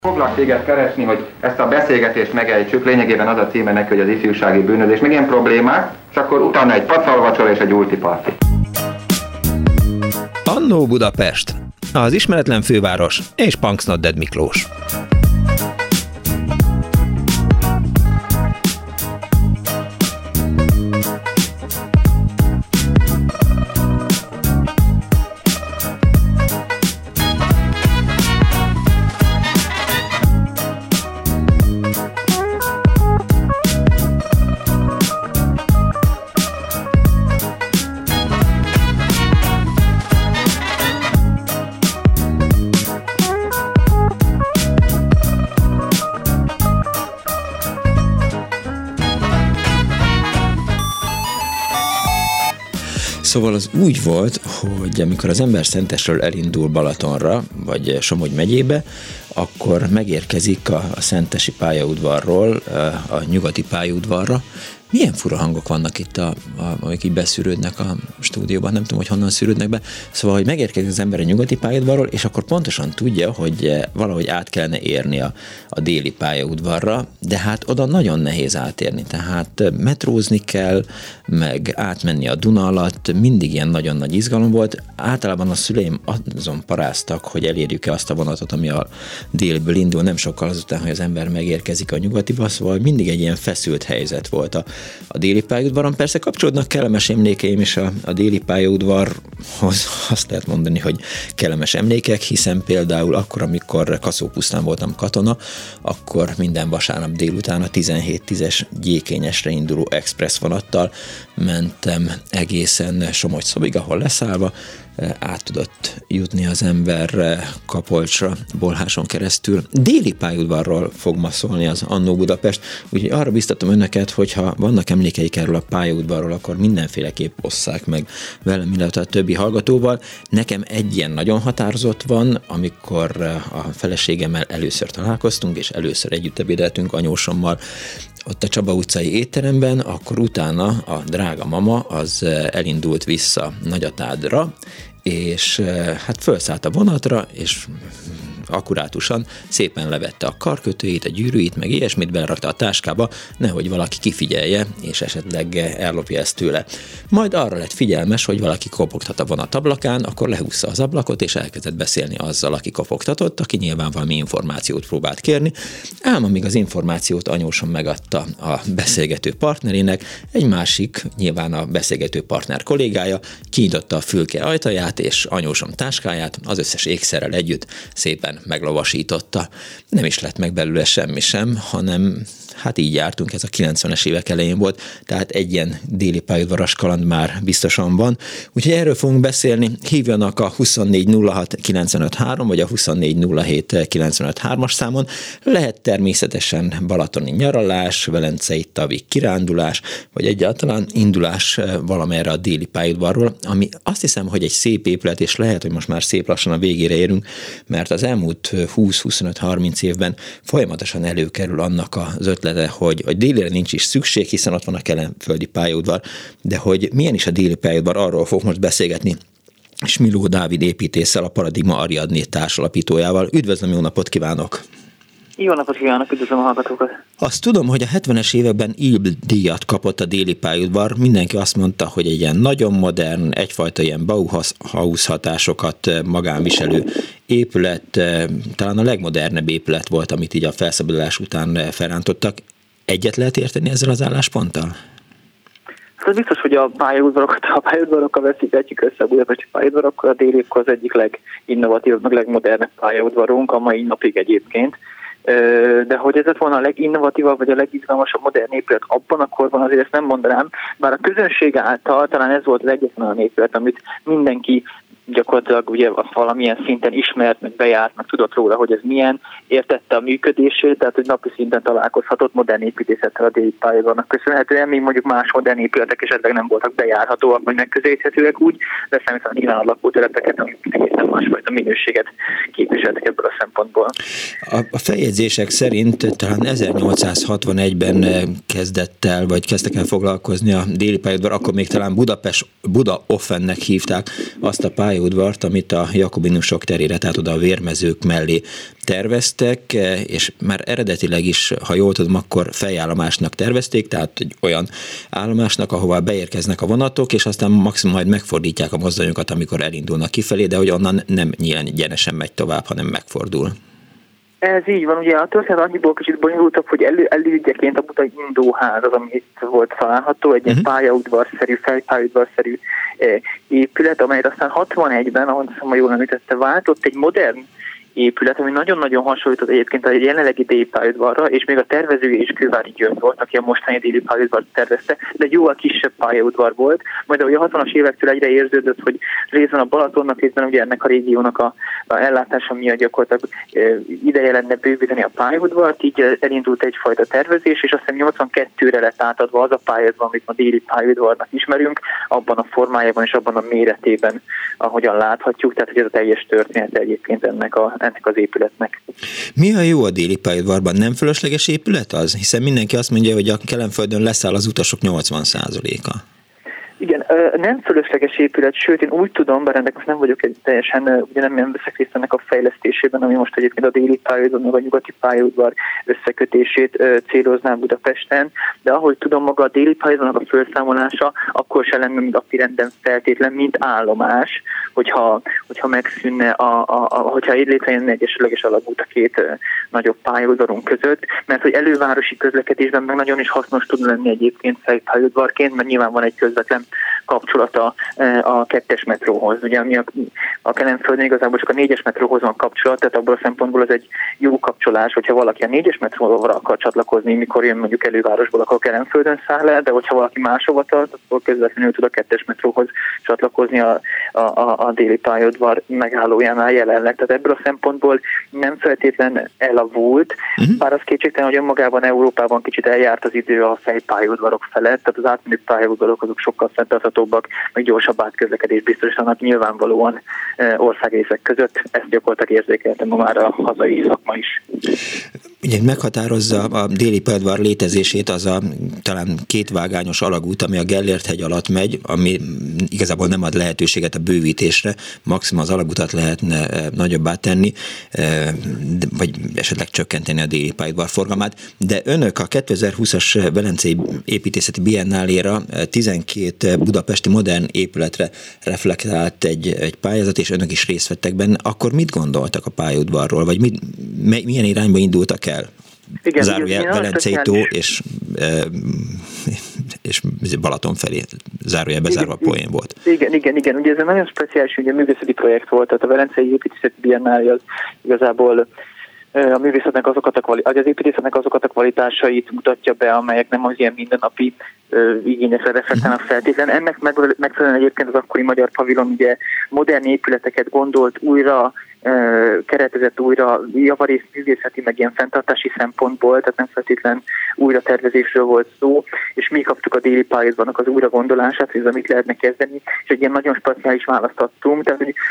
Foglak téged keresni, hogy ezt a beszélgetést megejtsük, lényegében az a címe neki, hogy az ifjúsági bűnözés, meg ilyen problémák, és akkor utána egy pacalvacsora és egy ultiparti. Annó Budapest, az ismeretlen főváros és Punksnodded Miklós. Szóval az úgy volt, hogy amikor az ember Szentesről elindul Balatonra, vagy Somogy megyébe, akkor megérkezik a szentesi pályaudvarról a nyugati pályaudvarra. Milyen fura hangok vannak itt, amik így beszűrődnek a stúdióban, nem tudom, hogy honnan szűrődnek be. Szóval, hogy megérkezik az ember a nyugati pályaudvarról, és akkor pontosan tudja, hogy valahogy át kellene érni a déli pályaudvarra, de hát oda nagyon nehéz átérni. Tehát metrózni kell, meg átmenni a Duna alatt, mindig ilyen nagyon nagy izgalom volt. Általában a szüleim azon paráztak, hogy elérjük-e azt a vonatot, ami a délből indul, nem sokkal azután, hogy az ember megérkezik a nyugatiba, szóval mindig egy ilyen feszült helyzet volt a déli pályaudvaron. Persze kapcsolódnak kellemes emlékeim is a déli pályaudvarhoz, azt lehet mondani, hogy kellemes emlékek, hiszen például akkor, amikor Kaszópusztán voltam katona, akkor minden vasárnap délután a 17-10-es Gyékényesre induló express vonattal mentem egészen Somogy-Szobig, ahol leszállva át tudott jutni az ember Kapolcsra, Bolháson keresztül. Déli pályaudvarról fog ma szólni az Annó Budapest, úgyhogy arra biztatom önöket, hogyha vannak emlékeik erről a pályaudvarról, akkor mindenféleképp osszák meg velem, illetve a többi hallgatóval. Nekem egy ilyen nagyon határozott van, amikor a feleségemmel először találkoztunk, és először együtt ebédeltünk anyósommal ott a Csaba utcai étteremben, akkor utána a drága mama az elindult vissza Nagyatádra, és hát fölszállt a vonatra, és akkurátusan szépen levette a karkötőjét, a gyűrűit, meg ilyesmit belerakta a táskába, nehogy valaki kifigyelje, és esetleg ellopja ezt tőle. Majd arra lett figyelmes, hogy valaki kopogtat a vonat ablakán, akkor lehúzza az ablakot, és elkezdett beszélni azzal, aki kopogtatott, aki nyilván valami információt próbált kérni. Ám amíg az információt anyósom megadta a beszélgető partnerének, egy másik, nyilván a beszélgető partner kollégája kinyitotta a fülke ajtaját, és anyósom táskáját az összes ékszerrel együtt szépen meglovasította. Nem is lett meg belőle semmi sem, hanem hát így jártunk, ez a 90-es évek elején volt, tehát egy ilyen déli pályaudvaras kaland már biztosan van. Úgyhogy erről fogunk beszélni. Hívjanak a 2406953 vagy a 2407953-as számon. Lehet természetesen balatoni nyaralás, velencei tavi kirándulás, vagy egyáltalán indulás valamerre a déli pályaudvarról, ami azt hiszem, hogy egy szép épület, és lehet, hogy most már szép lassan a végére érünk, mert az elmúlt 20-25-30 évben folyamatosan előkerül annak az ötlete, hogy délire nincs is szükség, hiszen ott van a kelenföldi pályaudvar, de hogy milyen is a déli pályaudvar, arról fog most beszélgetni Smiló Dávid építésszel, a Paradigma Ariadné társalapítójával. Üdvözlöm, jó napot kívánok! Jó napot kívánok, üdvözlöm a hallgatókat! Azt tudom, hogy a 70-es években ILB-díjat kapott a déli pályaudvar. Mindenki azt mondta, hogy egy ilyen nagyon modern, egyfajta ilyen Bauhaus hatásokat magánviselő épület, talán a legmodernebb épület volt, amit így a felszabadulás után felrántottak. Egyet lehet érteni ezzel az állásponttal? Ez biztos, hogy a pályaudvarokkal veszítjük össze a budapesti pályaudvarokkal, a déli az egyik leginnovatívabb, meg legmodernebb pályaudvarunk a mai napig egyébként. De hogy ez lett volna a leginnovatívabb, vagy a legizgalmasabb modern épület abban a korban, azért ezt nem mondanám, bár a közönség által talán ez volt az egyetlen olyan épület, amit mindenki gyakorlatilag ugye valamilyen szinten ismert, meg bejárt, meg tudott róla, hogy ez milyen, értette a működését, tehát hogy napi szinten találkozhatott modern építészettel a déli pályaudvarnak köszönhetően, még mondjuk más modern épületek esetleg nem voltak bejárhatóak, vagy megközelíthetőek úgy, de számítóan nyilván a lakótelepeket, amik egészen másfajta minőséget képviseltek ebből a szempontból. A feljegyzések szerint talán 1861-ben kezdtek el foglalkozni a déli pályaudvar, akkor még talán Buda Offennek hívták azt a pályaudvar, pályaudvart, amit a Jakobinusok terére, tehát oda a vérmezők mellé terveztek, és már eredetileg is, ha jól tudom, akkor fejállomásnak tervezték, tehát egy olyan állomásnak, ahova beérkeznek a vonatok, és aztán maximum majd megfordítják a mozdonyokat, amikor elindulnak kifelé, de hogy onnan nem nyílán egyenesen megy tovább, hanem megfordul. Ez így van, ugye a történet annyiból kicsit bonyolultabb, hogy elődjeként a budai Indóház az, ami itt volt található, egy ilyen pályaudvarszerű, fejpályaudvarszerű épület, amelyet aztán 61-ben, ahogy ma jól említette, váltott egy modern épület, ami nagyon-nagyon hasonlított egyébként a jelenlegi déli pályaudvarra, és még a tervezője is Kővári György volt, aki a mostani déli pályaudvart tervezte, de jóval kisebb pályaudvar volt. Majd ahogy a 60-as évektől egyre érződött, hogy részben a Balatonnak, részben ugye ennek a régiónak a ellátása miatt gyakorlatilag ideje lenne bővíteni a pályaudvart, így elindult egyfajta tervezés, és aztán 82-re lett átadva az a pályaudvar, amit ma déli pályaudvarnak ismerünk, abban a formájában és abban a méretében, ahogyan láthatjuk, tehát hogy ez a teljes történet egyébként ennek az épületnek. Mi a jó a déli pályaudvarban? Nem fölösleges épület az? Hiszen mindenki azt mondja, hogy a Kelenföldön leszáll az utasok 80%-a. Igen, nem fölösleges épület, sőt, én úgy tudom, bár ennek most nem vagyok teljesen, ugye nem veszek részt ennek a fejlesztésében, ami most egyébként a déli pályaudvar, meg a nyugati pályaudvar összekötését céloznám Budapesten, de ahogy tudom, maga a déli pályaudvarnak a felszámolása akkor se lenne napirenden feltétlen, mint állomás, hogyha megszűnne, hogyha létrejönne egy esetleges alagút a két nagyobb pályaudvarunk között, mert hogy elővárosi közlekedésben meg nagyon is hasznos tud lenni egyébként fejpályaudvarként, mert nyilván van egy közvetlen kapcsolata a 2-es metróhoz. Ugye ami a Kelenföldön igazából csak a 4-es metróhoz van kapcsolat, tehát abból a szempontból az egy jó kapcsolás, hogyha valaki a 4-es metróra akar csatlakozni, mikor jön mondjuk elővárosból, akkor a Kelenföldön száll el, de hogyha valaki máshova tart, akkor közvetlenül tud a 2-es metróhoz csatlakozni a déli pályaudvar megállójánál jelenleg. Tehát ebből a szempontból nem feltétlen elavult, bár az kétségtelen, hogy önmagában Európában kicsit eljárt az idő a fejpályaudvarok felett, tehát az átmenő pályaudvarok azok sokkal fenntarthatóbbak, meg gyorsabb átközlekedés biztosítanak nyilvánvalóan országrészek között. Ezt gyakorlatilag érzékeltem ma már a hazai szakma is. Ugye meghatározza a déli pályaudvar létezését az a talán kétvágányos alagút, ami a Gellért-hegy alatt megy, ami igazából nem ad lehetőséget a bővítésre, maximum az alagutat lehetne nagyobbá tenni, vagy esetleg csökkenteni a déli pályaudvar forgalmát, de önök a 2020-as Velencei Építészeti Biennáléra 12 budapesti modern épületre reflektált egy pályázat, és önök is részt vettek benne. Akkor mit gondoltak a pályaudvarról, vagy milyen irányba indultak el? Igen, zárójel Velencei tó és Balaton felé, zárójel bezárva poén volt. Igen. Ugye ez egy nagyon speciális művészeti projekt volt, tehát a Velencei Építészeti Biennáli az igazából a művészetnek az építészetnek azokat a kvalitásait mutatja be, amelyek nem az ilyen mindennapi igényekre reflektálnak feltétlen. Ennek megfelelően egyébként az akkori Magyar Pavilon ugye modern épületeket gondolt újra, keretezett újra, javarészt művészeti, meg ilyen fenntartási szempontból, tehát nem feltétlen újra tervezésről volt szó, és mi kaptuk a déli pályaudvarnak az újra gondolását, hogy ez amit lehetne kezdeni, és egy ilyen nagyon speciális választ adtunk, tehát hogy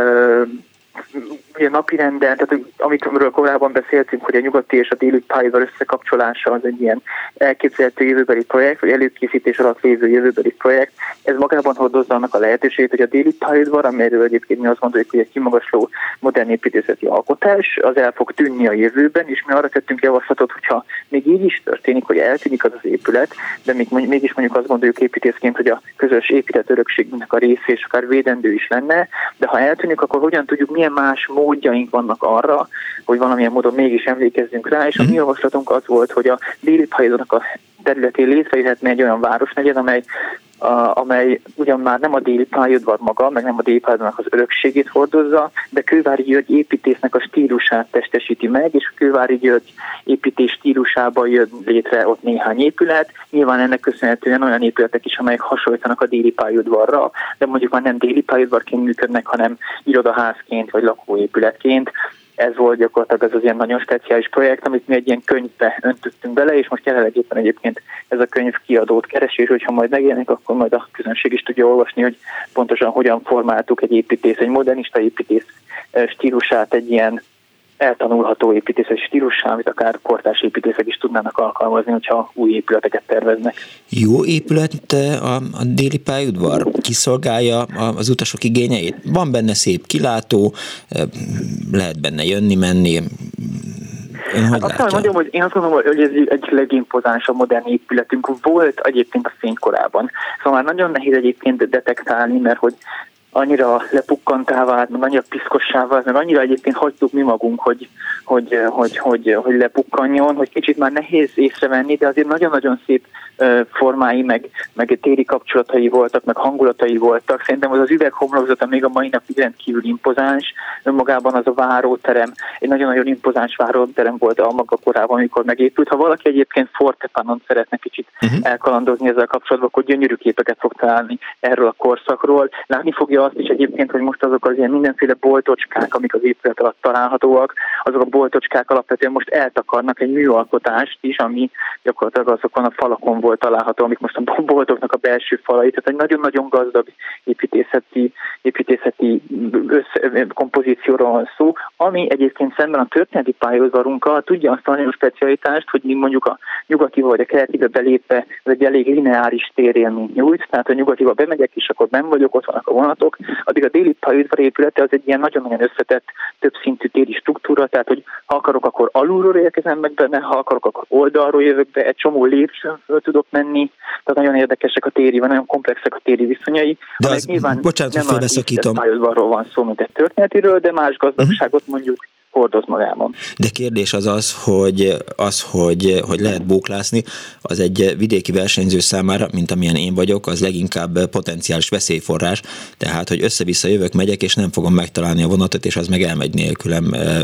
ugye napirenden, tehát amiről korábban beszéltünk, hogy a nyugati és a déli pályaudvar összekapcsolása az egy ilyen elképzelhető jövőbeli projekt, vagy előkészítés alatt lévő jövőbeli projekt. Ez magában hordozza annak a lehetőségét, hogy a déli pályaudvar, amelyről egyébként mi azt gondoljuk, hogy egy kimagasló modern építészeti alkotás, az el fog tűnni a jövőben, és mi arra tettünk javaslatot, hogyha még így is történik, hogy eltűnik az épület, de mégis mondjuk azt gondoljuk építészként, hogy a közös épített örökségnek a része és akár védendő is lenne, de ha eltűnik, akkor hogyan tudjuk, milyen más módjaink vannak arra, hogy valamilyen módon mégis emlékezzünk rá, és a mi javaslatunk az volt, hogy a déli pályaudvarnak a területén létrejöhetne egy olyan városnegyed, amely ugyan már nem a déli pályaudvar maga, meg nem a déli pályaudvarnak az örökségét hordozza, de Kővári György építésznek a stílusát testesíti meg, és a Kővári György építés stílusában jön létre ott néhány épület. Nyilván ennek köszönhetően olyan épületek is, amelyek hasonlítanak a déli pályaudvarra, de mondjuk már nem déli pályaudvarként működnek, hanem irodaházként vagy lakóépületként. Ez volt gyakorlatilag ez az ilyen nagyon speciális projekt, amit mi egy ilyen könyvbe öntöttünk bele, és most jelenleg éppen egyébként ez a könyv kiadót keresi, és hogyha majd megjelenik, akkor majd a közönség is tudja olvasni, hogy pontosan hogyan formáltuk egy modernista építész stílusát egy ilyen eltanulható építészeti stílussá, amit akár kortárs építészek is tudnának alkalmazni, hogyha új épületeket terveznek. Jó épület a déli pályaudvar? Kiszolgálja az utasok igényeit? Van benne szép kilátó, lehet benne jönni-menni. Én azt gondolom, hogy ez egy legimpozánsabb modern épületünk volt egyébként a fénykorában. Szóval már nagyon nehéz egyébként detektálni, mert hogy annyira lepukkantá vált, meg annyira piszkossá vált, meg annyira egyébként hagytuk mi magunk, hogy lepukkanjon, hogy kicsit már nehéz észrevenni, de azért nagyon-nagyon szép formái, meg téri kapcsolatai voltak, meg hangulatai voltak. Szerintem az üveghomlokzata még a mai napig rendkívül impozáns. Önmagában az a váróterem, egy nagyon-nagyon impozáns váróterem volt a maga korában, amikor megépült. Ha valaki egyébként Fortepanon szeretne kicsit elkalandozni ezzel kapcsolatban, akkor gyönyörű képeket fog találni erről a korszakról. Látni fogja azt is egyébként, hogy most azok az ilyen mindenféle boltocskák, amik az épület alatt találhatóak, azok a boltocskák alapvetően most eltakarnak egy műalkotást is, ami gyakorlatilag azokon a falakon volt található, amik most a boltoknak a belső falai. Tehát egy nagyon-nagyon gazdag építészeti kompozícióról van szó, ami egyébként szemben a történeti pályaudvarunkkal tudja azt a nagyon specialitást, hogy mi mondjuk a nyugatiba vagy a keletibe belépve ez egy elég lineáris térélményt nyújt, tehát a nyugatiba bemegyek és akkor benn vagyok, ott vannak a vonatok, addig a déli pályaudvar épülete az egy ilyen nagyon-nagyon összetett, többszintű téri struktúra, tehát hogy ha akarok, akkor alulról érkezem meg benne, ha akarok, akkor oldalról jövök be, egy csomó lépcsőn föl tudok menni, tehát nagyon érdekesek a téri, nagyon komplexek a téri viszonyai. De az, bocsánat, hogy félbeszakítom. Nem a pályaudvarról van szó, mint egy történetiről, de más gazdagságot mondjuk hordoz magában. De kérdés hogy lehet bóklászni, az egy vidéki versenyző számára, mint amilyen én vagyok, az leginkább potenciális veszélyforrás, tehát, hogy össze-vissza jövök, megyek, és nem fogom megtalálni a vonatot, és az meg elmegy nélkülem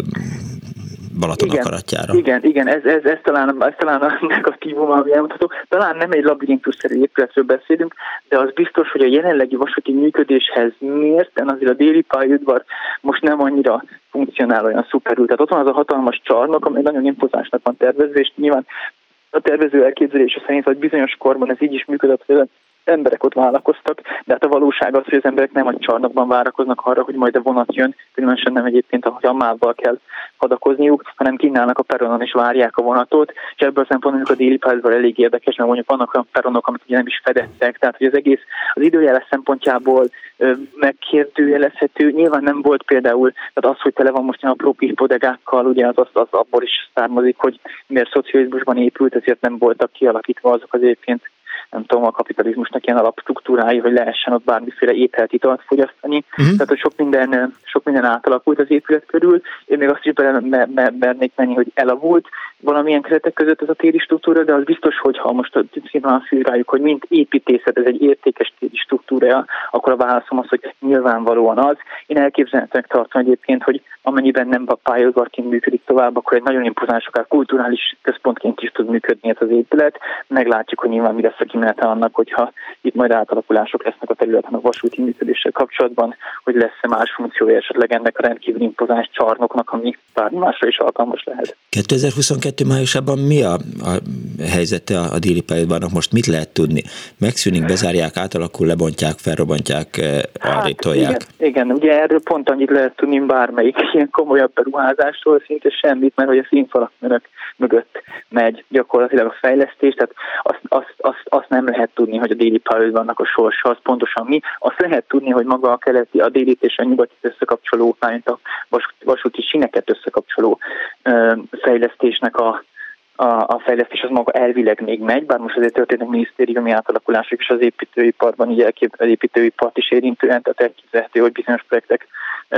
Balaton akaratjára. Igen, ez talán a negatívum, ami elmondható. Talán nem egy labirintusszerű épületről beszélünk, de az biztos, hogy a jelenlegi vasúti működéshez mérten azért a déli pályaudvar most nem annyira funkcionál olyan szuperül. Tehát ott van az a hatalmas csarnok, amely nagyon impozánsnak van tervezve, és nyilván a tervező elképzelése szerint, hogy bizonyos korban ez így is működött, hogy emberek ott várakoztak, de hát a valóság az, hogy az emberek nem a csarnokban várakoznak arra, hogy majd a vonat jön, különösen nem egyébként, ahogy a mávval kell hadakozniuk, hanem kínálnak a peronon és várják a vonatot, és ebből a szempontból a déli pályaudvar elég érdekes, mert mondjuk vannak olyan peronok, amit ugye nem is fedettek, tehát hogy az egész az időjárás szempontjából megkérdőjelezhető. Nyilván nem volt például, tehát az, hogy tele van most ilyen apró bodegákkal, ugye az abból is származik, hogy miért szocializmusban épült, ezért nem voltak kialakítva azok az egyébként, nem tudom, a kapitalizmusnak ilyen alapstruktúrái, hogy lehessen ott bármiféle ételt, italt fogyasztani. Tehát, hogy sok minden átalakult az épület körül. Én még azt is mernék menni, hogy elavult valamilyen keretek között ez a téri struktúra, de az biztos, hogy ha most szépen azt rájuk, hogy mint építészet ez egy értékes téri struktúra, akkor a válaszom az, hogy nyilvánvalóan az. Én elképzelhetőnek tartom egyébként, hogy amennyiben nem a pályaudvarként működik tovább, akkor egy nagyon impozáns, akár kulturális központként is tud működni ez az épület. Meglátjuk, hogy nyilván mi lesz a kimenete annak, hogyha itt majd átalakulások lesznek a területen a vasúti működéssel kapcsolatban, hogy lesz-e más funkciója esetleg ennek a rendkívül impozáns csarnoknak, ami bármi másra is alkalmas lehet. 2022 májusában mi a helyzete a déli pályaudvarnak? Most mit lehet tudni? Megszűnik, bezárják, átalakul, lebontják, felrobbantják, arrébb tolják? Igen, ugye erről pont annyit lehet tudni bármelyik ilyen komolyabb beruházásról, szinte semmit, mert hogy a színfalak mögött megy gyakorlatilag a fejlesztés, tehát azt nem lehet tudni, hogy a déli pályaudvarnak a sorsa az pontosan mi. Azt lehet tudni, hogy maga a keleti, a délit és a nyugati összekapcsoló, mint a vasúti síneket összekapcsoló fejlesztésnek a fejlesztés az maga elvileg még megy, bár most azért történnek minisztériumi átalakulások is az építőiparban, így az építőipart is érintően, tehát elképzelhető, hogy bizonyos projektek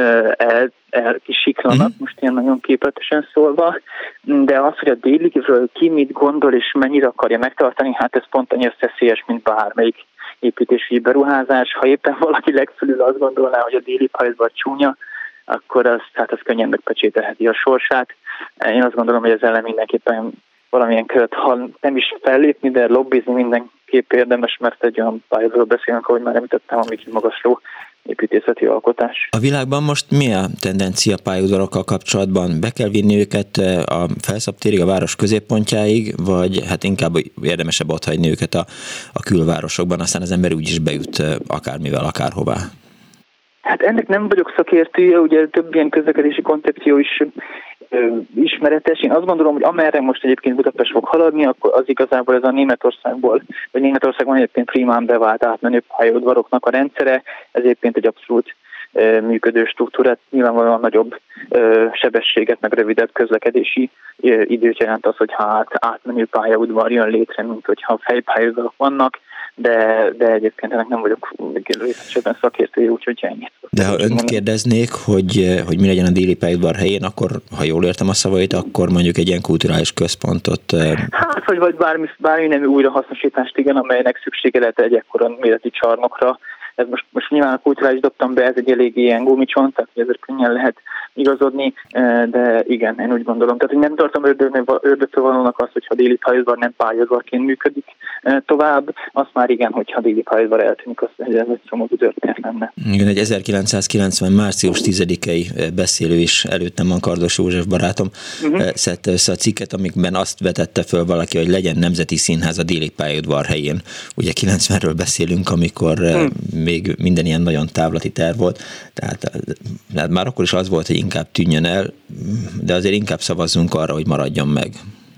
elkisiklanak, most ilyen nagyon képletesen szólva, de az, hogy a déliről ki mit gondol és mennyire akarja megtartani, hát ez pont annyira szeszélyes, mint bármelyik építési beruházás. Ha éppen valaki legfelül azt gondolná, hogy a déli pályaudvar csúnya, akkor az könnyen megpecsételheti a sorsát. Én azt gondolom, hogy ez ellen mindenképpen valamilyen követ, ha nem is fellépni, de lobbizni mindenképp érdemes, mert egy olyan pályázatról beszélünk, ahogy már említettem, amik magasló építészeti alkotás. A világban most mi a tendencia pályaudvarokkal kapcsolatban? Be kell vinni őket a felszabtérig, a város középpontjáig, vagy hát inkább érdemesebb otthagyni őket a külvárosokban, aztán az ember úgyis bejut akármivel, akárhová? Hát ennek nem vagyok szakértője, ugye több ilyen közlekedési koncepció is ismeretes. Én azt gondolom, hogy amerre most egyébként Budapest fog haladni, akkor az igazából ez a Németországban egyébként primán bevált átmenő pályaudvaroknak a rendszere. Ez egyébként egy abszolút működő struktúrát, nyilvánvalóan nagyobb sebességet, meg rövidebb közlekedési időt jelent az, hogyha átmenő pályaudvar jön létre, mint hogyha fejpályaudvarok vannak, de egyébként ennek nem vagyok részletesen szakértője, úgyhogy ennyit. De ha önt kérdeznék, hogy mi legyen a déli pályaudvar helyén, akkor, ha jól értem a szavait, akkor mondjuk egy ilyen kulturális központot... Hát, vagy bármi nemű újrahasznosítást, igen, amelynek szüksége lehet egy ekkora méretű csarnokra. Ez most nyilván a kulturális dobtam be, ez egy elég ilyen gumicsont, tehát ezért könnyen lehet igazodni, de igen, én úgy gondolom. Tehát, hogy nem tartom ördögtől valónak azt, hogyha a déli pályaudvar nem pályaudvarként működik tovább, azt már igen, hogyha a déli pályaudvar eltűnik, az ez egy szomorú történet lenne. Igen, egy 1990. március 10-i beszélő is előttem van, Kardos József barátom, szedte össze a cikket, amikben azt vetette föl valaki, hogy legyen nemzeti színház a déli pályaudvar helyén. Ugye 90-ről beszélünk, amikor még minden ilyen nagyon távlati terv volt, tehát már akkor is az volt, hogy inkább tűnjön el, de azért inkább szavazzunk arra, hogy maradjon meg.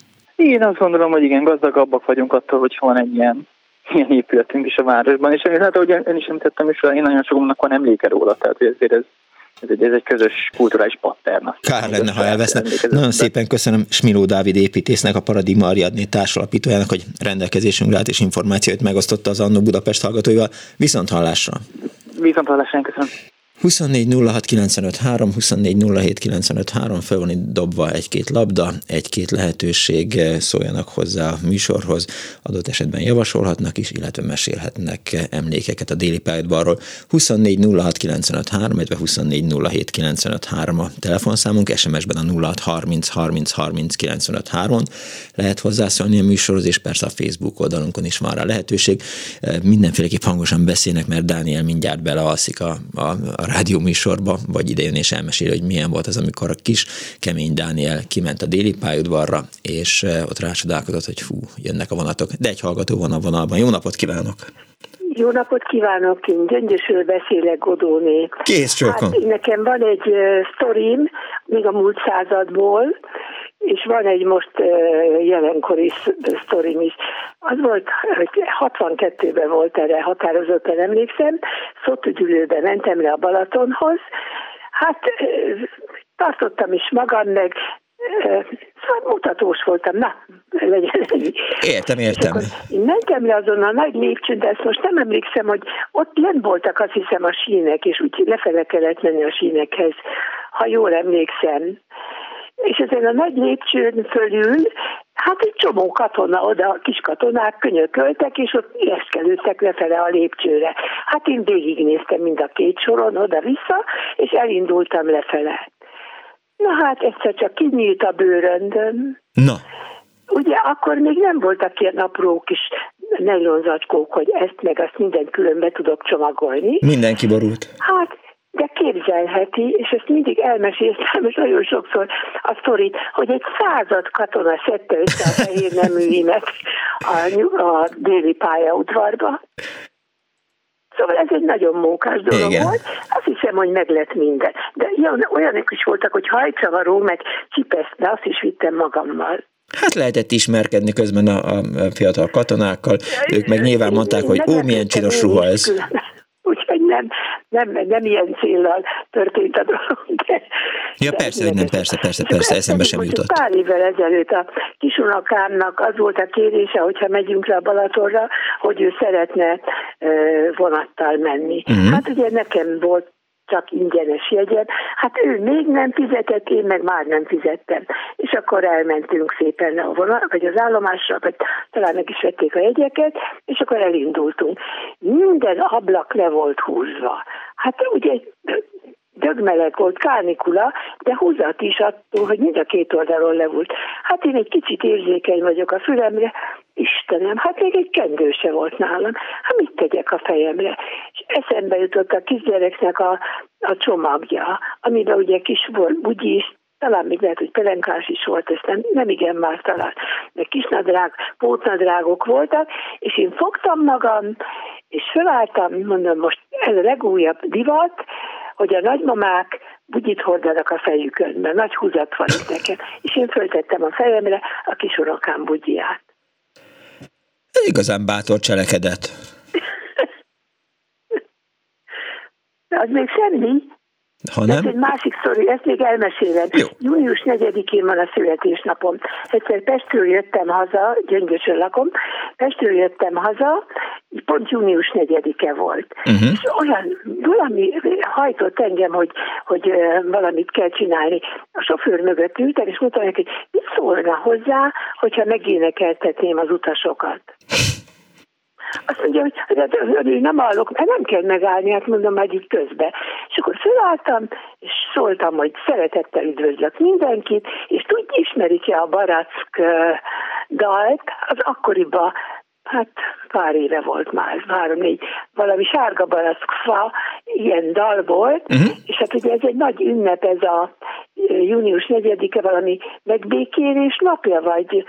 Én azt gondolom, hogy igen, gazdagabbak vagyunk attól, hogy van egy ilyen épületünk is a városban, és hát ahogy én is említettem is, én nagyon sokunknak van emléke róla, tehát ezért ez egy közös kulturális pattern. Kár lenne, ha elveszne. Nagyon szépen köszönöm Smiló Dávid építésznek, a Paradigma Ariadné társalapítójának, hogy rendelkezésünkre állt és információt megosztotta az Annó Budapest hallgatóival. Viszonthallásra! Viszonthallásra, köszönöm! 24 06 95 3, 24 07 95 3, fel van itt dobva egy-két labda, egy-két lehetőség, szóljanak hozzá a műsorhoz, adott esetben javasolhatnak is, illetve mesélhetnek emlékeket a déli pályaudvarról. 24 06 95 3, illetve 24 07 95 3 a telefonszámunk, SMS-ben a 06 30 30 30 95 3 lehet hozzászólni a műsorhoz, és persze a Facebook oldalunkon is van rá lehetőség. Mindenféleképp hangosan beszélnek, mert Dániel mindjárt belealszik a rádióműsorba, vagy idejön és elmeséli, hogy milyen volt az, amikor a kis kemény Dániel kiment a déli pályaudvarra, és ott rácsodálkozott, hogy jönnek a vonatok. De egy hallgató van a vonalban. Jó napot kívánok! Jó napot kívánok, én Gyöngyösről beszélek, Godóné. Kész csókom! Hát nekem van egy sztorim, még a múlt századból, és van egy most jelenkori sztorim is. Az volt, hogy 62-ben volt erre, határozottan emlékszem, Szottygyűlőbe mentem le a Balatonhoz, hát tartottam is magam, meg szóval mutatós voltam, na, legyen ennyi. Értem. Én mentem le azon a nagy lépcsőn, de ezt most nem emlékszem, hogy ott lent voltak, azt hiszem, a sínek, és úgy lefele kellett menni a sínekhez, ha jól emlékszem. És ezen a nagy lépcsőn fölül, hát egy csomó katona oda, kis katonák könyököltek, és ott leskelődtek lefele a lépcsőre. Hát én végignéztem mind a két soron oda-vissza, és elindultam lefele. Na hát egyszer csak kinyílt a bőröndöm. Na. Ugye akkor még nem voltak ilyen apró kis nejlonzacskók, hogy ezt meg azt mindent különbe tudok csomagolni. Mindenki borult. Hát, de képzelheti, és ezt mindig elmeséltem, és nagyon sokszor a sztorit, hogy egy 100 katona szedte össze a fehér neműimet a déli pályaudvarba. Szóval ez egy nagyon mókás dolog volt. Azt hiszem, hogy meg lett minden. De olyanok is voltak, hogy hajcsavaró, meg csipeszne, azt is vittem magammal. Hát lehetett ismerkedni közben a fiatal katonákkal. Ők meg nyilván mondták, hogy milyen csinos ruha ez. Úgyhogy nem ilyen céllal történt a dolog. Ja, persze, hogy nem, persze, eszembe sem jutott. Pár évvel ezelőtt a kisunokámnak az volt a kérése, hogyha megyünk le a Balatonra, hogy ő szeretne vonattal menni. Hát ugye nekem volt csak ingyenes jegyem. Hát ő még nem fizetett, én meg már nem fizettem. És akkor elmentünk szépen a vonat, vagy az állomásra, vagy talán meg is vették a jegyeket, és akkor elindultunk. Minden ablak le volt húzva. Hát ugye dögmeleg volt, kánikula, de húzat is attól, hogy mind a két oldalon le volt. Hát én egy kicsit érzékeny vagyok a fülemre, Istenem, hát még egy kendő se volt nálam. Hát mit tegyek a fejemre? És eszembe jutott a kisgyereknek a csomagja, amiben ugye kis volt bugyis, talán még lehet, hogy pelenkás is volt, ezt nem igen már talán, meg kisnadrág, pótnadrágok voltak, és én fogtam magam, és felálltam, mondom, most ez a legújabb divat, hogy a nagymamák bugyit hordanak a fejükön, mert nagy húzat van itt nekem. És én föltettem a fejemre a kis unokám bugyját. Ez igazán bátor cselekedet. Az még semmi. Ha nem? Ez egy másik sztori, ezt még elmesélem. Jó. Június 4-én van a születésnapom. Egyszer Pestről jöttem haza, Gyöngyösön lakom, Pestről jöttem haza, pont június 4-e volt. És olyan, valami hajtott engem, hogy valamit kell csinálni. A sofőr mögött ültem, és mondtam neki, hogy mit szólna hozzá, hogyha megénekeltetném az utasokat. Azt mondja, hogy nem állok, mert nem kell megállni, hát mondom, majd itt közbe. És akkor fölálltam, és szóltam, hogy szeretettel üdvözlök mindenkit, és tudj, ismerik-e a Barack dalt, az akkoriban, hát pár éve volt már, 3-4, valami sárga barackfa, ilyen dal volt, és hát ugye ez egy nagy ünnep, ez a június 4-e valami megbékélés napja, vagy...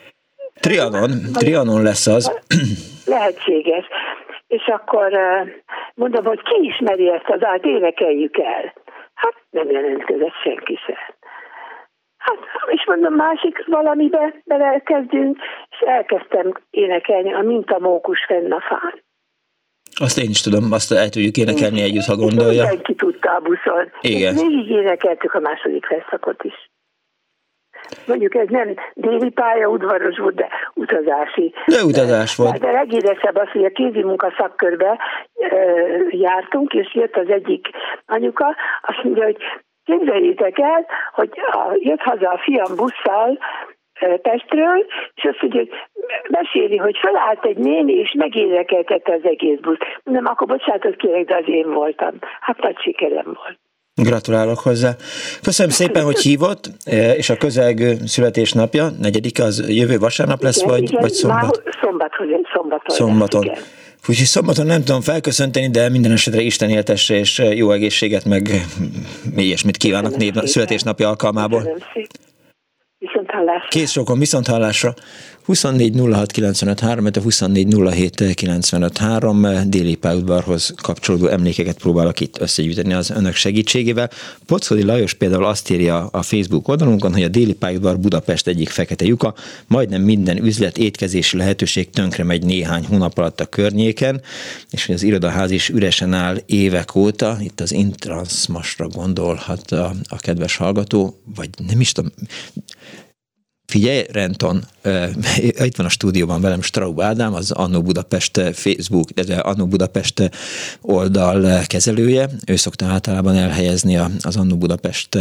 Trianon lesz az. Lehetséges. És akkor mondom, hogy ki ismeri ezt a dalt, énekeljük el. Hát nem jelentkezett senki sem. Hát, és mondom, másik valamibe belekezdünk, és elkezdtem énekelni a Mintamókus fenn a fán. Azt én is tudom, azt el tudjuk énekelni együtt, ha gondolja. Mindenki tudta a buszon. Igen. És végig énekeltük a második felszakot is. Mondjuk ez nem déli pályaudvaros volt, de utazási. De utazás volt. De legédesebb az, hogy a kézimunka szakkörbe jártunk, és jött az egyik anyuka, azt mondja, hogy képzeljétek el, hogy jött haza a fiam busszal Pestről, és azt mondja, hogy meséli, hogy felállt egy néni, és megénekeltette az egész busz. Mondom, akkor bocsánatot kérek, de az én voltam. Hát nagy sikerem volt. Gratulálok hozzá. Köszönöm szépen, hogy hívott, és a közelgő születésnapja, 4-e, az jövő vasárnap lesz, igen, vagy szombat? Szombaton. Úgyhogy szombaton nem tudom felköszönteni, de minden esetre Isten éltesse, és jó egészséget, meg ilyesmit kívánok születésnapja alkalmából. Köszönöm szépen. Viszonthallásra. Kész sokan, viszonthallásra. 24 06 95 3, 24 07 95 3 Déli pályaudvarhoz kapcsolódó emlékeket próbálok itt összegyűjteni az önök segítségével. Pocoli Lajos például azt írja a Facebook oldalunkon, hogy a Déli pályaudvar Budapest egyik fekete lyuka, majdnem minden üzlet, étkezési lehetőség tönkre megy néhány hónap alatt a környéken, és hogy az irodaház is üresen áll évek óta, itt az Intransmasra gondolhat a kedves hallgató, vagy nem is tudom. Figyelj, Renton, itt van a stúdióban velem Straub Ádám, az Annó Budapest Facebook, de Annó Budapest oldal kezelője. Ő szokta általában elhelyezni az Annó Budapest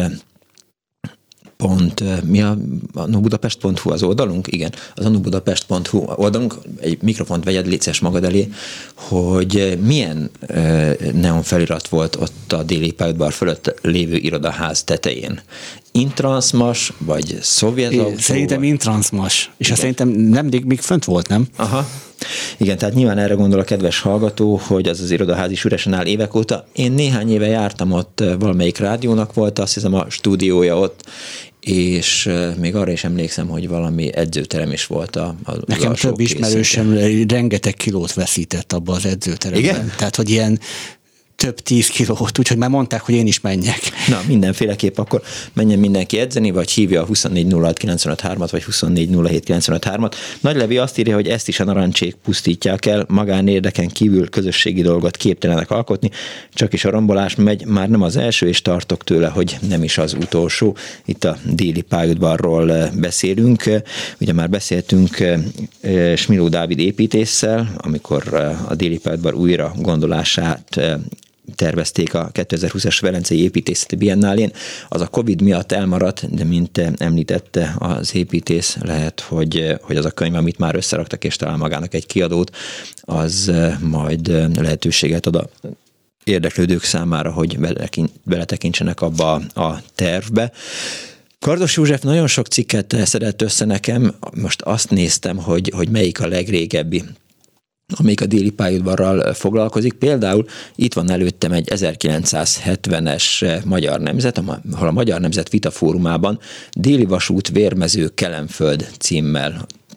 annobudapest.hu az oldalunk? Igen, az annobudapest.hu oldalunk. Egy mikrofont vegyed, létszes magad elé, hogy milyen neon felirat volt ott a Déli pályaudvar fölött lévő irodaház tetején. Intransmas, vagy szovjet? Szerintem Intransmas. És azt szerintem nemrég még fönt volt, nem? Aha. Igen, tehát nyilván erre gondol a kedves hallgató, hogy az irodaház is üresen áll évek óta. Én néhány éve jártam ott, valamelyik rádiónak volt, azt hiszem a stúdiója ott, és még arra is emlékszem, hogy valami edzőterem is volt Nekem több ismerősem rengeteg kilót veszített abba az edzőteremben. Igen? Tehát, hogy ilyen több 10 kilót, úgyhogy már mondták, hogy én is menjek. Na, mindenféleképp akkor menjen mindenki edzeni, vagy hívja a 24 06 95 3-at, vagy 24 07 95 3-at. Nagy Levi azt írja, hogy ezt is a narancsék pusztítják el, magánérdeken kívül közösségi dolgot képtelenek alkotni, csak is a rombolás megy, már nem az első, és tartok tőle, hogy nem is az utolsó. Itt a Déli pályaudvarról beszélünk. Ugye már beszéltünk Smiló Dávid építésszel, amikor a Déli pályaudvar újra gondolását tervezték a 2020-as Velencei Építészeti Biennálén. Az a Covid miatt elmaradt, de mint említette az építész, lehet, hogy az a könyv, amit már összeraktak, és talán magának egy kiadót, az majd lehetőséget ad a érdeklődők számára, hogy beletekintsenek abba a tervbe. Kardos József nagyon sok cikket szedett össze nekem, most azt néztem, hogy melyik a legrégebbi, amelyik a Déli pályaudvarral foglalkozik. Például itt van előttem egy 1970-es Magyar Nemzet, ahol a Magyar Nemzet vitafórumában Déli vasút Vérmező Kelenföld címmel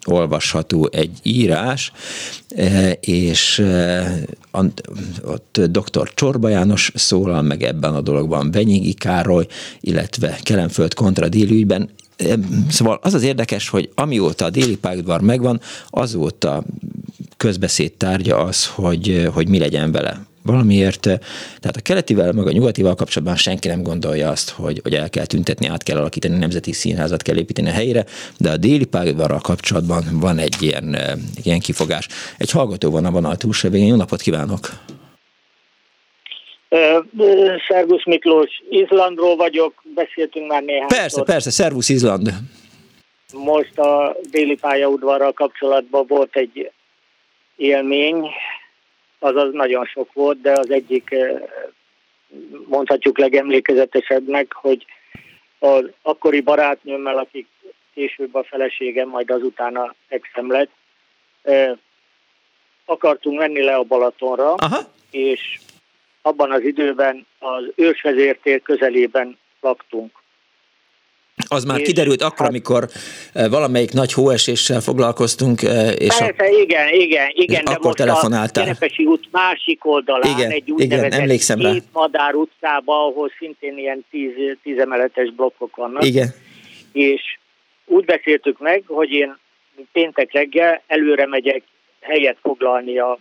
olvasható egy írás, és ott dr. Csorba János szólal meg ebben a dologban, Benyényi Károly, illetve Kelenföld kontra Déli ügyben. Szóval az érdekes, hogy amióta a déli pályaudvar megvan, azóta közbeszéd tárgya az, hogy mi legyen vele. Valamiért, tehát a keletivel, meg a nyugatival kapcsolatban senki nem gondolja azt, hogy el kell tüntetni, át kell alakítani, nemzeti színházat kell építeni a helyére, de a déli pályaudvarral kapcsolatban van egy ilyen kifogás. Egy hallgató van a vonal túlsó végén. Jó napot kívánok! Szervusz Miklós, Izlandról vagyok, beszéltünk már néhány. Persze, szervusz Izland! Most a déli pályaudvarral kapcsolatban volt egy élmény, azaz nagyon sok volt, de az egyik, mondhatjuk legemlékezetesebbnek, hogy az akkori barátnőmmel, akik később a feleségem, majd azután a exem lett, akartunk menni le a Balatonra, aha, és abban az időben az Őrsvezértér közelében laktunk. Az már kiderült akkor, amikor valamelyik nagy hóeséssel foglalkoztunk, és persze, igen, de akkor most telefonáltál. A Kerepesi út másik oldalán egy úgynevezett Két Madár utcába, ahol szintén ilyen 10 emeletes blokkok vannak. Igen. És úgy beszéltük meg, hogy én péntek reggel előre megyek helyet foglalni a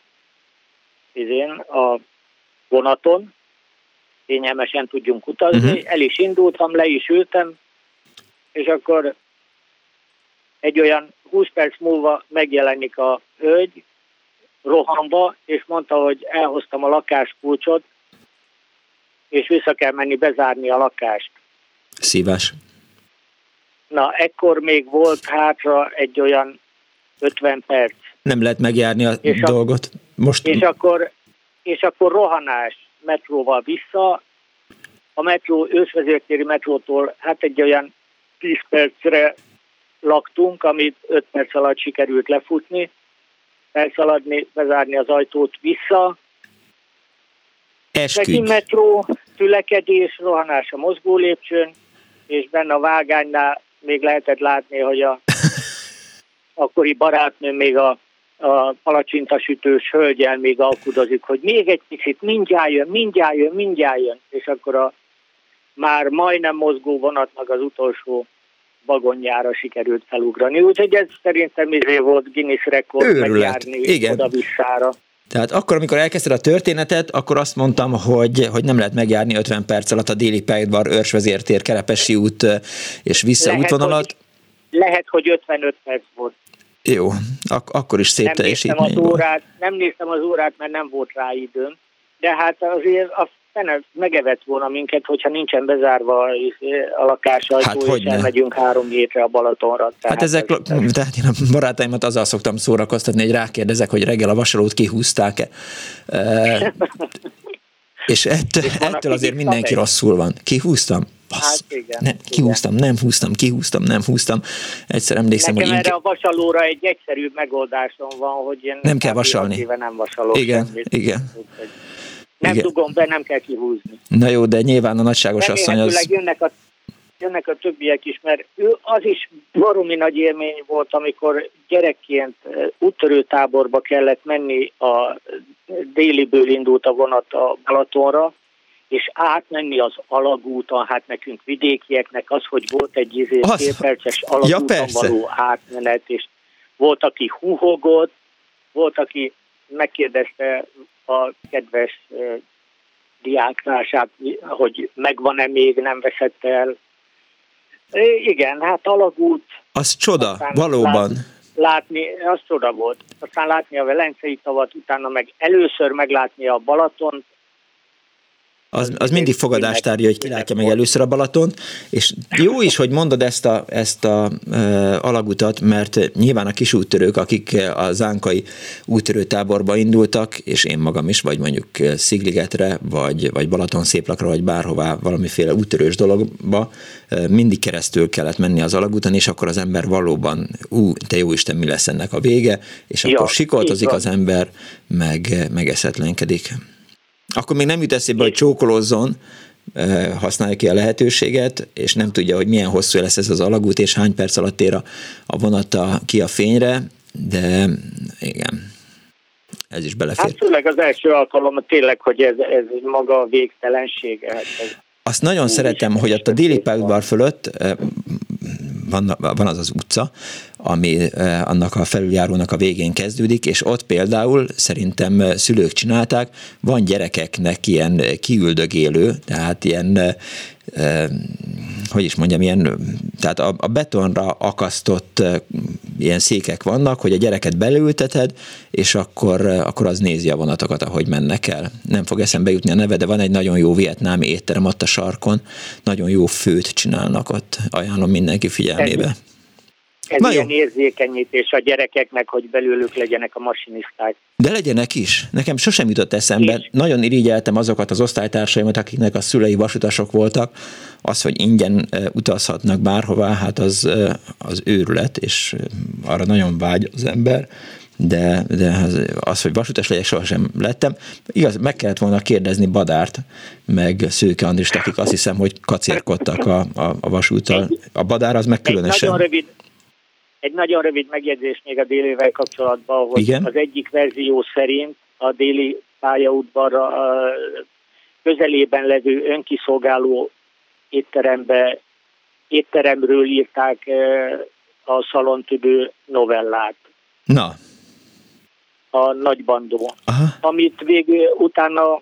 vonaton, kényelmesen tudjunk utazni, el is indultam, le is ültem, és akkor egy olyan 20 perc múlva megjelenik a hölgy rohanva, és mondta, hogy elhoztam a lakáskulcsot, és vissza kell menni bezárni a lakást. Szívás. Na, ekkor még volt hátra egy olyan 50 perc. Nem lehet megjárni a dolgot. Most... És akkor rohanás metróval vissza. A metró, Ősvezértéri metrótól hát egy olyan 10 percre laktunk, amit 5 perc alatt sikerült lefutni, elszaladni, bezárni az ajtót vissza. Eskügy. Megint metró, tülekedés, rohanás a mozgó lépcsőn, és benne a vágánynál még lehetett látni, hogy a akkori barátnő még a palacsintasütős hölgyel még alkudozik, hogy még egy kicsit, mindjárt jön, és akkor a már majdnem mozgó vonatnak az utolsó vagonjára sikerült felugrani. Úgyhogy ez szerintem volt Guinness rekord megjárni oda-visszára. Tehát akkor, amikor elkezdted a történetet, akkor azt mondtam, hogy nem lehet megjárni 50 perc alatt a déli pályaudvar, Őrsvezértér, Kerepesi út és vissza útvonalat. Lehet, hogy 55 perc volt. Jó, akkor is szép teljesítmény volt. Nem néztem az órát, mert nem volt rá időm, de hát azért a fene megevett volna minket, hogyha nincsen bezárva a lakásajtó, és elmegyünk 3 hétre a Balatonra. Tehát én a barátáimat azzal szoktam szórakoztatni, hogy rákérdezek, hogy reggel a vasalót kihúzták-e. És ettől azért mindenki rosszul van. Kihúztam? Hát igen. Nem húztam. Egyszer emlékszem, nekem hogy... erre a vasalóra egy egyszerű megoldásom van, hogy én nem kell vasalni. Nem vasalok. Igen. Nem dugom be, nem kell kihúzni. Na jó, de nyilván a nagyságos asszony az... Jönnek a többiek is, mert az is baromi nagy élmény volt, amikor gyerekként úttörő táborba kellett menni, a Déliből indult a vonat a Balatonra, és átmenni az alagúton, hát nekünk vidékieknek az, hogy volt egy fél perces alagúton való átmenet, és volt, aki húhogott, volt, aki megkérdezte a kedves diáktársát, hogy megvan-e még, nem veszett el. Igen, hát alagút. Az csoda, valóban. Látni, az csoda volt. Aztán látni a Velencei tavat, utána meg először meglátni a Balatont. Az mindig fogadástárja, hogy kilátja meg először a Balatont, és jó is, hogy mondod ezt a alagutat, mert nyilván a kis úttörők, akik a zánkai úttörőtáborba indultak, és én magam is, vagy mondjuk Szigligetre, vagy Balatonszéplakra, vagy bárhová valamiféle úttörős dologba, mindig keresztül kellett menni az alagúton, és akkor az ember valóban, te jó Isten, mi lesz ennek a vége, és akkor sikoltozik az ember, meg eszetlenkedik. Akkor még nem jut eszébe, hogy csókolózzon, használja ki a lehetőséget, és nem tudja, hogy milyen hosszú lesz ez az alagút, és hány perc alatt ér a vonata ki a fényre, de igen, ez is belefér. Hát főleg az első alkalom tényleg, hogy ez maga a végtelenség. Azt nagyon szeretem, hogy ott a déli pályaudvar fölött van az utca, ami annak a felüljárónak a végén kezdődik, és ott például szerintem szülők csinálták, van gyerekeknek ilyen kiüldögélő, tehát ilyen, hogy is mondjam, ilyen, tehát a betonra akasztott ilyen székek vannak, hogy a gyereket beleülteted, és akkor az nézi a vonatokat, ahogy mennek el. Nem fog eszembe jutni a neve, de van egy nagyon jó vietnámi étterem ott a sarkon, nagyon jó főt csinálnak ott, ajánlom mindenki figyelmébe. Ez ilyen érzékenyítés a gyerekeknek, hogy belőlük legyenek a masiniszták. De legyenek is. Nekem sosem jutott eszembe. Nagyon irigyeltem azokat az osztálytársaimat, akiknek a szülei vasutasok voltak. Az, hogy ingyen utazhatnak bárhová, hát az őrület, és arra nagyon vágy az ember. De az, hogy vasutas legyek, sohasem lettem. Igaz, meg kellett volna kérdezni Badárt, meg Szőke Andrist, akik azt hiszem, hogy kacérkodtak a vasúttal. A Badár az meg különösen. Egy nagyon rövid megjegyzés még a délivel kapcsolatban, hogy igen? Az egyik verzió szerint a déli pályaudvar közelében levő önkiszolgáló étteremről írták a szalontüdő novellát. Na. A Nagybandó. Aha. Amit végül utána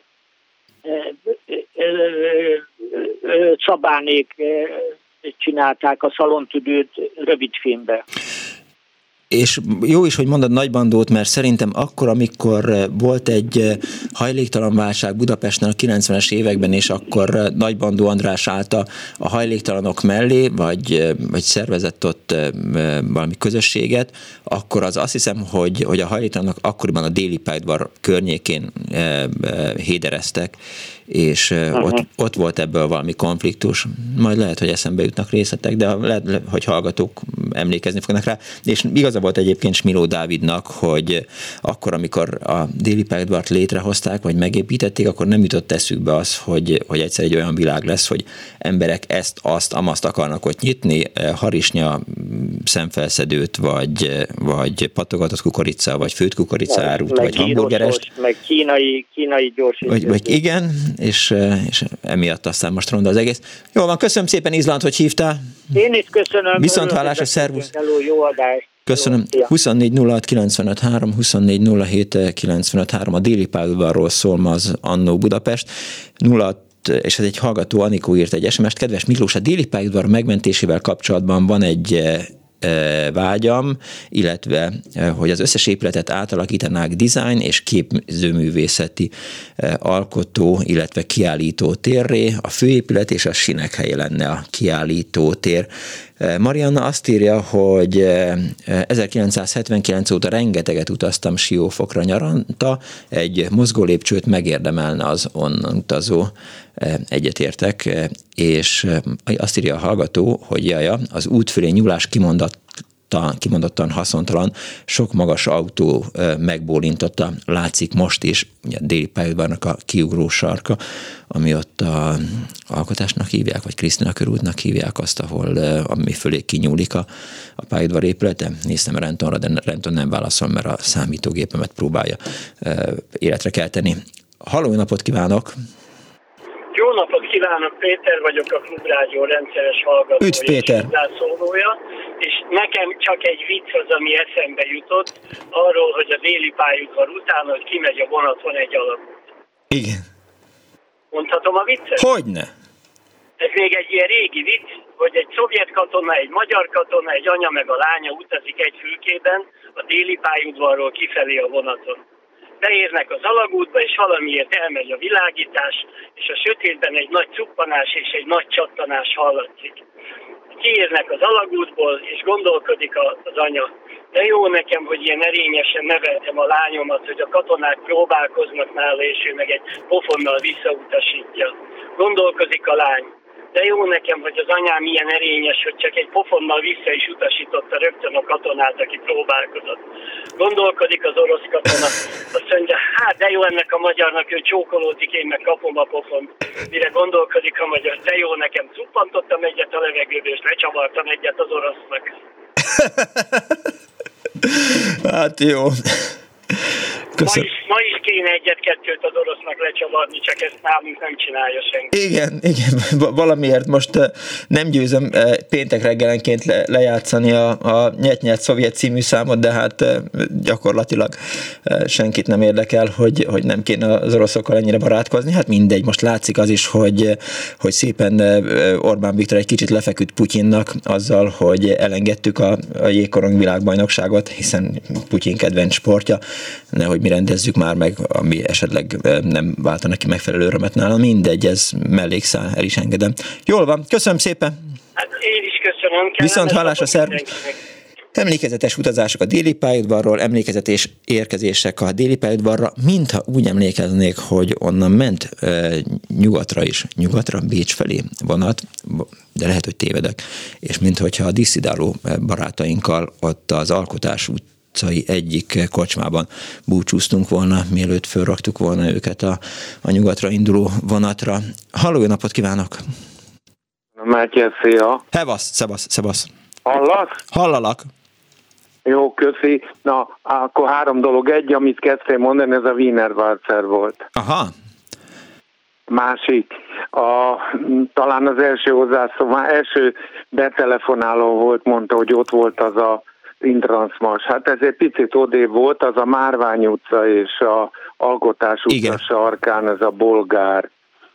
Csabánék csinálták a szalontüdőt rövidfilmbe. És jó is, hogy mondod Nagybandót, mert szerintem akkor, amikor volt egy hajléktalan válság Budapesten a 90-es években, és akkor Nagybandó András állt a hajléktalanok mellé, vagy szervezett ott valami közösséget, akkor az azt hiszem, hogy a hajléktalanok akkoriban a déli pályaudvar környékén hédereztek, és ott volt ebből valami konfliktus. Majd lehet, hogy eszembe jutnak részletek, de lehet, hogy hallgatók emlékezni fognak rá. És igaza volt egyébként Smiló Dávidnak, hogy akkor, amikor a déli pályaudvart létrehozták, vagy megépítették, akkor nem jutott eszükbe az, hogy egyszer egy olyan világ lesz, hogy emberek ezt, azt, amazt akarnak ott nyitni, harisnya szemfelszedőt, vagy patogatott kukorica, vagy főtt kukorica árut, vagy hamburgerest. Meg kínai gyorsító. Vagy igen, és emiatt aztán most ronda az egész. Jól van, köszönöm szépen, Izland, hogy hívtál. Én is köszönöm. Viszonthallásra, szervusz. Hello, jó adást. Köszönöm. 24 06 95 3, 24 07 95 3, a déli pályaudvarról szól ma az Annó Budapest. 06, és ez egy hallgató, Anikó írt egy SMS-t. Kedves Miklós, a déli pályaudvar megmentésével kapcsolatban van egy vágyam, illetve hogy az összes épületet átalakítanák design és képzőművészeti alkotó, illetve kiállító térré, a főépület és a sinek helye lenne a kiállító tér. Marianna azt írja, hogy 1979 óta rengeteget utaztam Siófokra nyaranta, egy mozgólépcsőt megérdemelne az onnan utazó, egyetértek, és azt írja a hallgató, hogy jaja, az út fölé nyúlás kimondottan haszontalan, sok magas autó megbólintotta, látszik most is, ugye a déli pályaudvarnak a kiugró sarka, ami ott a Alkotásnak hívják, vagy Krisztina körútnak hívják azt, ahol ami fölé kinyúlik a pályaudvar épülete. Néztem Rentonra, de Renton nem válaszol, mert a számítógépemet próbálja életre kelteni. Halló, napot kívánok! Jó napot kívánok, Péter vagyok, a Klubrádió rendszeres hallgató. Üdv, Péter! És nekem csak egy vicc az, ami eszembe jutott, arról, hogy a déli pályaudvar után, hogy kimegy a vonaton egy alagút. Igen. Mondhatom a viccet? Hogyne? Ez még egy ilyen régi vicc, hogy egy szovjet katona, egy magyar katona, egy anya meg a lánya utazik egy fülkében a déli pályaudvarról kifelé a vonaton. Beérnek az alagútba, és valamiért elmegy a világítás, és a sötétben egy nagy cuppanás és egy nagy csattanás hallatszik. Kiérnek az alagútból, és gondolkodik az anya. De jó nekem, hogy ilyen erényesen neveltem a lányomat, hogy a katonák próbálkoznak nála, és ő meg egy pofonnal visszautasítja. Gondolkozik a lány. de jó nekem, hogy az anyám ilyen erényes, hogy csak egy pofonnal vissza is utasította rögtön a katonát, aki próbálkozott. Gondolkodik az orosz katona, azt mondja, hát de jó ennek a magyarnak, ő csókolódik, én meg kapom a pofont. Mire gondolkodik a magyar, de jó nekem, cuppantottam egyet a levegőbe, és lecsavartam egyet az orosznak. Hát jó. Ma is kéne egyet-kettőt az orosznak lecsavarni, csak ezt nálunk nem csinálja senki. Igen, valamiért most nem győzöm péntek reggelenként lejátszani a Nyet-Nyet Szovjet című számot, de hát gyakorlatilag senkit nem érdekel, hogy nem kéne az oroszokkal ennyire barátkozni. Hát mindegy, most látszik az is, hogy szépen Orbán Viktor egy kicsit lefeküdt Putyinnak azzal, hogy elengedtük a jégkorong világbajnokságot, hiszen Putyin kedvenc sportja, nehogy mi rendezzük már meg, ami esetleg nem váltanak ki megfelelő örömet nálam. Mindegy, ez mellékszál, el is engedem. Jól van, köszönöm szépen! Hát én is köszönöm. Viszont hallásra, szervusz! Emlékezetes utazások a Déli pályaudvarról, emlékezetes érkezések a Déli pályaudvarra, mintha úgy emlékeznék, hogy onnan ment nyugatra, Bécs felé vonat, de lehet, hogy tévedek, és minthogyha a disszidáló barátainkkal ott az Alkotás utcai egyik kocsmában búcsúztunk volna, mielőtt fölraktuk volna őket a nyugatra induló vonatra. Halló, jó napot kívánok! Mátyás, szia! Szevasz! Hallasz? Hallalak. Jó, köszi. Na, akkor 3 dolog. Egy, amit kezdtél mondani, ez a Wiener Walzer volt. Aha. Másik, talán az első hozzászó, első betelefonáló volt, mondta, hogy ott volt az a Intranszmas. Hát ez egy picit odébb volt, az a Márvány utca és a Alkotás utca sarkán, ez a bolgár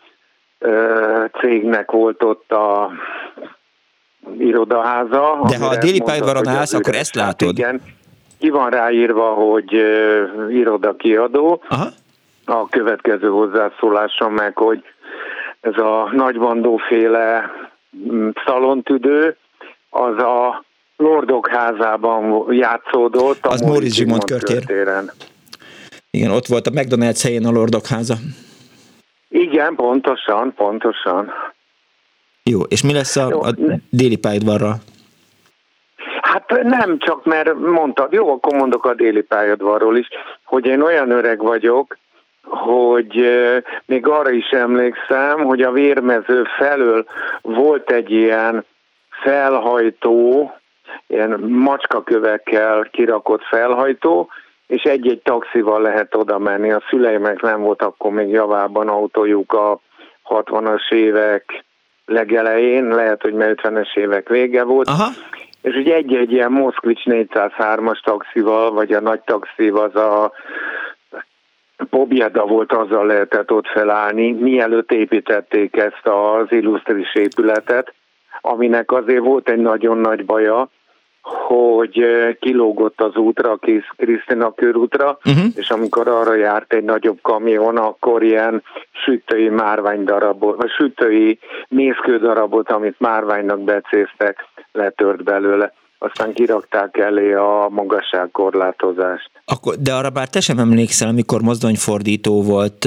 cégnek volt ott a irodaháza. De ha a Déli pályaudvaron állsz, akkor ezt látod. Igen, ki van ráírva, hogy irodakiadó. Aha. A következő hozzászólásom meg, hogy ez a Nagybandóféle szalontüdő, az a Lordok házában játszódott. Az Móricz Zsigmond körtéren. Igen, ott volt a McDonald's helyén a Lordok háza. Igen, pontosan. Jó, és mi lesz a Déli pályaudvarral? Hát nem csak, mert mondtad, jó, akkor mondok a Déli pályaudvarról is, hogy én olyan öreg vagyok, hogy még arra is emlékszem, hogy a Vérmező felől volt egy ilyen felhajtó, ilyen macskakövekkel kirakott felhajtó, és egy-egy taxival lehet oda menni. A szüleimnek nem volt akkor még javában autójuk a 60-as évek legelején, lehet, hogy 50-es évek vége volt. Aha. És ugye egy-egy ilyen Moszkvics 403-as taxival, vagy a nagy taxi, az a Pobjeda volt, azzal lehetett ott felállni, mielőtt építették ezt az illusztris épületet, aminek azért volt egy nagyon nagy baja, hogy kilógott az útra, a Krisztina körútra, és amikor arra járt egy nagyobb kamion, akkor ilyen sütői márványdarabot, vagy sütői mészkődarabot, amit márványnak becéztek, letört belőle. Aztán kirakták elé a magasságkorlátozást. De arra bár te sem emlékszel, amikor mozdonyfordító volt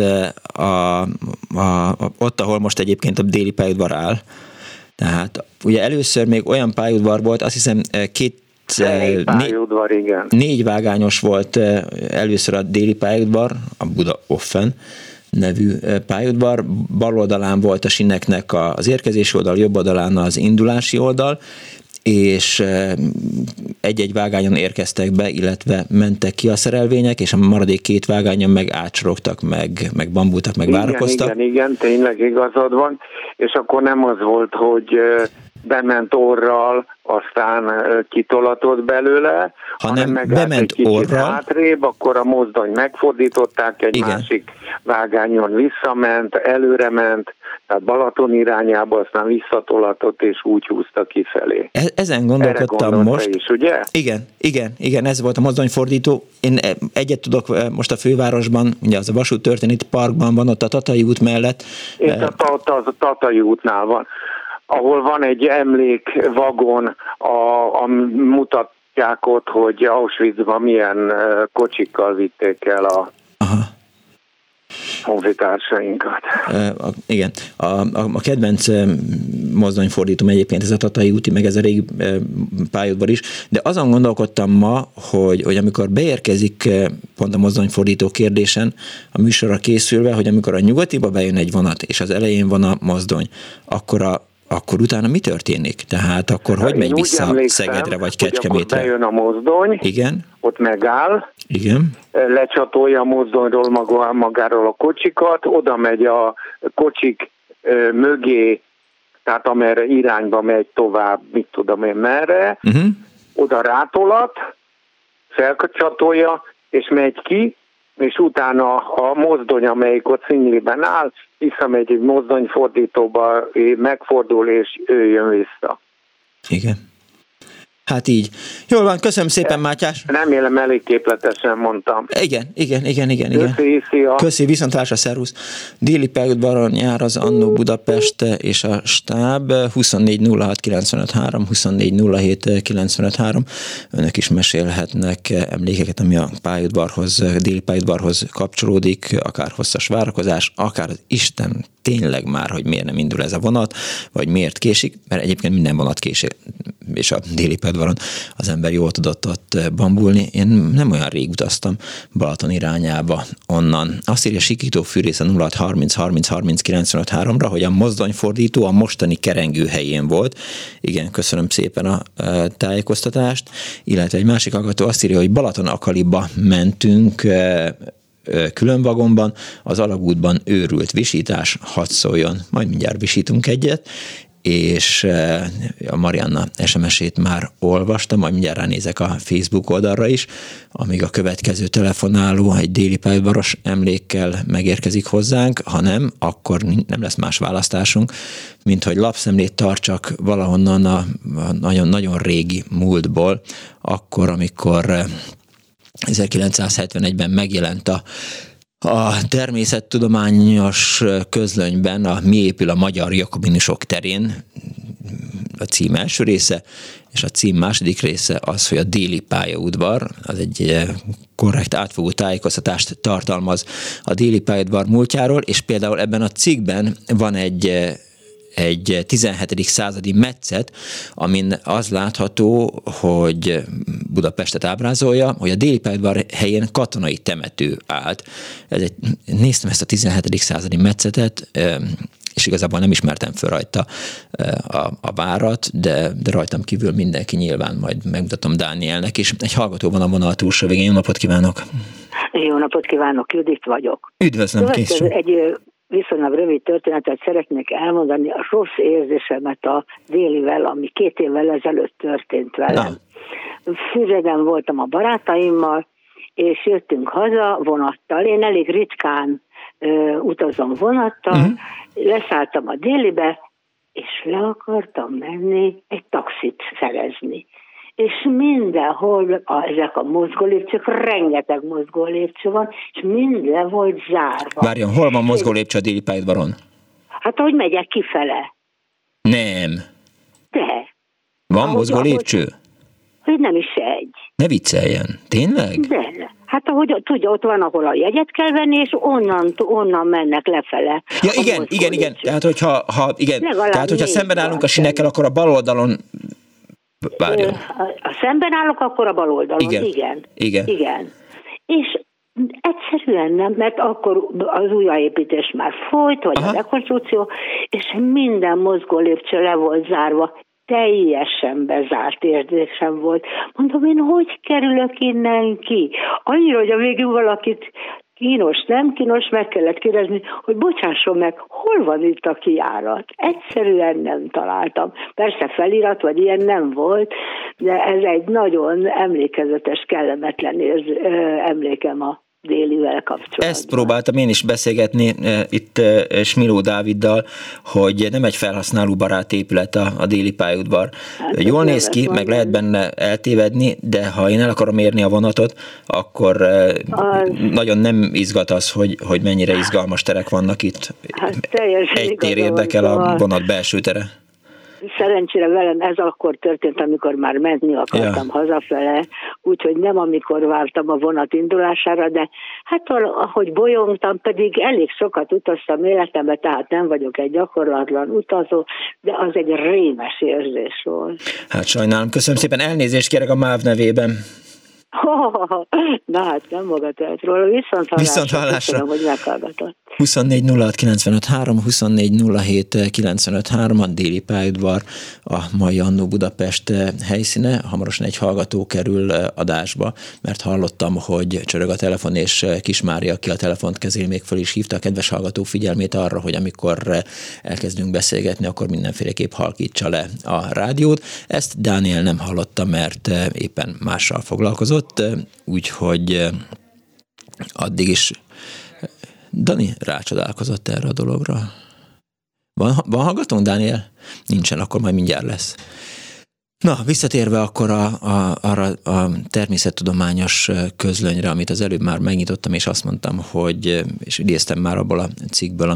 ott, ahol most egyébként a Déli pályaudvar áll. Tehát ugye először még olyan pályaudvar volt, azt hiszem négy vágányos volt először a Déli pályaudvar, a Buda Offen nevű pályaudvar. Bal oldalán volt a sineknek az érkezési oldal, jobb oldalán az indulási oldal, és egy-egy vágányon érkeztek be, illetve mentek ki a szerelvények, és a maradék 2 vágányon meg átsorogtak, meg bambultak, meg várakoztak. Igen, tényleg igazad van, és akkor nem az volt, hogy bement orral, aztán kitolatott belőle, hanem bement orral, hátrébb, akkor a mozdony megfordították, egy másik vágányon visszament, előre ment, tehát Balaton irányába, aztán visszatolatott, és úgy húzta kifelé. Ezen gondolkodtam most. Is, ugye? Igen, ez volt a mozdonyfordító. Én egyet tudok most a fővárosban, ugye az a Vasút Történeti Parkban van, ott a Tatai út mellett. Itt a Tatai útnál van, ahol van egy emlékvagon, mutatják ott, hogy Auschwitzban milyen kocsikkal vitték el a... Aha. honfitársainkat. Igen. A kedvenc mozdonyfordítom egyébként ez a Tatai úti, meg ez a régi pályaudvar is, de azon gondolkodtam ma, hogy amikor beérkezik pont a mozdonyfordító kérdésen a műsorra készülve, hogy amikor a Nyugatiba bejön egy vonat, és az elején van a mozdony, akkor utána mi történik? Tehát akkor hogy megy vissza Szegedre vagy Kecskemétre? Akkor bejön a mozdony, igen? Ott megáll, igen? Lecsatolja a mozdonyról magáról a kocsikat, oda megy a kocsik mögé, tehát amerre irányba megy tovább, mit tudom én merre, oda rátolat, felcsatolja, és megy ki, és utána a mozdony, amelyik ott Szinyliben áll, visszamegy egy mozdonyfordítóba, megfordul, és ő jön vissza. Igen. Hát így. Jól van, köszönöm szépen, Mátyás. Remélem, elég képletesen mondtam. Igen. Köszi, szia. Köszi, viszontlátásra, szervusz. Déli pályaudvaron jár az Annó Budapest és a stáb 24 06 95 3, 24 07 95 3. Önök is mesélhetnek emlékeket, ami a pályaudvarhoz, déli pályaudvarhoz kapcsolódik, akár hosszas várakozás, akár az Isten tényleg már, hogy miért nem indul ez a vonat, vagy miért késik, mert egyébként minden vonat késik, és a déli pályaudvaron az ember jól tudott ott bambulni. Én nem olyan rég utaztam Balaton irányába onnan. Azt írja Sikító Fűrész a 06 30 30 30 95 3-ra, hogy a mozdonyfordító a mostani kerengő helyén volt. Igen, köszönöm szépen a tájékoztatást. Illetve egy másik hallgató azt írja, hogy Balaton-Akaliba mentünk külön vagonban, az alagútban őrült visítás, hadd szóljon, majd mindjárt visítunk egyet, és a Marianna SMS-ét már olvastam, majd mindjárt ránézek a Facebook oldalra is, amíg a következő telefonáló egy déli pályaudvaros emlékkel megérkezik hozzánk, ha nem, akkor nem lesz más választásunk, mint hogy lapszemlét tartsak valahonnan a nagyon-nagyon régi múltból, akkor, amikor 1971-ben megjelent a természettudományos közlönyben a Mi épül a magyar jakobinusok terén a cím első része, és a cím második része az, hogy a déli pályaudvar, az egy korrekt átfogó tájékoztatást tartalmaz a déli pályaudvar múltjáról, és például ebben a cikkben van egy 17. századi metszet, amin az látható, hogy Budapestet ábrázolja, hogy a déli pályaudvar helyén katonai temető állt. Néztem ezt a 17. századi metszetet, és igazából nem ismertem föl rajta a várat, de rajtam kívül mindenki nyilván, majd megmutatom Dánielnek, és egy hallgató van a vonal túlsó végén. Jó napot kívánok! Jó napot kívánok, Judit vagyok. Üdvözlöm, készül. Egy viszonylag rövid történetet szeretnék elmondani, a rossz érzésemet a délivel, ami 2 évvel ezelőtt történt velem. Füreden voltam a barátaimmal, és jöttünk haza vonattal. Én elég ritkán utazom vonattal, leszálltam a délibe, és le akartam menni egy taxit szerezni. És mindenhol ezek a mozgólépcsők, rengeteg mozgólépcső van, és minden volt zárva. Várjon, hol van mozgólépcső a déli pályaudvaron? Hát, ahogy megyek kifele. Nem. De. Van mozgólépcső? Hogy nem is egy. Ne vicceljen. Tényleg? De. Hát ahogy tudja, ott van, ahol a jegyet kell venni, és onnan mennek lefele. Ja, igen. Tehát, hogyha szemben állunk a sinekkel, akkor a bal oldalon várjon. Ha szemben állok, akkor a bal oldalon. Igen. És egyszerűen nem, mert akkor az újjáépítés már folyt, vagy a rekonstrukció, és minden mozgólépcső le volt zárva. Teljesen bezárt érzésem volt. Mondom, én hogy kerülök innen ki? Annyira, hogy a végül valakit kínos, nem kínos, meg kellett kérdezni, hogy bocsásson meg, hol van itt a kijárat? Egyszerűen nem találtam. Persze felirat, vagy ilyen nem volt, de ez egy nagyon emlékezetes, kellemetlen emlékem a délivel kapcsolatban. Ezt próbáltam én is beszélgetni itt Smiló Dáviddal, hogy nem egy felhasználóbarát épület a déli pályaudvar. Hát, jól néz ki, meg lehet benne eltévedni, de ha én el akarom érni a vonatot, akkor nagyon nem izgat az, hogy mennyire izgalmas terek vannak itt. Hát, egy tér érdekel a vonat belső tere. szerencsére velem ez akkor történt, amikor már menni akartam hazafele, úgyhogy nem amikor vártam a vonat indulására, de hát ahogy bolyongtam, pedig elég sokat utaztam életemben, tehát nem vagyok egy gyakorlatlan utazó, de az egy rémes érzés volt. Hát sajnálom, köszönöm szépen, elnézést kérek a MÁV nevében. Na hát nem maga tehet róla, viszont hallásra. Köszönöm, hogy meghallgatott. 24 06 95 3, 24 07 95 3, a Déli pályaudvar a mai Annó Budapest helyszíne. Hamarosan egy hallgató kerül adásba, mert hallottam, hogy csörög a telefon, és Kis Mária, aki a telefont kezél, még föl is hívta a kedves hallgató figyelmét arra, hogy amikor elkezdünk beszélgetni, akkor mindenféleképp halkítsa le a rádiót. Ezt Dániel nem hallotta, mert éppen mással foglalkozott, úgyhogy addig is Dani rácsodálkozott erre a dologra. Van hallgatónk, Dániel? Nincsen, akkor majd mindjárt lesz. Na, visszatérve akkor arra a természettudományos közlönyre, amit az előbb már megnyitottam, és azt mondtam, hogy, és idéztem már abból a cikkből,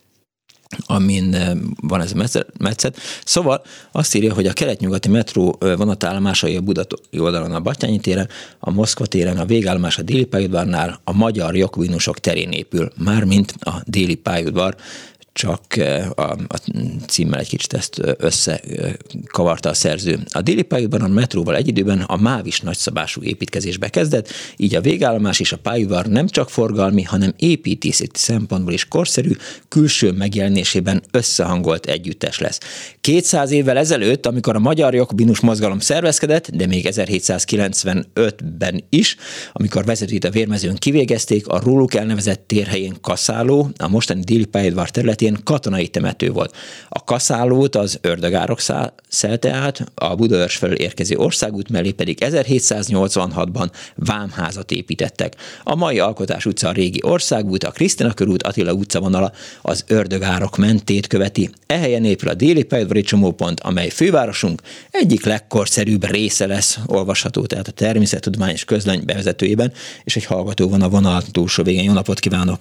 amin van ez a metszet. Szóval azt írja, hogy a kelet-nyugati metró vonatállomásai a Budai oldalon a Batthyány téren, a Moszkva téren, a végállomás a Déli pályaudvarnál, a magyar jakobinusok terén épül, mármint a Déli pályaudvar, csak a címmel egy kicsit ezt összekavarta a szerző. A Déli pályaudvaron a metróval egy időben a MÁV is nagyszabású építkezésbe kezdett, így a végállomás és a pályaudvar nem csak forgalmi, hanem építészeti szempontból is korszerű, külső megjelenésében összehangolt együttes lesz. 200 évvel ezelőtt, amikor a magyar jakobinus mozgalom szervezkedett, de még 1795-ben is, amikor vezetőit a vérmezőn kivégezték, a róluk elnevezett térhelyén kaszáló, a mostani Déli pályaudvar területén katonai temető volt. A kaszálót az ördögárok szelte át, a Budaörs felől érkező országút mellé pedig 1786-ban vámházat építettek. A mai Alkotás utca a régi országút, a Krisztina körút, Attila utca vonala az ördögárok mentét követi. Ehelyen épül a Déli pályaudvari csomópont, amely fővárosunk egyik legkorszerűbb része lesz, olvasható tehát a természettudományos közlöny bevezetőjében, és egy hallgató van a vonal túlsó végén. Jó napot kívánok!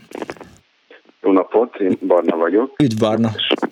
Jó napot, én Barna vagyok. Üdv, Barna!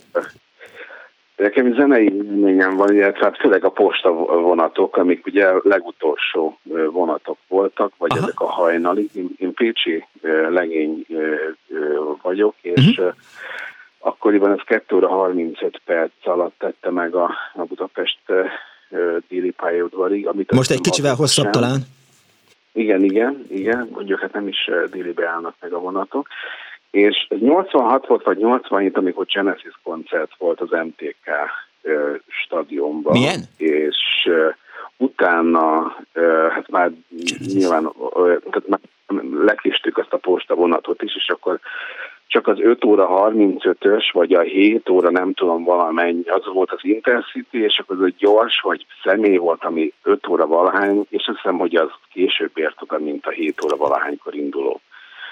Nekem zenei élményem van, illetve hát főleg a posta vonatok, amik ugye legutolsó vonatok voltak, vagy ezek a hajnali. Én pécsi legény vagyok, és akkoriban ez 2 óra 35 perc alatt tette meg a Budapest Déli pályaudvarig. Most egy kicsivel hosszabb talán? Igen, mondjuk hát nem is délibe állnak meg a vonatok. És 86 volt, vagy 87, amikor Genesis koncert volt az MTK stadionban. Milyen? És utána, hát már nyilván tehát már lekistük azt a posta vonatot is, és akkor csak az 5 óra 35-ös, vagy a 7 óra, nem tudom valamennyi, az volt az Intercity, és akkor az egy gyors, vagy személy volt, ami 5 óra valahány, és azt hiszem, hogy az később ért oda, mint a 7 óra valahánykor induló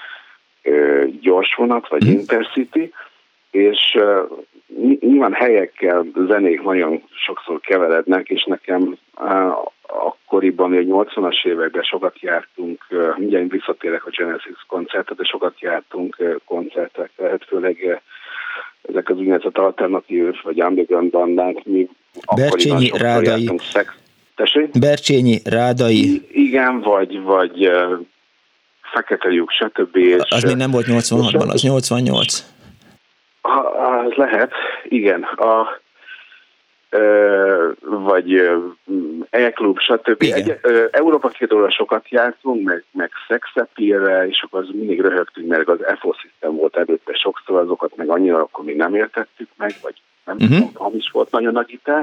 gyors vonat, vagy Intercity, és nyilván helyekkel zenék nagyon sokszor keverednek, és nekem akkoriban, a 80-as években sokat jártunk, mindjárt visszatérek a Genesis koncertre, de sokat jártunk koncertekre, hát főleg ezek az úgynevezett alternatív vagy underground bandák, mi Bercsényi, Rádai. Bercsényi, Rádai. Igen, vagy Fekete lyuk, stb. Az még nem volt 86-ban, az 88. Az lehet, igen. Vagy E-klub, stb. Európa 2 óra sokat jártunk, meg Sex Appeal-re, és akkor az mindig röhögtünk, mert az FO System volt előtte sokszor, azokat meg annyira akkor még nem értettük meg, vagy nem tudom, hamis volt nagyon a gitár.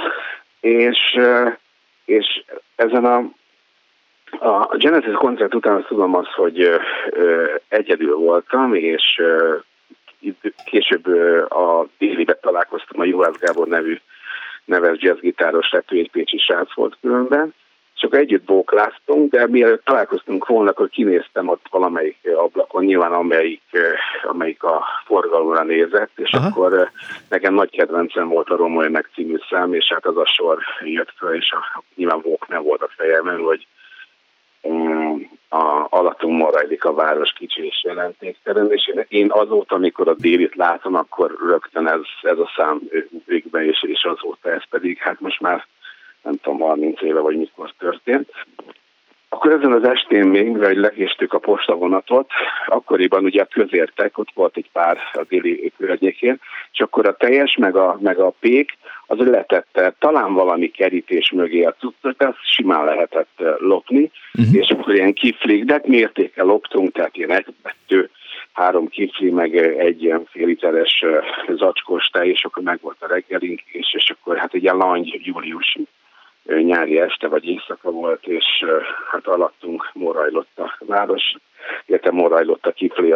És ezen a Genesis koncert után azt tudom azt, hogy egyedül voltam, és később a Délibe találkoztam, a Juhász Gábor nevű neves jazzgitáros, illetve egy pécsi srác volt különben, és akkor együtt bókláztunk, de mielőtt találkoztunk volna, akkor kinéztem ott valamelyik ablakon, nyilván amelyik a forgalomra nézett, és akkor nekem nagy kedvencem volt a Romolnek című szám, és hát az a sor jött fel, és nyilván vók nem volt a fejemben, hogy alattunk morajlik a város kicsi és jelentéktelen, és én azóta, amikor a délit látom, akkor rögtön ez a szám ugrik be, és azóta ez pedig, hát most már nem tudom, 30 éve vagy mikor történt. Akkor ezen az estén még, mivel lekéstük a postavonatot, akkoriban ugye a közértek, ott volt egy pár a déli környékén, és akkor a teljes meg a pék, az letette talán valami kerítés mögé a cuccot, azt simán lehetett lopni, és akkor ilyen kiflik, de mértékkel loptunk, tehát ilyen 1-2-3 kifli, meg egy ilyen fél literes zacskós tej, és akkor meg volt a reggelink, és akkor hát egy ilyen langy július nyári este vagy éjszaka volt, és hát alattunk morajlott a város, illetve morajlott a kifli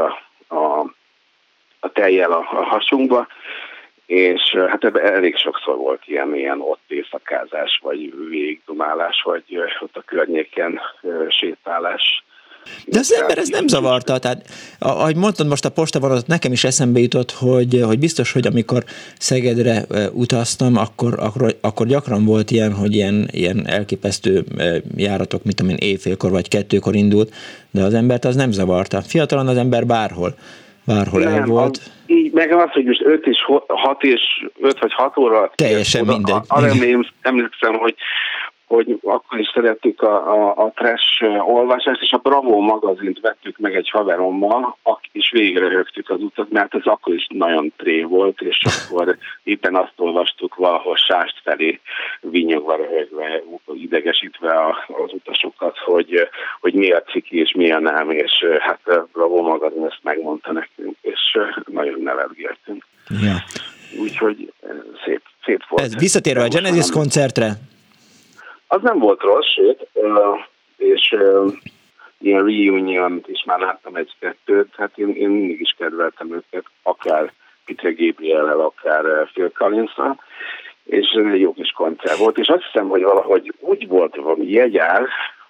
a tejjel a hasunkba, és hát ebben elég sokszor volt ilyen ott éjszakázás, vagy végigdumálás, vagy ott a környéken sétálás. De az ember ez nem zavarta, tehát ahogy mondtad most a postavonatot, nekem is eszembe jutott, hogy biztos, hogy amikor Szegedre utaztam, akkor gyakran volt ilyen, hogy ilyen elképesztő járatok, mint amilyen éjfélkor vagy 2-kor indult, de az embert az nem zavarta. Fiatalon az ember bárhol el volt. Így meg az, hogy most 5 vagy 6 óra. Teljesen mindegy. Arra emlékszem, hogy akkor is szerettük a trash olvasást, és a Bravo magazint vettük meg egy haverommal, és végre rögtük az utat, mert ez akkor is nagyon tré volt, és akkor éppen azt olvastuk valahol Sást felé, vinyogva, röhögve, idegesítve az utasokat, hogy mi a ciki és mi a nem, és hát a Bravo magazin ezt megmondta nekünk, és nagyon nevetgéltünk. Ja. Úgyhogy szép volt. Ez visszatérve a Genesis koncertre, az nem volt rossz, sőt, és ilyen reunion is már láttam 1-2, hát én mindig is kedveltem őket, akár Peter Gabriel-el, akár Phil Collins-al, és ez egy jó kis koncert volt, és azt hiszem, hogy valahogy úgy volt valami jegyár,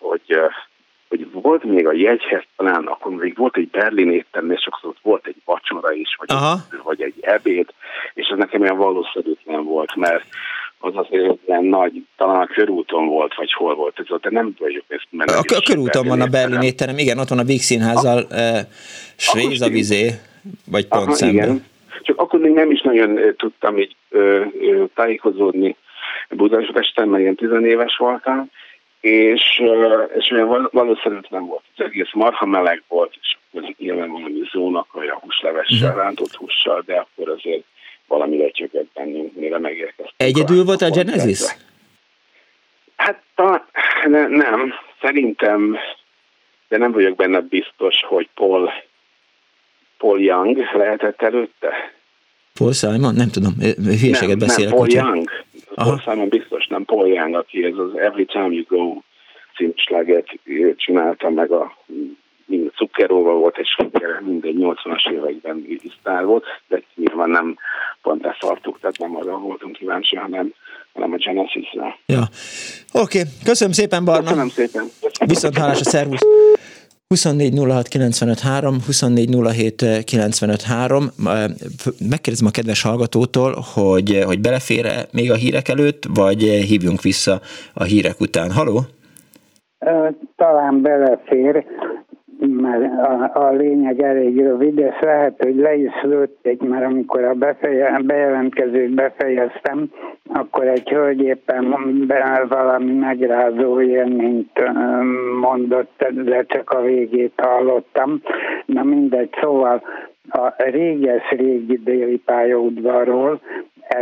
hogy volt még a jegyhez talán, akkor még volt egy berlin étterem, és sokszor volt egy vacsora is, vagy egy ebéd, és ez nekem olyan valószínűtlen volt, mert az azért ilyen nagy, talán a körúton volt, vagy hol volt ez ott, de nem tudjuk ezt. A körúton van a berlin étterem, igen, ott van a Víg Színházzal, Srézavizé, vagy pont szemben. Igen. Csak akkor még nem is nagyon tudtam így tájékozódni Budapesten, mert ilyen 10 éves voltam, és olyan valószínűtlen volt. Az egész marha meleg volt, és akkor nyilván valami zónakolja húslevessel, rántott hússal, de akkor azért valami lecsökött bennünk, mire megérkeztünk. Egyedül volt a Genesis? Hát nem, szerintem, de nem vagyok benne biztos, hogy Paul Young lehetett előtte. Paul Simon? Nem tudom, hülyeséget beszélek. Nem, Paul Young. Paul Simon biztos, nem Paul Young, aki ez az Every Time You Go címslágert csinálta, meg a Zuckeróval volt egy siker, mindegy 80-as években sztár volt, de nyilván nem pont ezt szartuk, tehát nem arra voltunk kíváncsi, hanem a Genesis-re. Ja. Oké. Köszönöm szépen, Barna. Köszönöm szépen. Viszont hallásra, szervusz. 24 06 95 3, 24 07 95 3. Megkérdezem a kedves hallgatótól, hogy belefér-e még a hírek előtt, vagy hívjunk vissza a hírek után. Halló? Talán belefér, mert a lényeg elég rövid, és lehet, hogy le is lőtték, mert amikor a bejelentkezőt befejeztem, akkor egy hölgy éppen valami megrázó élményt mondott, de csak a végét hallottam. Na mindegy, szóval a régi déli pályaudvarról, ez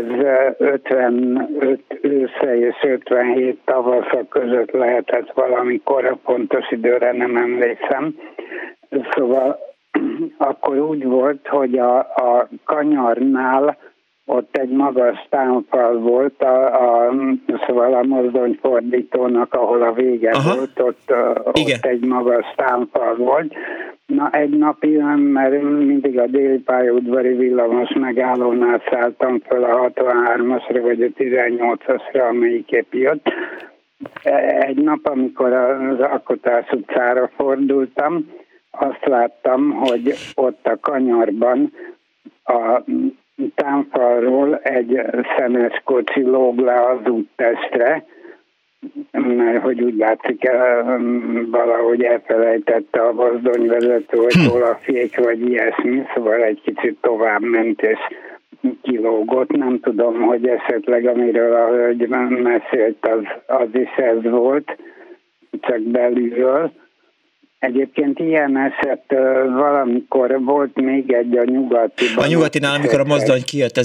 55 ősze és 57 tavasza között lehetett valamikor, pontos időre nem emlékszem. Szóval akkor úgy volt, hogy a kanyarnál ott egy magas támfal volt, szóval a mozdonyfordítónak, ahol a vége volt, ott egy magas támfal volt. Na egy napig, mert mindig a déli pályaudvari villamos megállónál szálltam föl a 63-asra vagy a 18-asra, amelyik épp jött. Egy nap, amikor az Alkotás utcára fordultam, azt láttam, hogy ott a kanyarban a támfalról egy szemes kocsi lóg le az úttestre, mert hogy úgy látszik, valahogy elfelejtette a mozdonyvezető, hogy hol a fék, vagy ilyesmi, szóval egy kicsit tovább ment és kilógott. Nem tudom, hogy esetleg amiről a hölgy mesélt, az is ez volt, csak belülről. Egyébként ilyen eset valamikor volt még egy a nyugatiban. A nyugatinál, amikor a mozdony kijött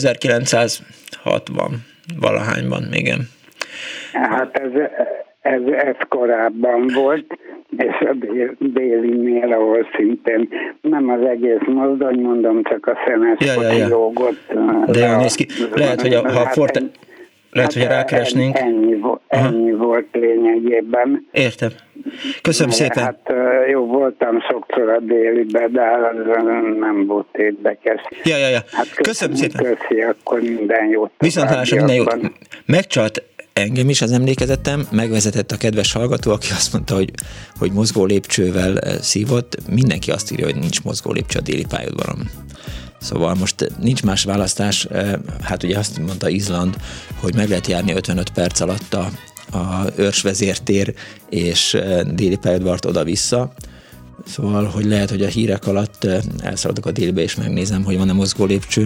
1960 valahányban, igen. Hát ez korábban volt, és a délinél, ahol szintén nem az egész mozdony, mondom, csak a szenes kilógott. De jól néz ki. Lehet, hogy lehet, hogy rákeresnénk. Ennyi volt lényegében. Értem. Köszönöm szépen. Hát jó, voltam sokszor a délibe, de nem volt érdekes. Ja. Hát köszönöm szépen. Köszi, akkor minden jót. Viszontlátásra, minden jót. Megcsalt engem is az emlékezetem, megvezetett a kedves hallgató, aki azt mondta, hogy mozgó lépcsővel szívott. Mindenki azt írja, hogy nincs mozgó lépcső a déli pályaudvaron. Szóval most nincs más választás, hát ugye azt mondta Izland, hogy meg lehet járni 55 perc alatt a Őrsvezértér és déli pályaudvart oda-vissza. Szóval, hogy lehet, hogy a hírek alatt elszaladok a délbe és megnézem, hogy van-e mozgó lépcső,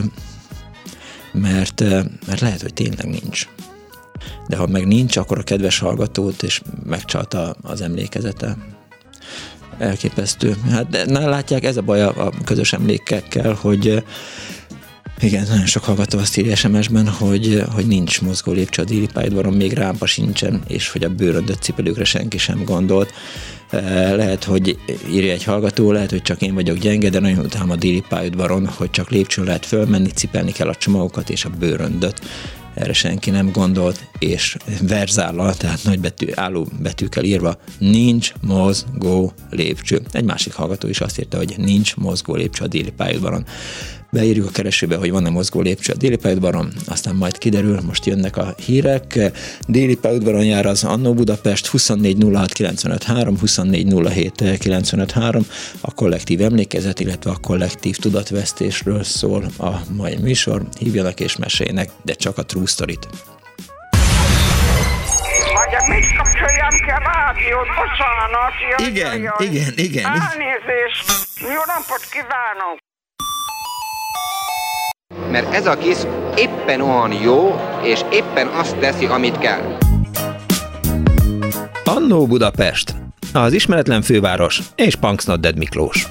mert lehet, hogy tényleg nincs. De ha meg nincs, akkor a kedves hallgatót és megcsalta az emlékezete. Elképesztő. Hát de látják, ez a baj a közös emlékekkel, hogy igen, nagyon sok hallgató azt írja SMS-ben, hogy nincs mozgó lépcső a déli pályaudvaron, még rámpa sincsen, és hogy a bőröndött cipelőkre senki sem gondolt. Lehet, hogy írja egy hallgató, lehet, hogy csak én vagyok gyenge, de nagyon utálom a déli pályaudvaron, hogy csak lépcsőn lehet fölmenni, cipelni kell a csomagokat és a bőröndöt. Erre senki nem gondolt, és verzállal, tehát nagybetű, álló betűkkel írva, nincs mozgó lépcső. Egy másik hallgató is azt írta, hogy nincs mozgó lépcső a déli pályaudvaron. Beírjuk a keresőbe, hogy van-e mozgó lépcső a déli pályaudvaron, aztán majd kiderül, most jönnek a hírek. Déli pályaudvaron jár az Annó Budapest 24 06 95 3, 24 07 95 3, a kollektív emlékezet, illetve a kollektív tudatvesztésről szól a mai műsor. Hívjanak és meséljenek, de csak a true storyt. Mit kapcsoljam ki a rádiót? Bocsánat. Igen. Elnézést. Jó napot kívánok. Mert ez a kis éppen olyan jó, és éppen azt teszi, amit kell. Annó Budapest, az ismeretlen főváros és Punksnodded Miklós.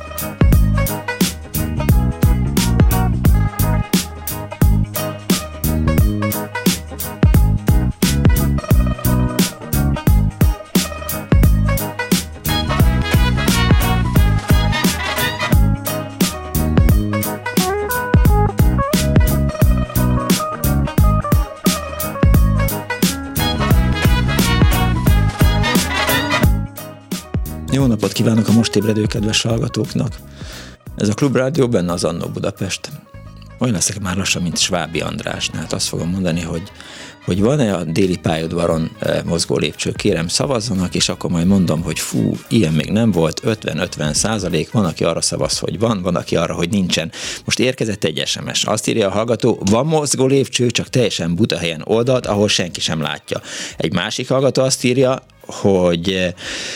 Jó napot kívánok a most ébredő kedves hallgatóknak! Ez a Klubrádió, benne az Annó Budapest. Olyan leszek már lassan, mint Svábi András. Hát azt fogom mondani, hogy van-e a déli pályaudvaron mozgó lépcső, kérem szavazzanak, és akkor majd mondom, hogy fú, ilyen még nem volt, 50-50%, van, aki arra szavaz, hogy van, aki arra, hogy nincsen. Most érkezett egy SMS, azt írja a hallgató, van mozgó lépcső, csak teljesen buta helyen oldalt, ahol senki sem látja. Egy másik hallgató azt írja, hogy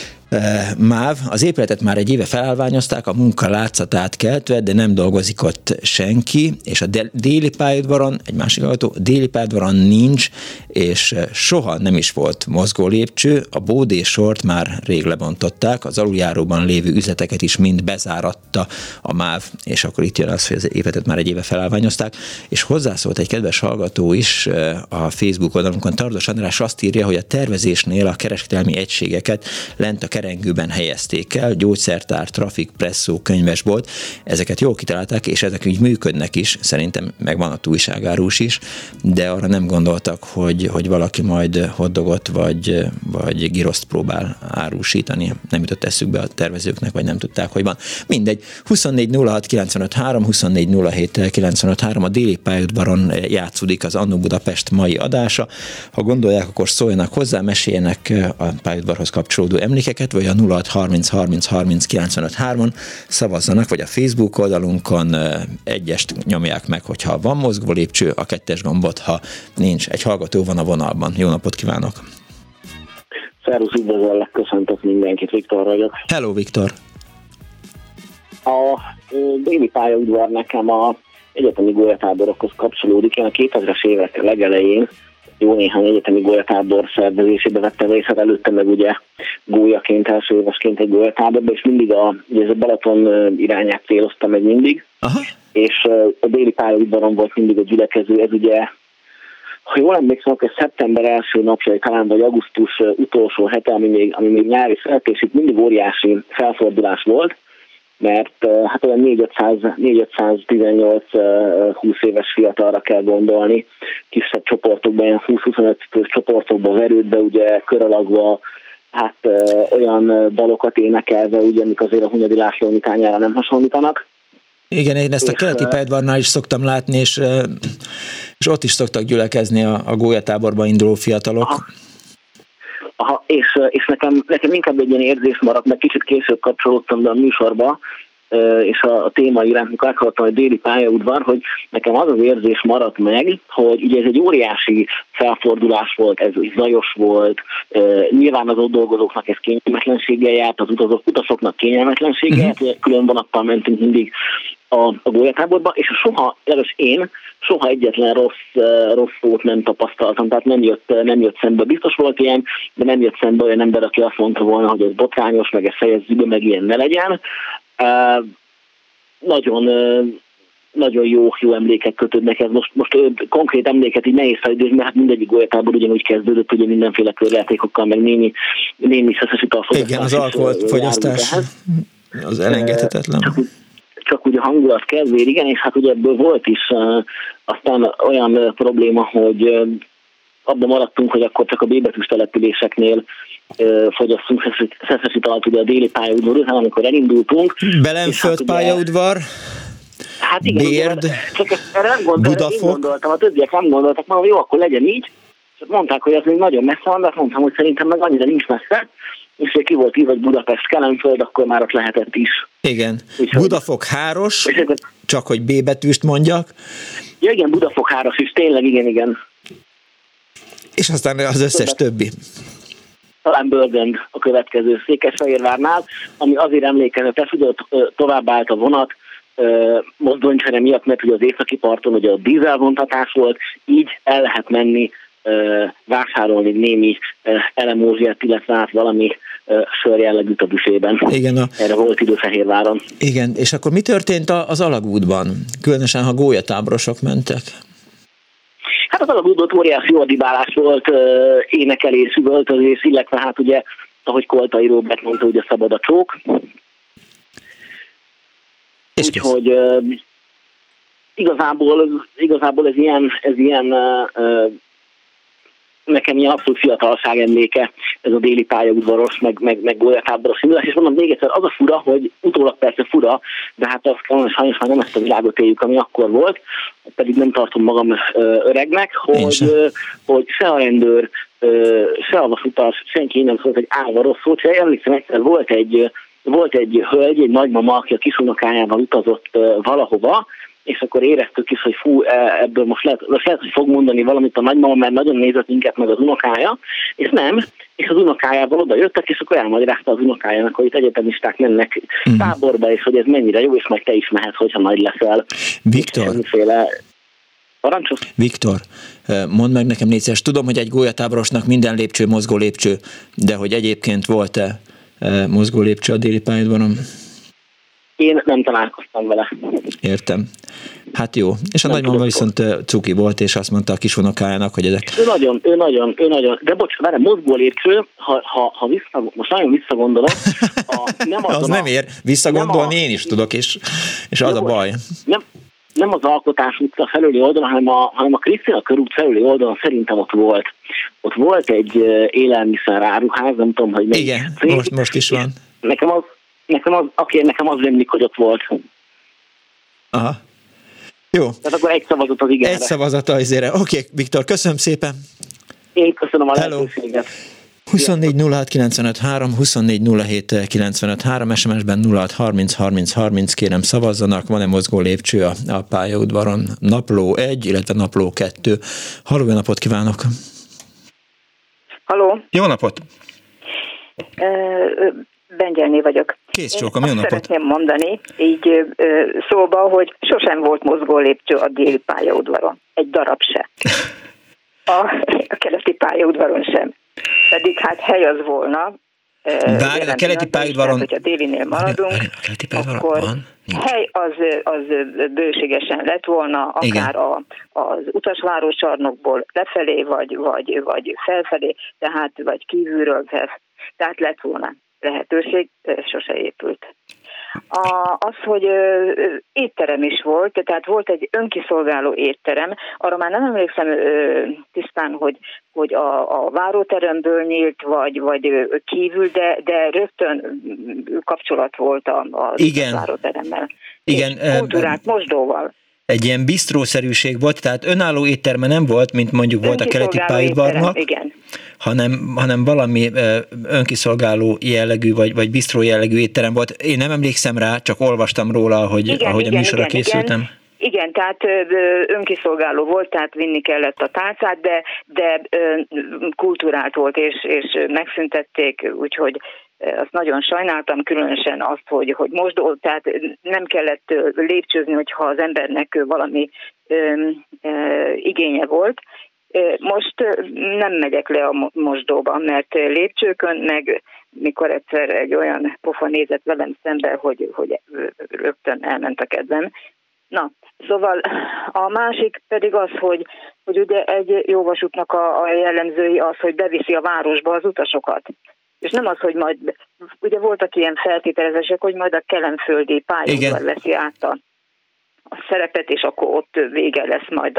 MÁV, az épületet már egy éve felállványozták, a munka látszatát keltve, de nem dolgozik ott senki, és a déli pályaudvaron, egy másik hallgató, déli pályaudvaron nincs, és soha nem is volt mozgó lépcső, a bódésort már rég lebontották, az aluljáróban lévő üzleteket is mind bezáratta a MÁV, és akkor itt jön az, hogy az épületet már egy éve felállványozták, és hozzászólt egy kedves hallgató is a Facebook oldalunkon, Tardos András azt írja, hogy a tervezésnél a kereskedelmi egységeket lent a kerengőben helyezték el, gyógyszertár, trafik, presszó, könyvesbolt, ezeket jól kitalálták, és ezek így működnek is, szerintem megvan a újságárus is, de arra nem gondoltak, hogy valaki majd hotdogot vagy giroszt próbál árusítani. Nem jutott eszükbe a tervezőknek, vagy nem tudták, hogy van. Mindegy. 24 06 95 3, 24 07 95 3, a déli pályaudvaron játszódik az Annó Budapest mai adása. Ha gondolják, akkor szóljanak hozzá, meséljenek a pályaudvarhoz kapcsolódó emlékeket, vagy a 06 30 30 30 95 3-on szavazzanak, vagy a Facebook oldalunkon egyest nyomják meg, hogyha van mozgó lépcső, a 2-es gombot, ha nincs. Egy hallgató van a vonalban. Jó napot kívánok! Szervusz, üdvözöllek, köszöntök mindenkit, Viktor vagyok. Hello, Viktor! A déli pályaudvar nekem a egyetemi golyatáborokhoz kapcsolódik. Én a 2000-es évek legelején jó néhány egyetemi golyatábor szervezésébe vettem részt, előtte meg ugye gólyaként, első évesként egy golyatáborban, és mindig a Balaton irányát céloztam meg mindig. Aha. És a déli pályaudvaron volt mindig a gyülekező, ez ugye, ha jól emlékszem, akkor szeptember első napjai talán, vagy augusztus utolsó hete, ami még nyári szünet, és itt mindig óriási felfordulás volt, mert hát olyan 400-18-20 éves fiatalra kell gondolni, kisebb csoportokban, ilyen 20-25 csoportokban verődve, ugye köralagva, hát olyan dalokat énekelve, ugye, amik azért a Hunyadi László tányára nem hasonlítanak. Igen, én ezt a keleti pályaudvarnál is szoktam látni, és ott is szoktak gyülekezni a gólyatáborba induló fiatalok. Aha, és nekem inkább egy ilyen érzés maradt, meg kicsit később kapcsolódtam be a műsorba, és a téma iránt, mikor meghallottam, hogy déli pályaudvar, hogy nekem az érzés maradt meg, hogy ugye ez egy óriási felfordulás volt, ez zajos volt, nyilván az ott dolgozóknak ez kényelmetlenséggel járt, az utasoknak kényelmetlenséggel járt, külön vonattal mentünk mindig a gólyatáborba, és soha egyetlen rossz szót nem tapasztaltam, tehát nem jött szembe. Biztos volt ilyen, de nem jött szembe olyan ember, aki azt mondta volna, hogy ez botrányos, meg ez fejezzük be, meg ilyen ne legyen. Nagyon jó emlékek kötődnek ez. Most konkrét emléket így nehéz felidézni, mert hát mindegyik golyatábor ugyanúgy kezdődött, ugye mindenféle körjátékokkal, meg némi szeszes italfogyasztás. Igen, az alkoholfogyasztás az elengedhetetlen. Csak ugye a hangulat kedvéért, igen, és hát ugye ebből volt is aztán olyan probléma, hogy abban maradtunk, hogy akkor csak a B-betűs településeknél fogyasszunk szeszes italt ugye a déli pályaudvar után, amikor elindultunk. Belenföld pályaudvar, hát igen, Bérd, csak erre nem gondoltam, a többiek nem gondoltak, mondom, jó, akkor legyen így. És mondták, hogy ez még nagyon messze van, de azt mondtam, hogy szerintem meg annyira nincs messze, és ki volt írva, hogy Budapest Kelenföld, akkor már ott lehetett is. Igen. Budafok-Háros, csak hogy B betűst mondjak. Ja, igen, Budafok-Háros is, tényleg, igen. És aztán az összes többi. Talán Bördönd a következő Székesfehérvárnál, ami azért emlékezetes, hogy ott tovább állt a vonat, mozdonycsere miatt, mert ugye az északi parton ugye a dízelvontatás volt, így el lehet menni vásárolni némi elemózsiát, illetve át valami sörjellegűt a büfében. Igen, erre volt idő Fehérváron. Igen, és akkor mi történt az alagútban? Különösen, ha gólyatáborosok mentek? Hát az alagútban óriási ordibálás volt, énekelés, üvöltözés, illetve hát ugye, ahogy Koltai Róbert mondta, ugye szabad a csók. Úgyhogy igazából ez ilyen nekem ilyen abszolút fiatalság emléke, ez a déli pályaudvaros, meg golyatáboros indulás, és mondom még egyszer, az a fura, hogy utólag persze fura, de hát azt kell mondani, sajnos már nem ezt a világot éljük, ami akkor volt, pedig nem tartom magam öregnek, hogy se a rendőr, se a vasutas, senki nem szólt egy állva rossz szót, se emlékszem egyszer volt egy hölgy, egy nagymama, aki a kisunokájával utazott valahova, és akkor éreztük is, hogy ebből most lehet, hogy fog mondani valamit a nagymama, mert nagyon nézett minket meg az unokája, és nem, és az unokájával oda jöttek, és akkor elmagyarázta az unokájának, hogy itt egyetemisták mennek táborba, és hogy ez mennyire jó, és meg te is mehetsz, hogyha nagy leszel. Viktor, Viktor, mondd meg nekem négyszeres, tudom, hogy egy gólyatáborosnak minden lépcső mozgó lépcső, de hogy egyébként volt-e mozgó lépcső a déli pályaudvaron? Én nem találkoztam vele. Értem. Hát jó. És a nagymama viszont cuki volt, és azt mondta a kisunokájának, hogy ezek... Ő nagyon. De bocs, vele mozgó lépcső, most nagyon visszagondolom. Az nem ér. Visszagondolni én is tudok, és az a baj. Nem az Alkotás utca felüli oldalon, hanem a Krisztina körút felüli oldalon szerintem ott volt. Ott volt egy élelmiszer áruház, nem tudom, hogy... Igen, most is van. Nekem az rémlik, hogy ott volt. Aha. Jó. Tehát akkor egy szavazat az igenre. Egy szavazat azért. Oké, Viktor, köszönöm szépen. Én köszönöm a lehetőséget. 24 06 95 3, 24 07 95 3, SMS-ben 06 30 30 30, kérem szavazzanak, van-e mozgó lépcső a pályaudvaron? Napló 1, illetve napló 2. Halló, jó napot kívánok! Halló! Jó napot! Bengyelné vagyok. Kész csókom, jó napot. Szeretném mondani így szóba, hogy sosem volt mozgó lépcső a déli pályaudvaron. Egy darab se. A keleti pályaudvaron sem. Pedig hát hely az volna. Várj, a keleti pályaudvaron... Hogyha délinél maradunk, akkor hely az bőségesen lett volna, akár az utasvároscsarnokból lefelé, vagy felfelé, tehát vagy kívülről, tehát lett volna lehetőség, sose épült. Az, hogy étterem is volt, tehát volt egy önkiszolgáló étterem, arra már nem emlékszem tisztán, hogy a váróteremből nyílt, vagy kívül, de rögtön kapcsolat volt a váróteremmel. Igen. Kultúrát mosdóval. Egy ilyen bistrószerűség volt, tehát önálló étterme nem volt, mint mondjuk volt a keleti pályaudvarnak, hanem valami önkiszolgáló jellegű, vagy bistró jellegű étterem volt. Én nem emlékszem rá, csak olvastam róla, ahogy a műsorra készültem. Igen, tehát önkiszolgáló volt, tehát vinni kellett a tálcát, de kultúrált volt, és megszüntették, úgyhogy azt nagyon sajnáltam, különösen azt, hogy mosdó, tehát nem kellett lépcsőzni, hogyha az embernek valami igénye volt. Most nem megyek le a mosdóba, mert lépcsőkön, meg mikor egyszer egy olyan pofa nézett velem szembe, hogy rögtön elment a kedvem. Na, szóval a másik pedig az, hogy ugye egy jó vasútnak a jellemzői az, hogy beviszi a városba az utasokat. És nem az, hogy majd, ugye voltak ilyen feltételezések, hogy majd a kelenföldi pályaudvar veszi át a szerepet, és akkor ott vége lesz majd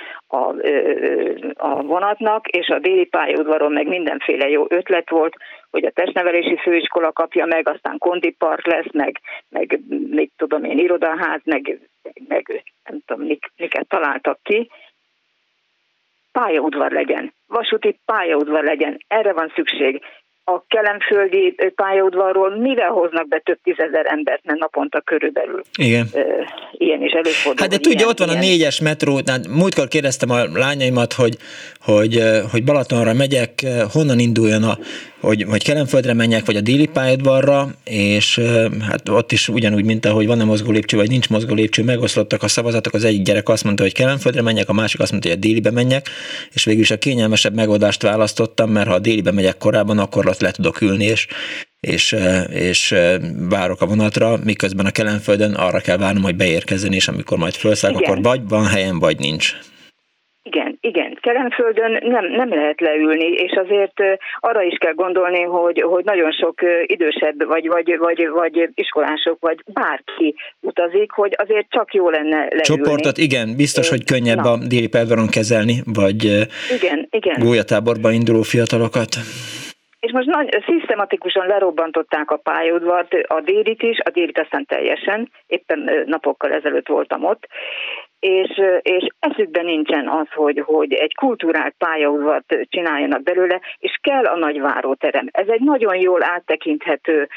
a vonatnak, és a déli pályaudvaron meg mindenféle jó ötlet volt, hogy a testnevelési főiskola kapja meg, aztán kondipark lesz, meg mit tudom én, irodaház, meg nem tudom, miket találtak ki. Pályaudvar legyen, vasúti pályaudvar legyen, erre van szükség. A kelenföldi pályaudvarról mivel hoznak be több tízezer embert, mert naponta körülbelül. Igen. Ilyen is előfordul. Hát de tudja, ott van a 4-es metró, múltkor kérdeztem a lányaimat, hogy Balatonra megyek, honnan induljon hogy Kelenföldre menjek, vagy a déli pályaudvarra, és hát ott is ugyanúgy, mint ahogy van-e mozgó lépcső, vagy nincs mozgó lépcső, megoszlottak a szavazatok, az egyik gyerek azt mondta, hogy Kelenföldre menjek, a másik azt mondta, hogy a délibe menjek, és végül is a kényelmesebb megoldást választottam, mert ha a délibe megyek korábban, akkor ott le tudok ülni, és várok a vonatra, miközben a Kelenföldön arra kell várnom, hogy beérkezzen, és amikor majd felszállok, akkor vagy van helyen, vagy nincs. Igen. Kelenföldön nem lehet leülni, és azért arra is kell gondolni, hogy nagyon sok idősebb, vagy iskolások, vagy bárki utazik, hogy azért csak jó lenne leülni. Csoportot, igen, biztos, hogy könnyebb a déli pályaudvaron kezelni, vagy gólyatáborban induló fiatalokat. És most szisztematikusan lerobbantották a pályaudvart, a délit aztán teljesen, éppen napokkal ezelőtt voltam ott, és eszükben nincsen az, hogy egy kulturált pályaudvart csináljanak belőle, és kell a nagy váróterem. Ez egy nagyon jól áttekinthető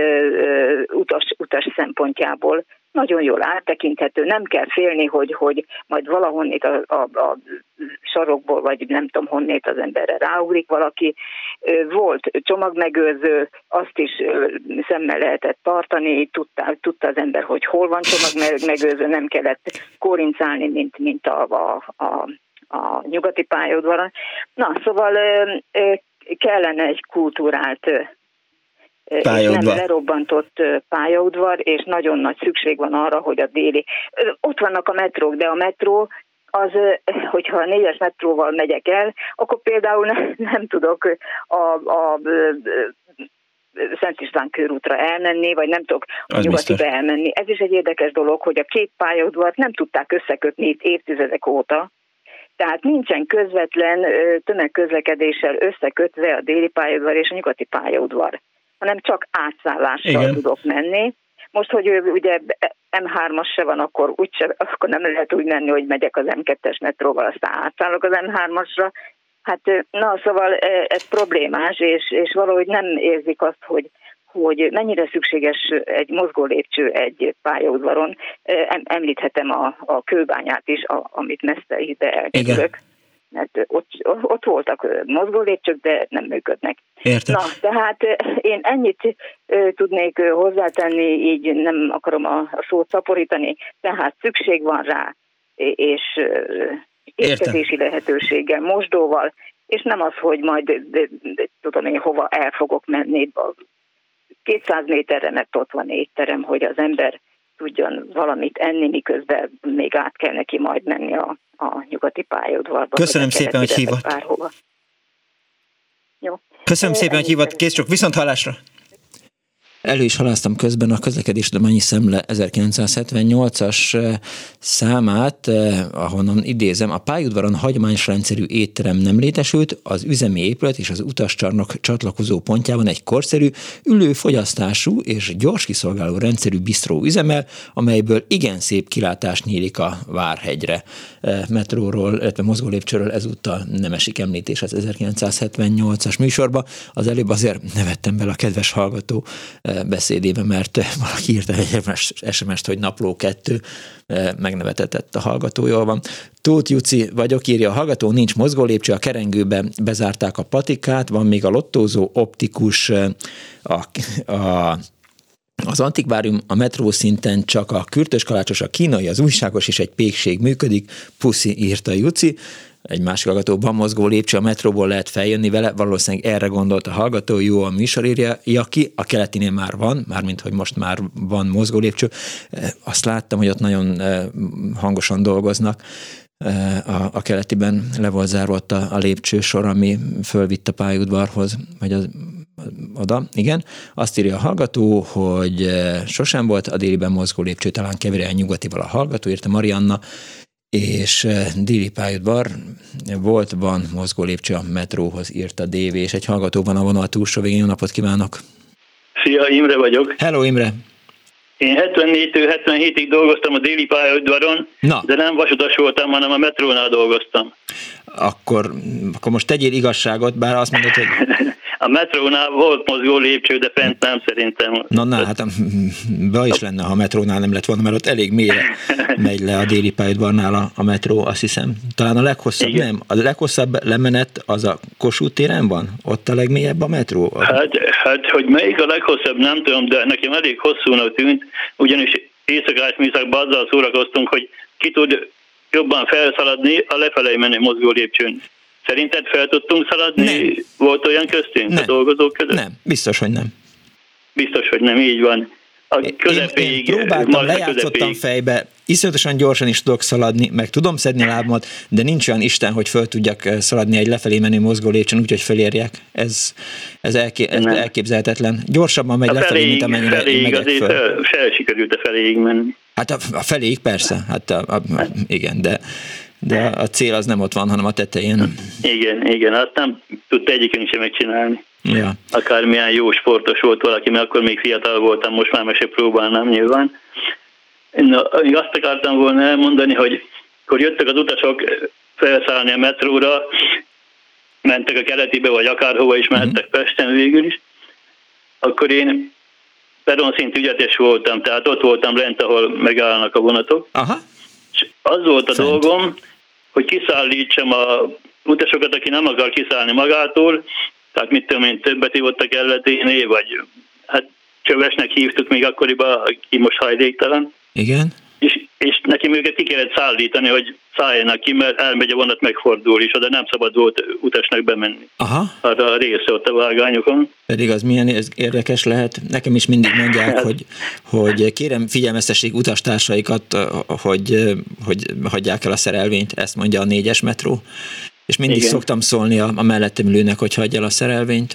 utas szempontjából. Nagyon jól áttekinthető, nem kell félni, hogy majd valahonnét a sarokból, vagy nem tudom honnét az emberre ráugrik valaki. Volt csomagmegőrző, azt is szemmel lehetett tartani, tudta az ember, hogy hol van csomagmegőrző, nem kellett kórincálni, mint a nyugati pályaudvaron. Na, szóval kellene egy kultúrált nem lerobbantott pályaudvar, és nagyon nagy szükség van arra, hogy a déli... Ott vannak a metrók, de a metró az, hogyha a 4-es metróval megyek el, akkor például nem tudok a Szent István körútra elmenni, vagy nem tudok a nyugatibe elmenni. Ez is egy érdekes dolog, hogy a két pályaudvart nem tudták összekötni itt évtizedek óta. Tehát nincsen közvetlen tömegközlekedéssel összekötve a déli pályaudvar és a nyugati pályaudvar, hanem csak átszállással tudok menni. Most, hogy ugye M3-as se van, akkor nem lehet úgy menni, hogy megyek az M2-es metróval, aztán átszállok az M3-asra. Hát na, szóval ez problémás, és valahogy nem érzik azt, hogy mennyire szükséges egy mozgó lépcső egy pályaudvaron. Említhetem a Kőbányát is, amit messze ide elkerülök. mert ott voltak mozgólépcsők, de nem működnek. Értem. Na, tehát én ennyit tudnék hozzátenni, így nem akarom a szót szaporítani, tehát szükség van rá, és étkezési lehetőséggel, mosdóval, és nem az, hogy majd tudom én hova el fogok menni, 200 méterre, mert ott van étterem, hogy az ember tudjon valamit enni, miközben még át kell neki majd menni a nyugati pályaudvarba. Köszönöm szépen, hogy hívott. Bárhova. Jó. Köszönöm szépen, hogy hívott. Kész csak, viszont hallásra! Elő is haláztam közben a Közlekedéstudományi Szemle 1978-as számát, ahonnan idézem, a pályaudvaron hagyományos rendszerű étterem nem létesült, az üzemi épület és az utascsarnok csatlakozó pontjában egy korszerű, ülőfogyasztású és gyors kiszolgáló rendszerű bisztró üzemel, amelyből igen szép kilátás nyílik a Várhegyre. Metróról, illetve mozgólépcsőről ezúttal nem esik említés az 1978-as műsorba. Az előbb azért nevettem bele a kedves hallgató beszédébe, mert valaki írta egy SMS-t, hogy napló 2, megnevetetett a hallgató, jól van. Tóth Juci vagyok, írja a hallgató, nincs mozgólépcső, a kerengőbe bezárták a patikát, van még a lottózó optikus, az antikvárium, a metró szinten csak a kürtös kalácsos, a kínai, az újságos és egy pékség működik, puszi, írta Juci. Egy másik hallgatóban mozgó lépcső, a metróból lehet feljönni vele, valószínűleg erre gondolt a hallgató, jó a műsorírja ki, a keletinél már van, mármint, hogy most már van mozgó lépcső. Azt láttam, hogy ott nagyon hangosan dolgoznak. A keletiben le volt zárva a lépcsősor, ami fölvitt a pályaudvarhoz, vagy oda, igen. Azt írja a hallgató, hogy sosem volt a déliben mozgó lépcső, talán keverje a nyugatival a hallgató, írta Marianna, és déli pályaudvar van mozgó lépcső a metróhoz, írta DV, és egy hallgató van a vonal túlsó végén. Jó napot kívánok! Szia, Imre vagyok. Hello, Imre! Én 74-től 77-ig dolgoztam a déli pályaudvaron, de nem vasutas voltam, hanem a metrónál dolgoztam. Akkor most tegyél igazságot, bár azt mondod, hogy... A metrónál volt mozgó lépcső, de fent nem szerintem. Hát be is lenne, ha a metrónál nem lett volna, mert ott elég mélyre megy le a déli pályaudvarnál a metró, azt hiszem. Talán a leghosszabb, igen. Nem? A leghosszabb lemenet az a Kossuth téren van? Ott a legmélyebb a metró? Hát, hogy melyik a leghosszabb, nem tudom, de nekem elég hosszúnak tűnt, ugyanis éjszakás műszakban azzal szórakoztunk, hogy ki tud jobban felszaladni a lefelé menő mozgó lépcsőn. Szerinted fel tudtunk szaladni? Nem. Volt olyan köztünk a dolgozók között? Nem, biztos, hogy nem. Biztos, hogy nem, így van. A közepéig... Én próbáltam, lejátszottam fejbe, iszonyatosan gyorsan is tudok szaladni, meg tudom szedni a lábamat, de nincs olyan Isten, hogy föl tudjak szaladni egy lefelé menő mozgó lépcsőn, úgyhogy felérjek. Ez elképzelhetetlen. Gyorsabban megy lefelé, mint amennyire megyek föl. Se sikerült a feléig menni. Hát a feléig persze, igen, de a cél az nem ott van, hanem a tetején. Igen, azt nem tudta egyikünk sem megcsinálni. Ja. Akármilyen jó sportos volt valaki, mert akkor még fiatal voltam, most már meg se próbálnám nyilván. Még azt akartam volna elmondani, hogy akkor jöttek az utasok felszállni a metróra, mentek a keletibe, vagy akárhova is mehettek Pesten végül is, akkor én peronszint ügyetes voltam, tehát ott voltam lent, ahol megállnak a vonatok. Aha. És az volt a dolgom, hogy kiszállítsam a utasokat, aki nem akar kiszállni magától, tehát mit tudom én, többet ívott a kelleténél, vagy hát csövesnek hívtuk még akkoriban, aki most hajléktalan. Igen. És nekem őket ki kellett szállítani, hogy szálljanak ki, mert elmegy a vonat, megfordul is, de nem szabad volt utasnak bemenni. Aha. Arra a része ott a vágányokon. Pedig az milyen érdekes lehet. Nekem is mindig mondják, hogy kérem figyelmeztessék utastársaikat, hogy hagyják el a szerelvényt. Ezt mondja a 4-es metró. És mindig szoktam szólni a mellettem ülőnek, hogy hagyj el a szerelvényt.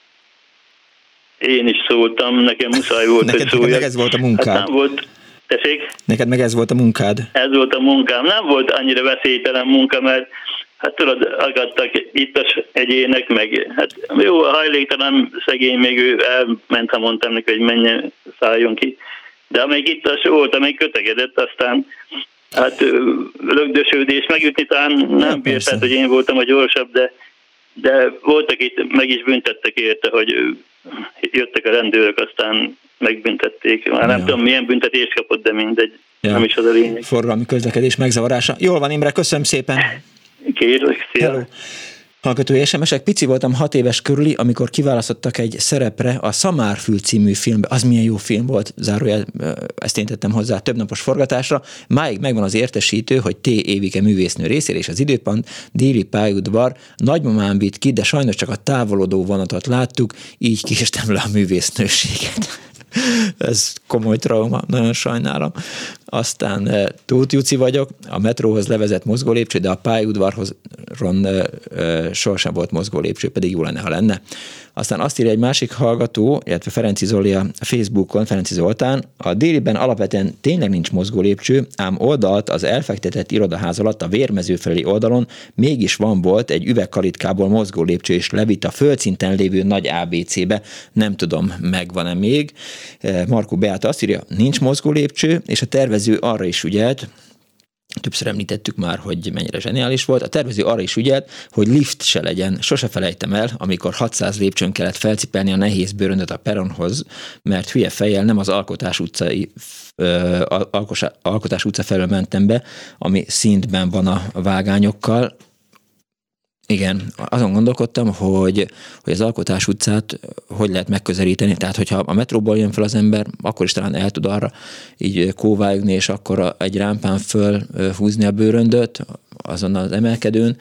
Én is szóltam, nekem muszáj volt, hogy szóljak. Neked ez volt a munkád. Hát nem volt. Tessék? Neked meg ez volt a munkád? Ez volt a munkám. Nem volt annyira veszélytelen munka, mert hát tudod, akadtak ittas egyének, meg hát jó, a hajléktalan szegény, még ő elment, ha mondtam neki, hogy menjen, szálljon ki. De amelyik ittas volt, amelyik kötegedett, aztán hát lögdösődés megütni, talán nem bírt, tehát, hogy én voltam a gyorsabb, de voltak itt, meg is büntettek érte, hogy jöttek a rendőrök, aztán megbüntették. Már nem tudom, milyen büntetést kapott, de mindegy. Nem is az a lényeg. Forgalmi közlekedés megzavarása. Jól van, Imre, köszönöm szépen. Szia. Hallgatói SMS-ek, pici voltam 6 éves körüli, amikor kiválasztottak egy szerepre a Szamárfül című filmbe. Az milyen jó film volt, zárójel, ezt én tettem hozzá többnapos forgatásra. Máig megvan az értesítő, hogy T. Évike művésznő részére, és az időpont Déli pályaudvar. Nagymamám vitt ki, de sajnos csak a távolodó vonatot láttuk, így késtem le a művésznőséget. Ez komoly trauma, nagyon sajnálom. Aztán Tóth Juci vagyok, a metróhoz levezett mozgólépcső, de a pályaudvarhoz sohasem volt mozgólépcső, pedig jó lenne, ha lenne. Aztán azt írja egy másik hallgató, illetve Ferenci Zoli a Facebookon, Ferenci Zoltán, a Déliben alapvetően tényleg nincs mozgólépcső, ám oldalt az elfektetett irodaház alatt a Vérmező felé oldalon mégis volt egy üvegkalitkából mozgólépcső, és levitt a földszinten lévő nagy ABC-be, nem tudom, megvan-e még. Markó Beáta azt írja, nincs mozgólépcső, és a tervező arra is ügyelt, többször említettük már, hogy mennyire zseniális volt, a tervező arra is ügyelt, hogy lift se legyen. Sose felejtem el, amikor 600 lépcsőn kellett felcipelni a nehéz bőröndöt a peronhoz, mert hülye fejjel nem az Alkotás utca felől mentem be, ami szintben van a vágányokkal. Igen, azon gondolkodtam, hogy az Alkotás utcát hogy lehet megközelíteni, tehát hogyha a metróból jön fel az ember, akkor is talán el tud arra így kóvályogni, és akkor egy rámpán föl húzni a bőröndöt, azon az emelkedőn,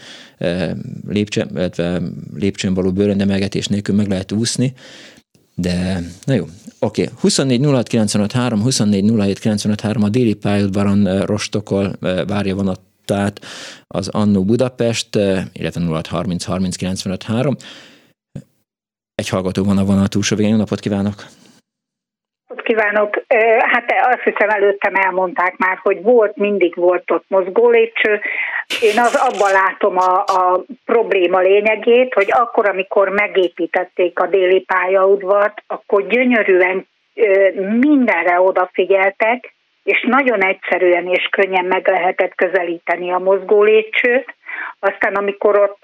lépcsőn való bőröndemelgetés nélkül meg lehet úszni, de na jó, oké. 24 06 95 3, 24 07 95 3 a Déli pályaudvaron Rostokol várja vonat, tehát az Annó Budapest, illetve 0630 30 95 3. Egy hallgató van a vonal túlsó végén. Jó napot kívánok! Kívánok! Hát azt hiszem előttem elmondták már, hogy mindig volt ott mozgólépcső. Én abban látom a probléma lényegét, hogy akkor, amikor megépítették a Déli pályaudvart, akkor gyönyörűen mindenre odafigyeltek, és nagyon egyszerűen és könnyen meg lehetett közelíteni a mozgólépcsőt. Aztán amikor ott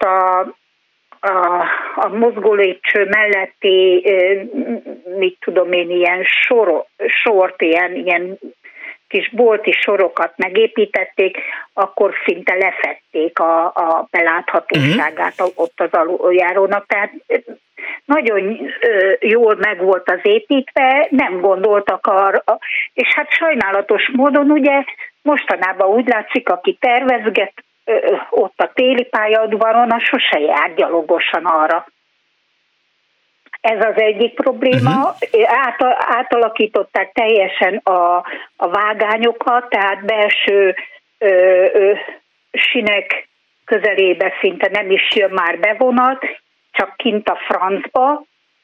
a mozgólépcső melletti, mit tudom én, ilyen sort, ilyen kis bolti sorokat megépítették, akkor szinte lefették a beláthatóságát ott az aluljárónak. Tehát nagyon jól meg volt az építve, nem gondoltak arra, és hát sajnálatos módon ugye mostanában úgy látszik, aki tervezget ott a Téli pályaudvaron, az sose jár gyalogosan arra. Ez az egyik probléma. Átalakították teljesen a vágányokat, tehát belső sinek közelébe szinte nem is jön már bevonat, csak kint a francba,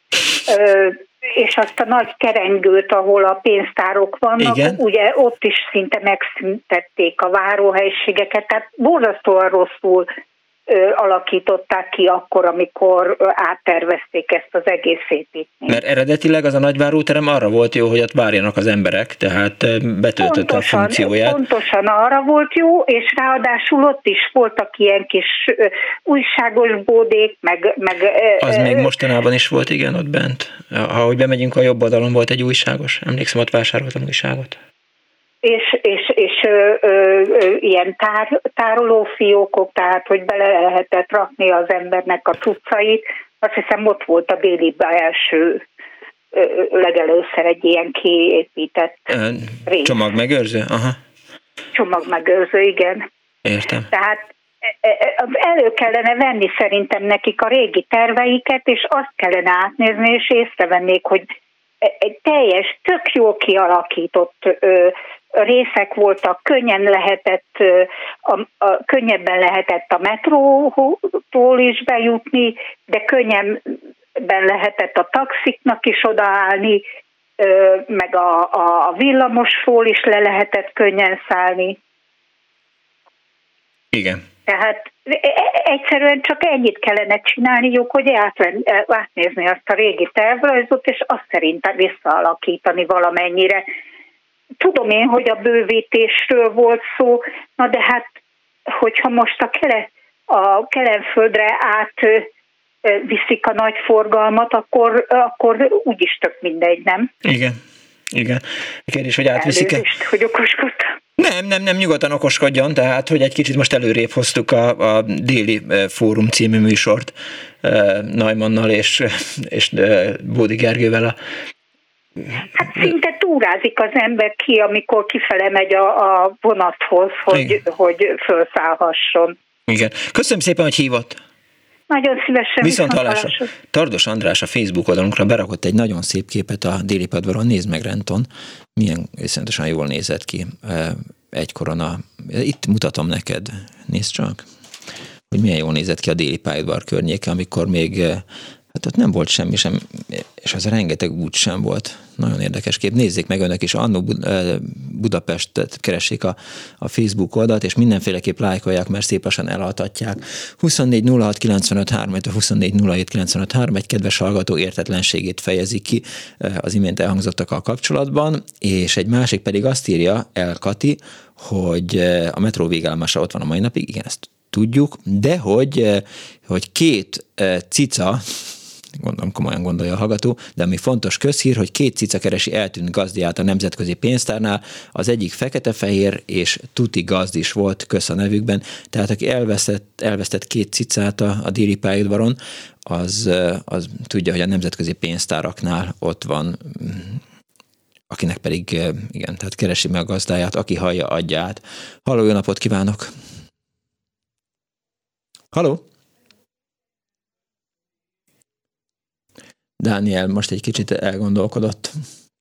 és azt a nagy kerengőt, ahol a pénztárok vannak, igen, ugye ott is szinte megszüntették a váróhelyiségeket, tehát borzasztóan rosszul alakították ki akkor, amikor áttervezték ezt az egész építményt. Mert eredetileg az a nagyváróterem arra volt jó, hogy ott várjanak az emberek, tehát betöltötte a funkcióját. Pontosan arra volt jó, és ráadásul ott is voltak ilyen kis újságos bódék, meg az még mostanában is volt, igen, ott bent. Ahogy bemegyünk, a jobb oldalon volt egy újságos. Emlékszem, ott vásároltam újságot. És ilyen tárolófiókok, tehát hogy bele lehetett rakni az embernek a cuccait. Azt hiszem, ott volt a Déliben legelőször egy ilyen kiépített rész. Csomagmegőrző? Aha. Csomagmegőrző, igen. Értem. Tehát elő kellene venni szerintem nekik a régi terveiket, és azt kellene átnézni, és észrevennék, hogy egy teljes, tök jól kialakított részek voltak, könnyebben lehetett a metrótól is bejutni, de könnyebben lehetett a taxiknak is odaállni, meg a villamosról is le lehetett könnyen szállni. Igen. Tehát egyszerűen csak ennyit kellene csinálniuk, hogy átnézni azt a régi tervrajzot, és azt szerintem visszaalakítani valamennyire. Tudom én, hogy a bővítésről volt szó, na de hát, hogyha most a Kelenföldre átviszik a nagy forgalmat, akkor úgyis tök mindegy, nem? Igen. A kérdés, hogy átviszik-e? Elnézést, hogy okoskodtam. Nem, nyugodtan okoskodjon, tehát, hogy egy kicsit most előrébb hoztuk a Déli Fórum című műsort Naimannal és Bódi Gergővel. Hát szinte túrázik az ember ki, amikor kifele megy a vonathoz, hogy felszállhasson. Igen. Köszönöm szépen, hogy hívott. Nagyon szívesen. Viszont hallásra. Tardos András a Facebook oldalunkra berakott egy nagyon szép képet a Déli Padvaron. Nézd meg, Renton, milyen iszonyatosan jól nézett ki egykoron itt mutatom neked, nézd csak, hogy milyen jól nézett ki a Déli pályaudvar környéke, amikor még hát ott nem volt semmi sem, és az rengeteg út sem volt. Nagyon érdekes kép. Nézzék meg önök is, annó Budapestet keressék a Facebook oldalt, és mindenféleképp lájkolják, mert szép lassan elaltatják. 24 06 95 3, 24 07 95 3, egy kedves hallgató értetlenségét fejezi ki az imént elhangzottakkal kapcsolatban, és egy másik pedig azt írja el Kati, hogy a metró végállomása ott van a mai napig, igen, ezt tudjuk, de hogy két cica, gondolom komolyan gondolja a hallgató, de ami fontos közhír, hogy két cica keresi eltűnt gazdiát a Nemzetközi Pénztárnál, az egyik fekete-fehér és tuti gazd is volt, kösz a nevükben, tehát aki elvesztett két cicát a Déli pályaudvaron, az tudja, hogy a Nemzetközi Pénztáraknál ott van, akinek pedig, igen, tehát keresi meg a gazdáját, aki hallja, adja át. Halló, jó napot kívánok! Halló? Dániel most egy kicsit elgondolkodott.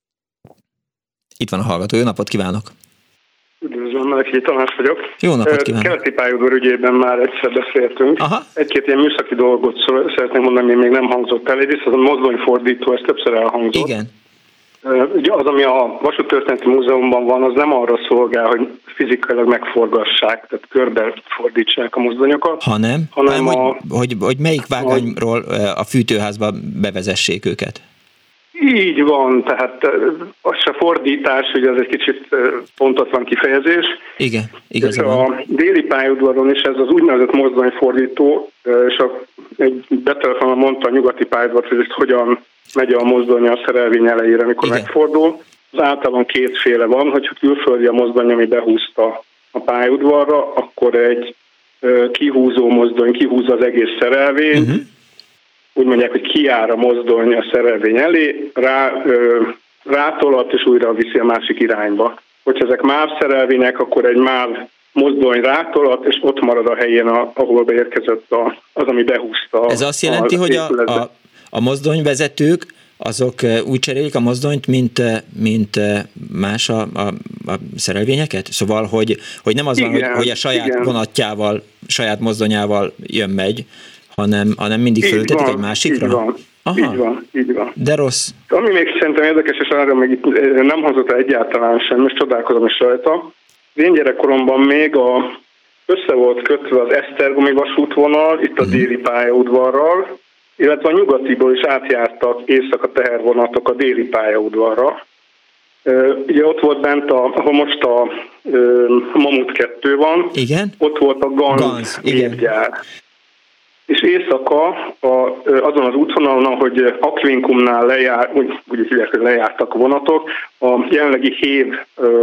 Itt van a hallgató. Jó napot kívánok! Üdvözlöm, Meleki Tamás vagyok. Jó napot kívánok! Keleti pályaudvar ügyében már egyszer beszéltünk. Aha. Egy-két ilyen műszaki dolgot szeretnék mondani, ami még nem hangzott el. Egyrészt az a mozdonyfordító, ez többször elhangzott. Igen. Ugye az, ami a Vasúttörténeti Múzeumban van, az nem arra szolgál, hogy fizikailag megforgassák, tehát körbe fordítsák a mozdonyokat. hanem hogy melyik vágányról a fűtőházba bevezessék őket. Így van, tehát az se fordítás, ugye ez egy kicsit pontatlan kifejezés. Igen, igazán. A Déli pályaudvaron is ez az úgynevezett mozdonyfordító, és egy betelefonon mondta a nyugati pályaudvar, hogy ezt hogyan megy a mozdony a szerelvény elejére, amikor igen. megfordul. Az általában kétféle van, hogyha külföldi a mozdony, ami behúzta a pályaudvarra, akkor egy kihúzó mozdony kihúzza az egész szerelvényt, úgy mondják, hogy kijár a mozdony a szerelvény elé, rátolat és újra viszi a másik irányba. Hogyha ezek MÁV szerelvények, akkor egy MÁV mozdony rátolat, és ott marad a helyén, ahol beérkezett az, ami behúzta. Ez azt jelenti, hogy a mozdonyvezetők azok úgy cserélik a mozdonyt, mint más a szerelvényeket? Szóval, hogy nem az igen, van, hogy a saját igen. vonatjával, saját mozdonyával megy, hanem mindig föltetik egy másikra? Így van. De rossz. Ami még szerintem érdekes, és arra még itt nem hangzott egyáltalán sem, és csodálkozom is rajta. Én gyerekkoromban még össze volt kötve az esztergomi vasútvonal, itt a Déli pályaudvarral, illetve a nyugatiból is átjártak éjszaka tehervonatok a Déli pályaudvarra. Ugye ott volt bent, ahol most a Mamut 2 van, igen? Ott volt a Ganz gépgyár. És éjszaka azon az útvonalon, ahogy Aquincumnál úgy hívják, hogy lejártak a vonatok, a jelenlegi Hév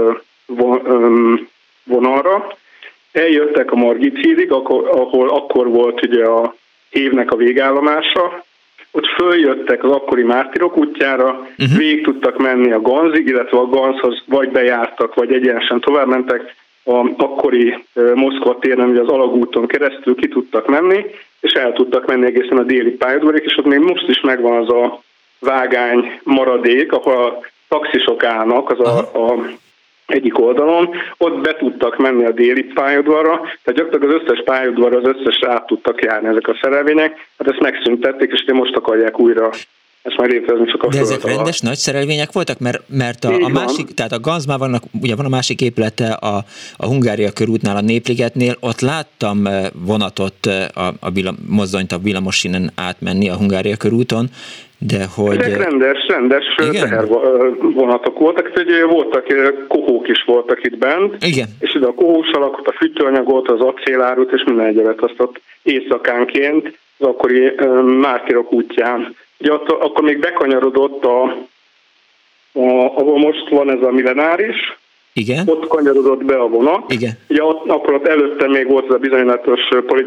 vonalra, eljöttek a Margit hídig, ahol akkor volt ugye a Hévnek a végállomása, ott följöttek az akkori Mártirok útjára, végig tudtak menni a Ganzig, illetve a Ganzhoz vagy bejártak, vagy egyenesen tovább mentek, a akkori Moszkva téren, ugye az alagúton keresztül ki tudtak menni, és el tudtak menni egészen a Déli pályaudvarig, és ott még most is megvan az a vágány maradék, ahol a taxisok állnak az a egyik oldalon, ott be tudtak menni a Déli pályaudvarra, tehát gyakorlatilag az összes pályaudvarra, az összesre át tudtak járni ezek a szerelvények, hát ezt megszüntették, és most akarják újra ezt már létezni csak a de ezek rendes nagy szerelvények voltak? Mert a másik, tehát a Ganzmán ugye van a másik épülete a Hungária körútnál, a Népligetnél, ott láttam vonatot, a mozdonyt a villamosinen átmenni a Hungária körúton, de hogy... Ezek rendes tehervonatok voltak, tehát voltak, kohók is voltak itt bent, igen. És ide a kohós alakot, a fűtőanyagot, az acélárut, és minden egyebet azt ott éjszakánként az akkori Mártirok útján. Ugye akkor még bekanyarodott, ahol most van ez a millenáris, Igen. Ott kanyarodott be a vonat. Igen. Ugye akkor ott előtte még volt ez a bizonyos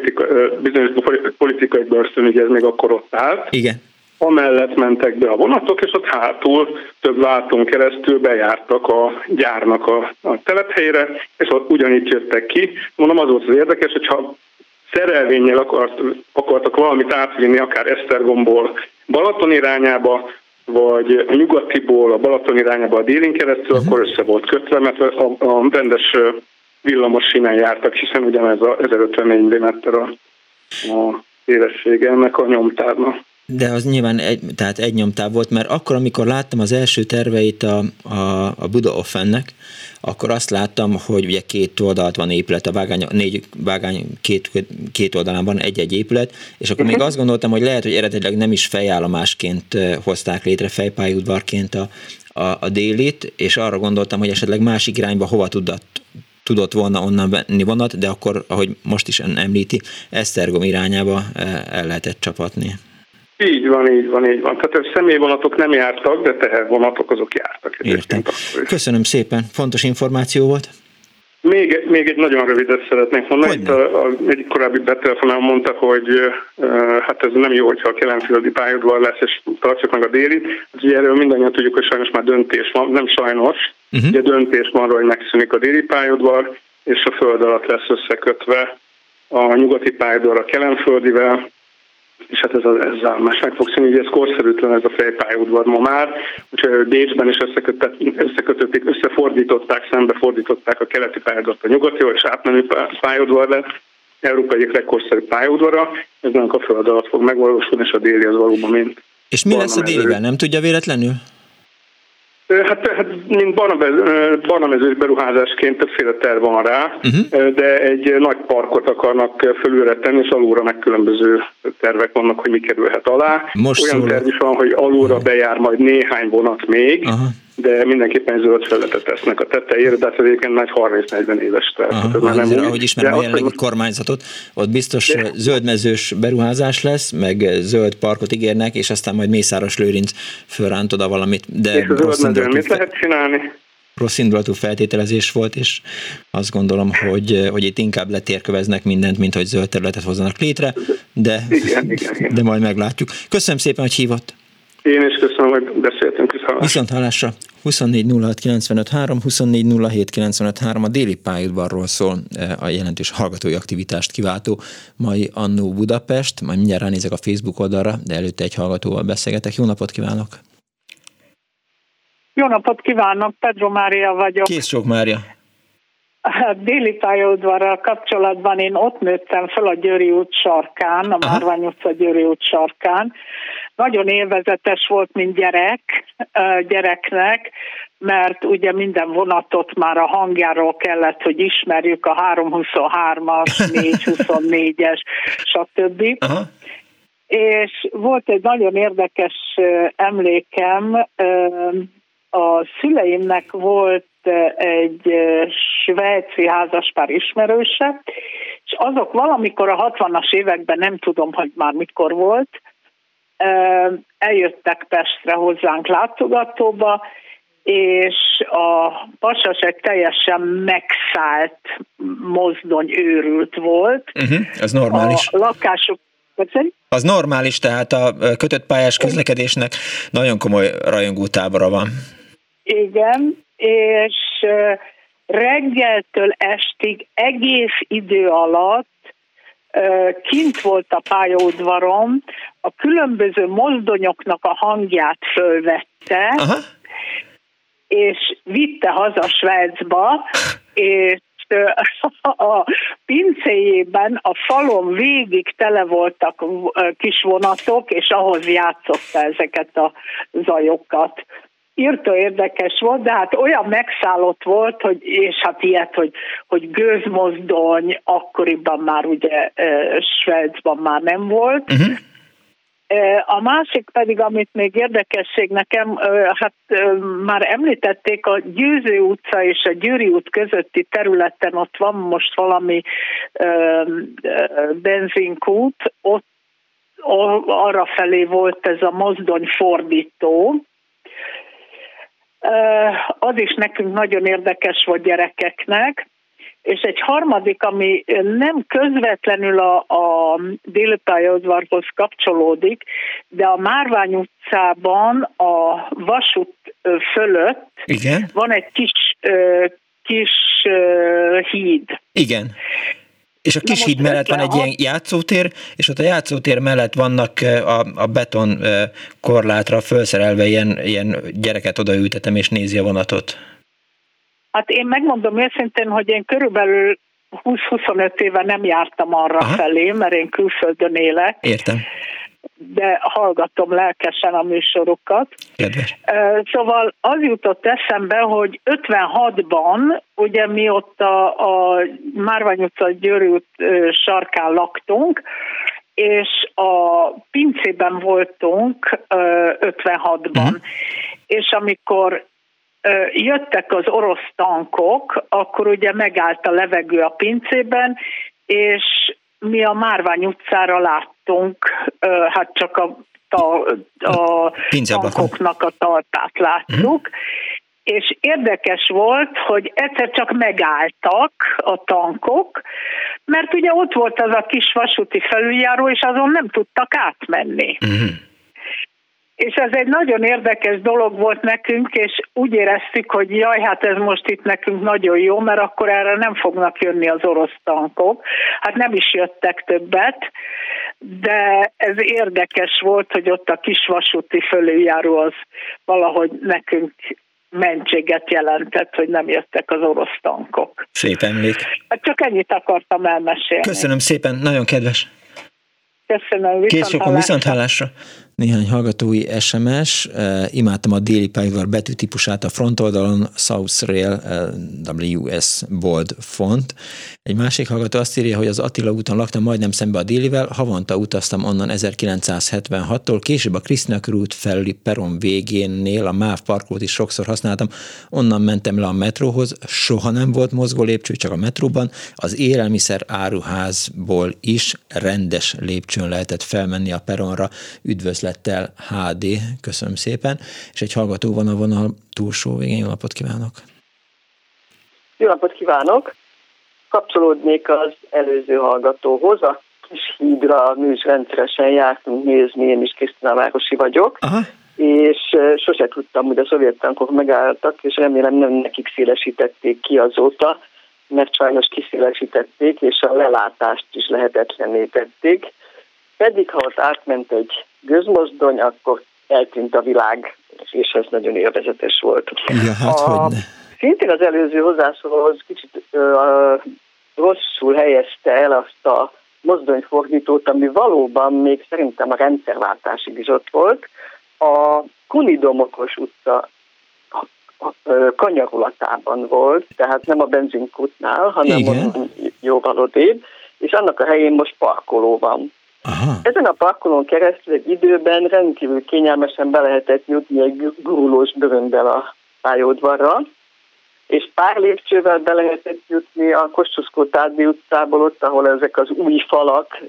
politikai börtön, ugye ez még akkor ott állt. Igen. Amellett mentek be a vonatok, és ott hátul több váltón keresztül bejártak a gyárnak a telephelyére, és ott ugyanígy jöttek ki. Mondom, az volt az érdekes, hogyha szerelvénnyel akartak valamit átvinni, akár Esztergomból Balaton irányába, vagy a nyugatiból a Balaton irányába a délin keresztül, akkor össze volt kötve, mert a rendes villamos sínen jártak, hiszen ugyanez a 1054 mm a szélessége ennek a nyomtávnak. De az nyilván egy nyomtáv volt, mert akkor, amikor láttam az első terveit a Buda Offennek, akkor azt láttam, hogy ugye két oldalt van épület, a négy vágány két oldalán van egy-egy épület, és akkor még azt gondoltam, hogy lehet, hogy eredetileg nem is fejállomásként hozták létre, fejpályaudvarként a délit, és arra gondoltam, hogy esetleg másik irányba hova tudott volna onnan venni vonat, de akkor, ahogy most is említi, Esztergom irányába el lehetett csapatni. Így van. Tehát a személyvonatok nem jártak, de tehervonatok azok jártak. Értem. Köszönöm szépen, fontos információ volt. Még egy nagyon rövidet szeretnék mondani. Itt egy korábbi betelefonáló mondta, hogy hát ez nem jó, hogyha a kelenföldi pályaudvar lesz, és tartsuk meg a délit. Ugye erről mindannyian tudjuk, hogy sajnos már döntés van, nem sajnos, ugye döntés van arra, hogy megszűnik a déli pályaudvar, és a föld alatt lesz összekötve a nyugati pályaudvar a kelenföldivel, és hát ez zálmás meg fog szűnni, ugye ez korszerűtlen ez a fejpályaudvar ma már, úgyhogy Bécsben is összekötötték, szembefordították a keleti pályaudvart a nyugatival, és átmenő pályaudvar lett, Európa egyik legkorszerűbb pályaudvara, ez nem a föld alatt fog megvalósulni, és a déli az valóban mint. És mi lesz a délivel, nem tudja véletlenül? Hát mint barnamezős beruházásként többféle terv van rá, de egy nagy parkot akarnak fölülre tenni, és alulra meg különböző tervek vannak, hogy mi kerülhet alá. Olyan terv is van, hogy alulra bejár majd néhány vonat még, de mindenképpen zöld felületet tesznek a tetejére, de hát egyébként nagy 30-40 éves terv. Ahogy ismerem a jelenlegi kormányzatot, ott biztos zöldmezős beruházás lesz, meg zöld parkot ígérnek, és aztán majd Mészáros Lőrinc fölránt oda valamit. De és a zöldmezőn mit lehet csinálni? Rossz indulatú feltételezés volt, és azt gondolom, hogy itt inkább letérköveznek mindent, mint hogy zöld területet hozzanak létre, de majd meglátjuk. Köszönöm szépen, hogy hívott. Én is köszönöm, hogy beszéltünk. Viszont hallásra. 24 06 95 3, 24 07 95 3 a déli pályaudvarról szól a jelentős hallgatói aktivitást kiváltó mai Annó Budapest. Majd mindjárt ránézek a Facebook oldalra, de előtte egy hallgatóval beszélgetek. Jó napot kívánok! Jó napot kívánok, Pedro Mária vagyok. Kész sok Mária. A déli pályaudvarral kapcsolatban én ott nőttem fel a Győri út sarkán, a Márvány utca Győri út sarkán. Nagyon élvezetes volt, mint gyereknek, mert ugye minden vonatot már a hangjáról kellett, hogy ismerjük, a 323-as, 424-es, stb. És volt egy nagyon érdekes emlékem, a szüleimnek volt egy svájci házaspár ismerőse, és azok valamikor a 60-as években, nem tudom, hogy már mikor volt, eljöttek Pestre hozzánk látogatóba, és a pasas egy teljesen megszállt mozdony őrült volt. Ez normális. A lakásuk... Az normális, tehát a kötött pályás közlekedésnek nagyon komoly rajongótábora van. Igen, és reggeltől estig egész idő alatt kint volt a pályaudvaron, a különböző mozdonyoknak a hangját fölvette, és vitte haza Svájcba, és a pincéjében a falon végig tele voltak kis vonatok, és ahhoz játszotta ezeket a zajokat. Írtó érdekes volt, de hát olyan megszállott volt, hogy, és hát ilyet, hogy gőzmozdony akkoriban már ugye Svájcban már nem volt. A másik pedig, amit még érdekesség nekem, hát már említették, a Győző utca és a Győri út közötti területen ott van most valami benzinkút, ott arra felé volt ez a mozdonyfordító, Az is nekünk nagyon érdekes volt gyerekeknek, és egy harmadik, ami nem közvetlenül a Déli pályaudvarhoz kapcsolódik, de a Márvány utcában a vasút fölött igen. Van egy kis híd. Igen. És a kis híd mellett van egy ilyen játszótér, és ott a játszótér mellett vannak a beton korlátra felszerelve ilyen gyereket odaültetem, és nézi a vonatot. Hát én megmondom őszintén, hogy én körülbelül 20-25 éve nem jártam arra felé, mert én külföldön élek. Értem. De hallgatom lelkesen a műsorokat. Kedves. Szóval az jutott eszembe, hogy 56-ban, ugye mi ott a Márvány utca Győri út sarkán laktunk, és a pincében voltunk 56-ban. És amikor jöttek az orosz tankok, akkor ugye megállt a levegő a pincében, és mi a Márvány utcára láttunk, hát csak a tankoknak a talpát láttuk, és érdekes volt, hogy egyszer csak megálltak a tankok, mert ugye ott volt az a kis vasúti felüljáró, és azon nem tudtak átmenni. És ez egy nagyon érdekes dolog volt nekünk, és úgy éreztük, hogy jaj, hát ez most itt nekünk nagyon jó, mert akkor erre nem fognak jönni az orosz tankok. Hát nem is jöttek többet, de ez érdekes volt, hogy ott a kis vasúti felüljáró az valahogy nekünk mentséget jelentett, hogy nem jöttek az orosz tankok. Szép emlék. Hát csak ennyit akartam elmesélni. Köszönöm szépen, nagyon kedves. Köszönöm, viszonthallásra. Néhány hallgatói SMS. Imádtam a Déli pályaudvar betűtípusát a frontoldalon, South Rail WS bold font. Egy másik hallgató azt írja, hogy az Attila úton laktam majdnem szembe a Délivel, havonta utaztam onnan 1976-tól, később a Krisztina körút felüli peron végénnél a MÁV parkolót is sokszor használtam, onnan mentem le a metróhoz, soha nem volt mozgó lépcső, csak a metróban, az élelmiszer áruházból is rendes lépcsőn lehetett felmenni a peronra, üdvözlettel HD, köszönöm szépen, és egy hallgató van a vonal túlsó végén, jó napot kívánok! Jó napot kívánok! Kapcsolódnék az előző hallgatóhoz, a kis hídra mi is rendszeresen jártunk nézni, én is Krisztinávárosi vagyok, és sose tudtam, hogy a szovjet tankok megálltak, és remélem nem nekik szélesítették ki azóta, mert sajnos kiszélesítették, és a lelátást is lehetetlenné tették. Pedig, ha ott átment egy gőzmozdony, akkor eltűnt a világ, és ez nagyon élvezetes volt. Ja, hát szintén az előző hozzászólóhoz kicsit rosszul helyezte el azt a mozdonyfordítót, ami valóban még szerintem a rendszerváltásig is ott volt. A Kunidomokos utca kanyarulatában volt, tehát nem a benzinkútnál, hanem jóval odébb, és annak a helyén most parkoló van. Aha. Ezen a parkolón keresztül egy időben rendkívül kényelmesen be lehetett jutni egy gurulós bőröndel a pályaudvarra, és pár lépcsővel be lehetett jutni a Kossuth-Kótádi utcából, ott, ahol ezek az új falak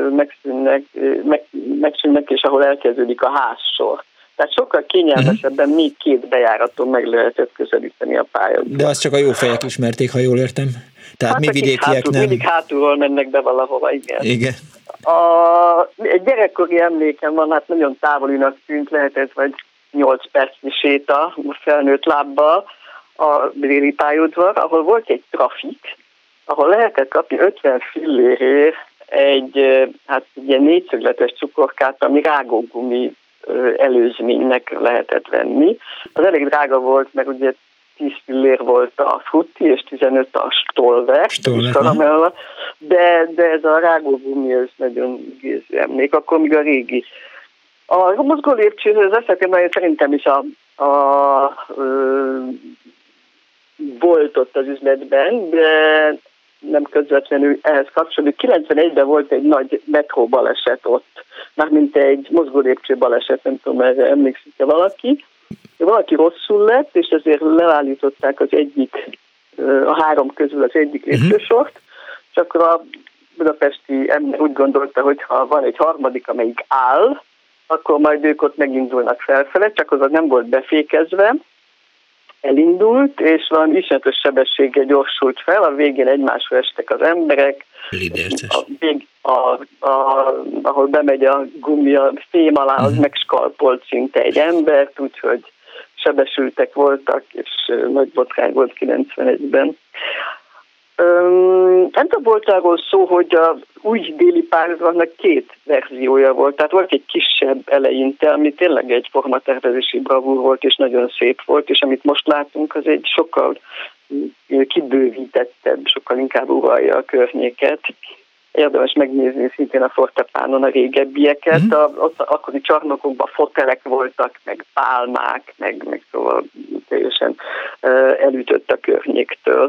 megszűnnek, és ahol elkezdődik a házsor. Tehát sokkal kényelmesebben még két bejáraton meg lehetett közelíteni a pályaudvarra. De azt csak a jó fejek ismerték, ha jól értem. Tehát mi vidékiek nem. Mindig hátulról mennek be valahova, igen. Igen. Egy gyerekkori emlékem van, hát nagyon távolinak tűnt, lehetett vagy 8 percnyi séta a felnőtt lábbal a Déli pályaudvar, ahol volt egy trafik, ahol lehetett kapni 50 fillérért egy ilyen négyszögletes cukorkát, ami rágógumi előzménynek lehetett venni. Az elég drága volt, mert ugye 10 fillér volt a frutti, és 15 a stolver, de ez a rágógumi, ez nagyon géző emlék, akkor még a régi. A mozgó lépcsőhöz azt szerintem is volt ott az üzletben, de nem közvetlenül ehhez kapcsolódik. 91-ben volt egy nagy metró baleset ott, mármint egy mozgó lépcső baleset, nem tudom, erre emlékszik-e valaki. Valaki rosszul lett, és ezért leállították az egyik, a három közül az egyik lépcsősort, és akkor a budapesti ember úgy gondolta, hogy ha van egy harmadik, amelyik áll, akkor majd ők ott megindulnak felfele, csak az nem volt befékezve, elindult, és valami iszonyatos sebességgel gyorsult fel, a végén egymásra estek az emberek, ahol bemegy a gumi a fém alá, az megskalpolt szinte egy embert, úgyhogy sebesültek voltak, és nagy botrány volt 91-ben. Ebben volt arról szó, hogy a új déli pályaudvarnak 2 verziója volt, tehát volt egy kisebb eleinte, ami tényleg egy formatervezési bravúr volt, és nagyon szép volt, és amit most látunk, az egy sokkal kibővítettebb, sokkal inkább uralja a környéket. Érdemes megnézni szintén a Fortepánon a régebbieket, ott akkori csarnokokban fotelek voltak, meg pálmák, meg szóval teljesen elütött a környéktől.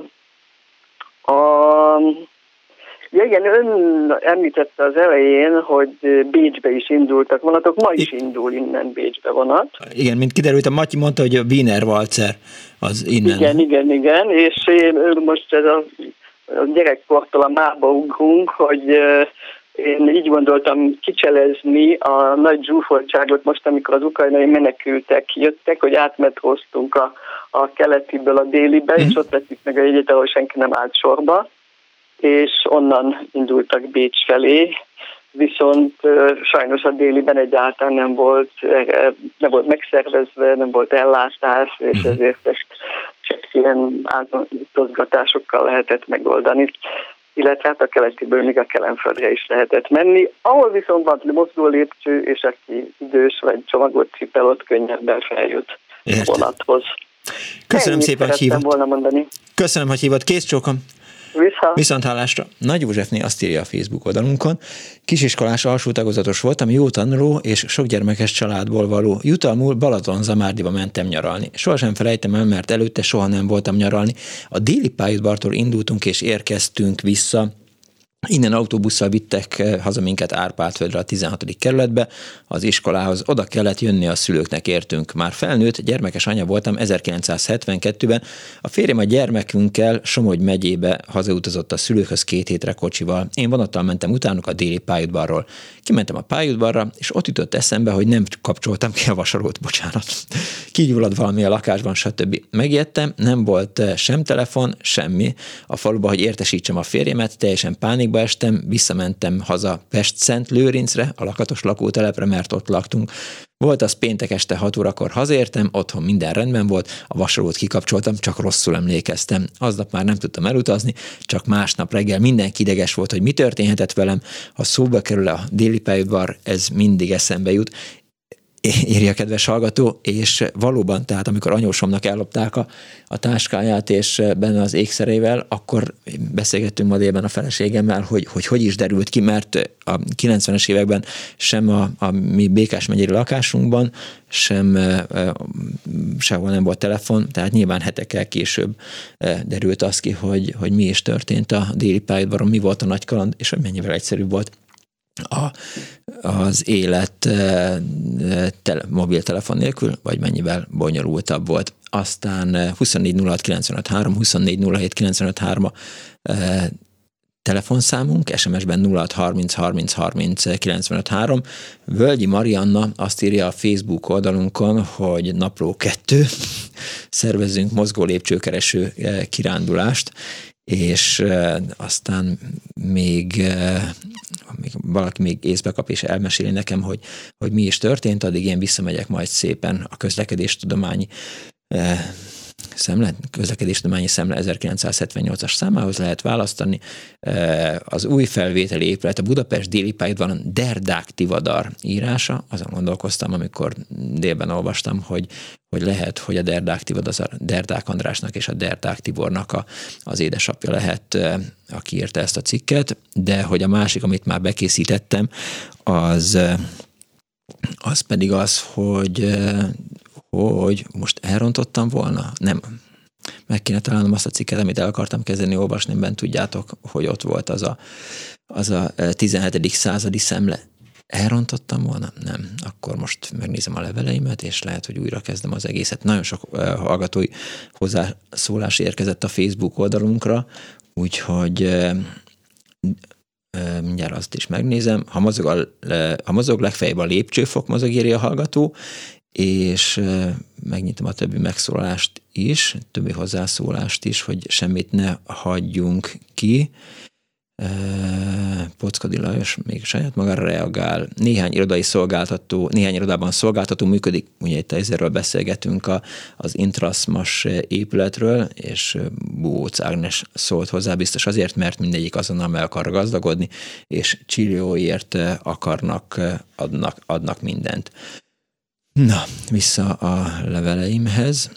Igen, ön említette az elején, hogy Bécsbe is indultak vonatok, ma is indul innen Bécsbe vonat. Igen, mint kiderült, a Matyi mondta, hogy a Wiener Walzer az innen. Igen, és most ez a gyerekkortól a mába ugrunk, hogy én így gondoltam kicselezni a nagy zsúfoltságot most, amikor az ukrajnai menekültek jöttek, hogy átmetróztunk a keletiből a délibe, és ott vettük meg a jegyet, ahol senki nem állt sorba, és onnan indultak Bécs felé, viszont sajnos a déliben egyáltalán nem volt megszervezve, nem volt ellátás, és ezért ezt csak ilyen átutazgatásokkal lehetett megoldani, illetve hát a keletiből még a Kelenföldre is lehetett menni, ahol viszont van mozgó lépcső, és aki idős vagy csomagot cipel, ott könnyebben feljut a vonathoz. Köszönöm szépen, hogy hívott. Volna mondani. Köszönöm, hogy hívott. Kész csókom. Viszonthallásra. Nagy Józsefné azt írja a Facebook oldalunkon: kisiskolás alsó tagozatos voltam, jó tanuló és sok gyermekes családból való. Jutalmul Balaton-Zamárdiba mentem nyaralni. Sohasem felejtem el, mert előtte soha nem voltam nyaralni. A déli pályaudvartól indultunk és érkeztünk vissza. Innen autóbusszal vittek haza minket Árpád-földre, a 16. kerületbe, az iskolához. Oda kellett jönni, a szülőknek értünk. Már felnőtt, gyermekes anya voltam 1972-ben. A férjem a gyermekünkkel Somogy megyébe hazautazott a szülőkhöz 2 hétre kocsival. Én vonattal mentem utánuk a déli pályaudvarról. Kimentem a pályaudvarra, és ott jutott eszembe, hogy nem kapcsoltam ki a vasarót, bocsánat. Kigyulladt valami a lakásban, stb. Megijedtem, nem volt sem telefon, semmi a faluba, hogy értesítsem a férjemet, teljesen pánikba estem, visszamentem haza Pest-Szentlőrincre, a lakatos lakótelepre, mert ott laktunk. Volt az péntek este 6 órakor hazaértem, otthon minden rendben volt, a vasarót kikapcsoltam, csak rosszul emlékeztem. Aznap már nem tudtam elutazni, csak másnap reggel mindenki ideges volt, hogy mi történhetett velem. Ha szóba kerül a déli pályaudvar, ez mindig eszembe jut. Írja a kedves hallgató, és valóban, tehát amikor anyósomnak ellopták a táskáját és benne az ékszerével, akkor beszélgettünk ma délben a feleségemmel, hogy is derült ki, mert a 90-es években sem a mi Békás megyei lakásunkban, sehol nem volt telefon, tehát nyilván hetekkel később derült az ki, hogy mi is történt a déli pályaudvaron, mi volt a nagy kaland, és hogy mennyivel egyszerűbb volt az élet mobiltelefon nélkül, vagy mennyivel bonyolultabb volt. Aztán 24 06 95 3, 24 07 95 3 telefonszámunk, SMS-ben 06 30 30 30 95 3. Völgyi Marianna azt írja a Facebook oldalunkon, hogy napló 2, szervezzünk mozgó lépcsőkereső kirándulást, és aztán még valaki még észbe kap és elmeséli nekem, hogy mi is történt, addig én visszamegyek majd szépen a közlekedéstudományi szemle 1978-as számához lehet választani. Az új felvételi épület, a Budapest déli pályaudvaron Derdák Tivadar írása. Azon gondolkoztam, amikor délben olvastam, hogy lehet, hogy a Derdák Tivadar Derdák Andrásnak és a Derdák Tibornak az édesapja lehet, aki írta ezt a cikket, de hogy a másik, amit már bekészítettem, az pedig az, hogy most elrontottam volna? Nem. Meg kéne találnom azt a cikket, amit el akartam kezdeni olvasni, ben tudjátok, hogy ott volt az a 17. századi szemle. Elrontottam volna? Nem. Akkor most megnézem a leveleimet, és lehet, hogy újra kezdem az egészet. Nagyon sok hallgatói hozzászólás érkezett a Facebook oldalunkra, úgyhogy mindjárt azt is megnézem. Ha mozog, legfeljebb a lépcsőfok mozog, írja a hallgató, és megnyitom a többi megszólalást is, többi hozzászólást is, hogy semmit ne hagyjunk ki. Pockadi Lajos még saját magára reagál. Néhány irodában szolgáltató működik, ugye itt ezerről beszélgetünk az Intraszmas épületről, és Bóc Ágnes szólt hozzá, biztos azért, mert mindegyik azonnal meg akar gazdagodni, és csillióért adnak mindent. Na, vissza a leveleimhez.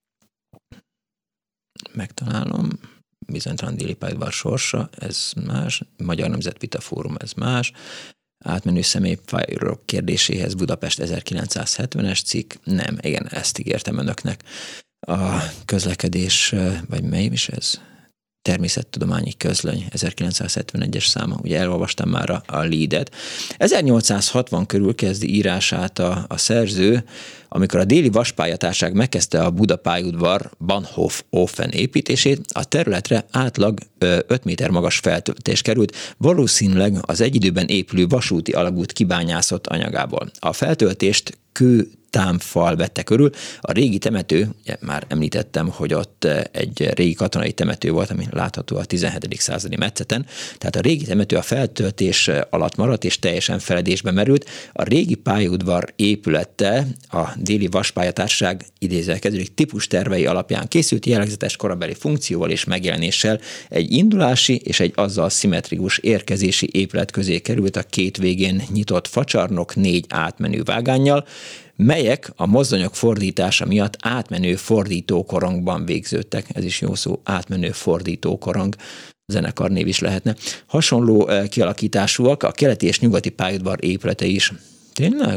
Megtalálom. Bizonytalan déli pályaudvar sorsa, ez más, Magyar Nemzetvita Fórum, ez más, átmenő személyfájról kérdéséhez Budapest 1970-es cikk, nem, igen, ezt ígértem önöknek. A közlekedés, vagy mely is ez? Természettudományi közlöny, 1971-es száma, ugye elolvastam már a leadet. 1860 körül kezdi írását a szerző, amikor a déli vaspályatárság megkezdte a Buda pályaudvar Bahnhof-Ofen építését, a területre átlag 5 méter magas feltöltés került, valószínűleg az egy időben épülő vasúti alagút kibányászott anyagából. A feltöltést támfal vette körül. A régi temető, ugye már említettem, hogy ott egy régi katonai temető volt, ami látható a 17. századi metszeten, tehát a régi temető a feltöltés alatt maradt, és teljesen feledésbe merült. A régi pályaudvar épülete a déli vaspályatársaság idézelkeződik típus tervei alapján készült, jellegzetes korabeli funkcióval és megjelenéssel egy indulási és egy azzal szimmetrikus érkezési épület közé került a két végén nyitott facsarnok 4 átmenő vágánnyal, melyek a mozdonyok fordítása miatt átmenő fordítókorongban végződtek. Ez is jó szó, átmenő fordítókorong, zenekarnév is lehetne. Hasonló kialakításúak a keleti és nyugati pályaudvar épülete is. Tényleg?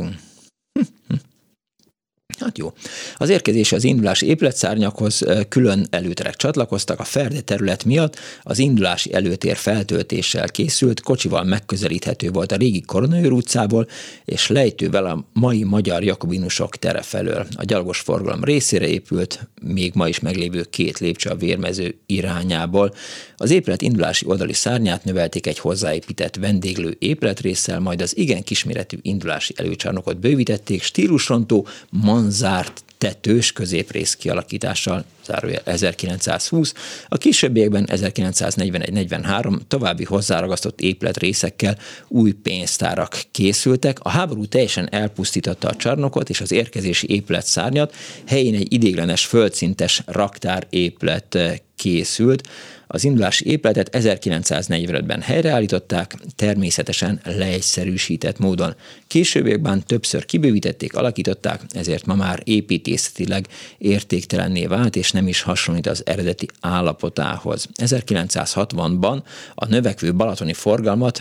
Hát jó. Az érkezési az indulási épületszárnyakhoz külön előterek csatlakoztak, a ferde terület miatt az indulási előtér feltöltéssel készült, kocsival megközelíthető volt a régi Koronaőr utcából, és lejtővel a mai magyar jakobinusok tere felől. A gyalogos forgalom részére épült, még ma is meglévő 2 lépcső a Vérmező irányából. Az épület indulási oldali szárnyát növelték egy hozzáépített vendéglő épületrésszel, majd az igen kisméretű indulási előcsarnokot bővítették, stílusrontó, manzárt tetős középrész kialakítással, zárójel 1920, a későbbiekben 1941-43 további hozzáragasztott épületrészekkel új pénztárak készültek. A háború teljesen elpusztította a csarnokot és az érkezési épületszárnyat, helyén egy ideiglenes földszintes raktárépület készült. Az indulási épületet 1945-ben helyreállították, természetesen leegyszerűsített módon. Későbbiekben többször kibővítették, alakították, ezért ma már építészetileg értéktelenné vált, és nem is hasonlít az eredeti állapotához. 1960-ban a növekvő balatoni forgalmat,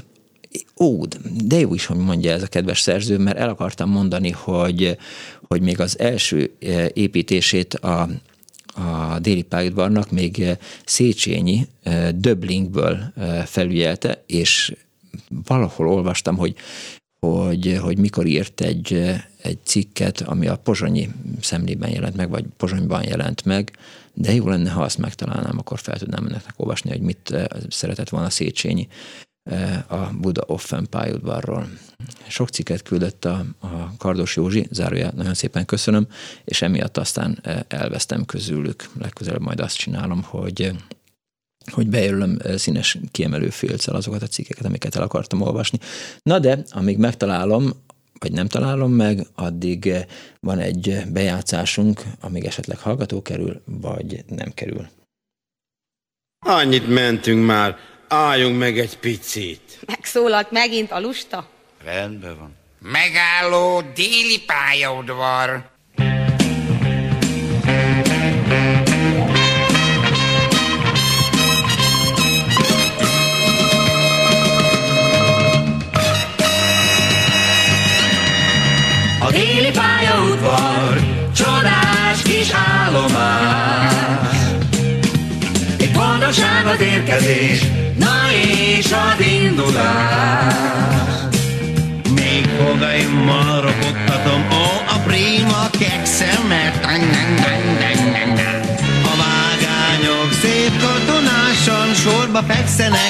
de jó is, hogy mondja ez a kedves szerző, mert el akartam mondani, hogy még az első építését a déli pályaudvarnak még Széchenyi Döblingből felügyelte, és valahol olvastam, hogy mikor írt egy cikket, ami a pozsonyi szemlében jelent meg, vagy Pozsonyban jelent meg, de jó lenne, ha azt megtalálnám, akkor fel tudnám önöknek olvasni, hogy mit szeretett volna Széchenyi a Buda-Offen pályaudvarról. Sok cikket küldött a Kardos Józsi, zárójel, nagyon szépen köszönöm, és emiatt aztán elvesztem közülük. Legközelebb majd azt csinálom, hogy bejelölöm színes kiemelő félccel azokat a cikkeket, amiket el akartam olvasni. Na de, amíg megtalálom, vagy nem találom meg, addig van egy bejátszásunk, amíg esetleg hallgató kerül, vagy nem kerül. Annyit mentünk már, álljunk meg egy picit. Megszólalt megint a lusta? Rendben van. Megálló déli pályaudvar. A déli pályaudvar, csodás kis állomás. Itt boldoság az érkezés, na és az indulás. Még fogaimmal rokottatom, a prima kekszemet. A vágányok szép katonásan sorba fekszenek.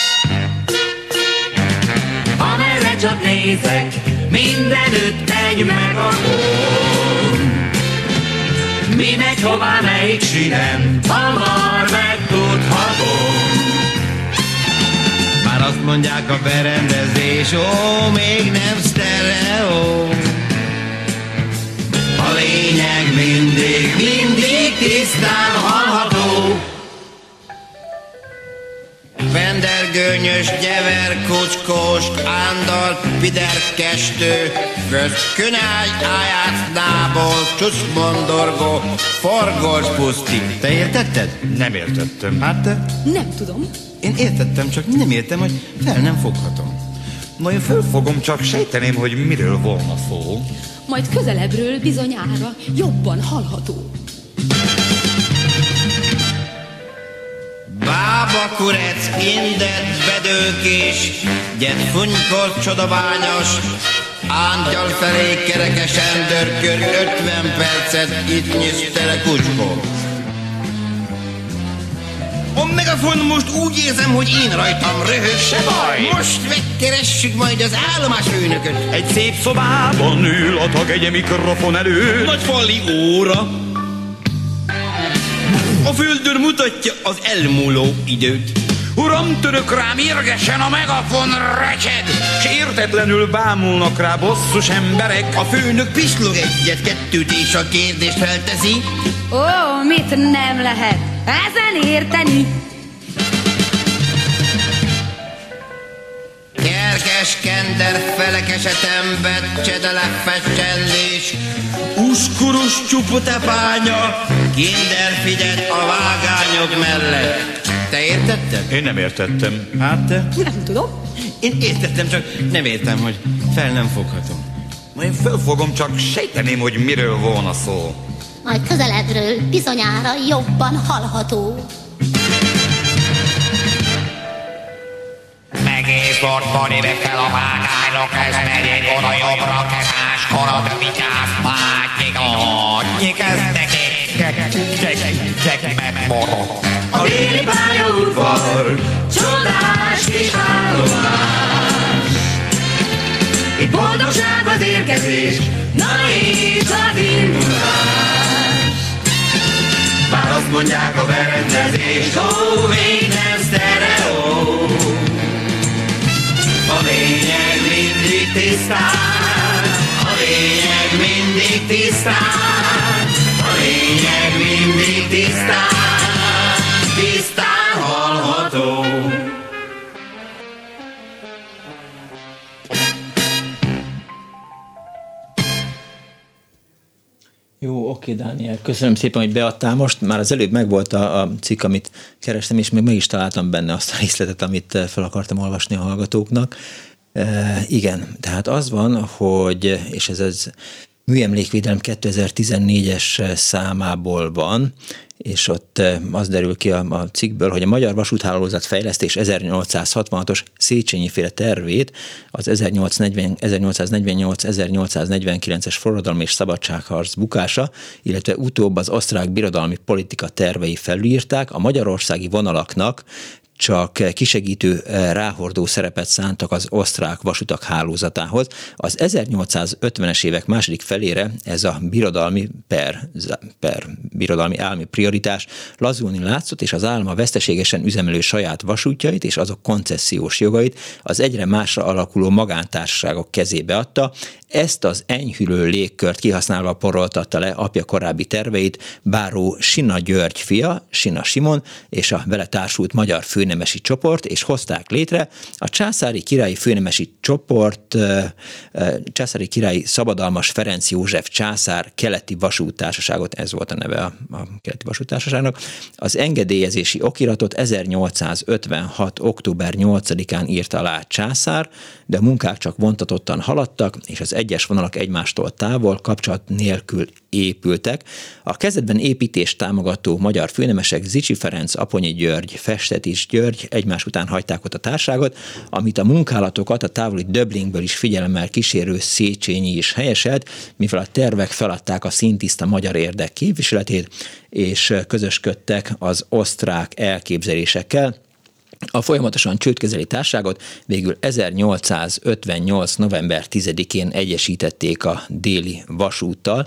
Amerre csak nézek, mindenütt egy megakon. mi megy hová, melyik sínen, hamar megtudhatom. Már azt mondják a berendezés, ó, még nem sztereó. A lényeg mindig tisztán hallható. Vendergőnyös, gyever, kucskós, ándal, piderkestő, közkönágy, ájátsznából, csuszmondorgó, forgós puszti. Te értetted? Nem értettem. Hát te? Nem tudom. Én értettem, csak nem értem, hogy fel nem foghatom. Na, én fölfogom, csak sejteném, hogy miről volna szó. Majd közelebbről bizonyára jobban hallható. Bába, kurec, indet, bedőkés, gyedfunykor, csodabányos, angyal felé kerekesen dörgör, 50 percet itt nyisztere kucskó. A megafon most úgy érzem, hogy én rajtam röhög, se baj. Most megkeressük majd az állomás főnököt. Egy szép szobában ül a tag egy mikrofon előtt. Nagy fali óra. A földön mutatja az elmúló időt. Uram, török rám érgesen a megafon recsed, s értetlenül bámulnak rá bosszus emberek. A főnök pislog egyet, kettőt és a kérdést felteszi. Ó, mit nem lehet ezen érteni? Kerkes, kender, felekes etember, csedele, fecsellés, uskurus, csuputepánya, kinder figyelt a vágányok mellett. Te értetted? Én nem értettem. Hát te? Nem tudom. Én értettem, csak nem értem, hogy fel nem foghatom. Na, én fölfogom, csak sejteném, hogy miről volna szó. Majd közelebbről bizonyára jobban hallható. Megész bortban évekkel a vágányok, ez megyek oda jobbra, kezáskor a vigyáz, bátnyik, adnyik, ez nekik megmorog. A déli pályaudvar, csodás kis állomás. Itt boldogság az érkezés, na és az indulás. Bár azt mondják a berendezés, ó, még nem sztereó. A lényeg mindig tisztán, a lényeg mindig tisztán, a lényeg mindig tisztán, tisztán hallható. Jó, oké, Dániel, köszönöm szépen, hogy beadtál most. Már az előbb megvolt a cikk, amit kerestem, és még meg is találtam benne azt a részletet, amit fel akartam olvasni a hallgatóknak. Igen, tehát az van, hogy, és ez műemlékvédelem 2014-es számából van, és ott az derül ki a cikkből, hogy a Magyar Vasúthálózat fejlesztés 1866-os Széchenyi-féle tervét az 1848-1849-es forradalmi és szabadságharc bukása, illetve utóbb az osztrák birodalmi politika tervei felülírták, a magyarországi vonalaknak csak kisegítő, ráhordó szerepet szántak az osztrák vasutak hálózatához. Az 1850-es évek második felére ez a birodalmi birodalmi állami prioritás lazulni látszott, és az állam a veszteségesen üzemelő saját vasútjait és azok koncesziós jogait az egyre másra alakuló magántársaságok kezébe adta. Ezt az enyhülő légkört kihasználva poroltatta le apja korábbi terveit báró Sina György fia, Sina Simon és a vele társult magyar főnemesi csoport, és hozták létre a császári királyi főnemesi csoport, császári királyi szabadalmas Ferenc József császár keleti vasúttársaságot, ez volt a neve a keleti vasúttársaságnak. Az engedélyezési okiratot 1856. október 8-án írta alá császár, de a munkák csak vontatottan haladtak, és az egyes vonalak egymástól távol, kapcsolat nélkül épültek. A kezdetben építést támogató magyar főnemesek Zichy Ferenc, Aponyi György, Festetics György egymás után hagyták ott a társaságot, amit a munkálatokat a távoli Döblingből is figyelemmel kísérő Széchenyi is helyeselt, mivel a tervek feladták a szintiszta magyar érdek képviseletét, és közösködtek az osztrák elképzelésekkel. A folyamatosan csődkezeli társaságot végül 1858. november 10-én egyesítették a déli vasúttal,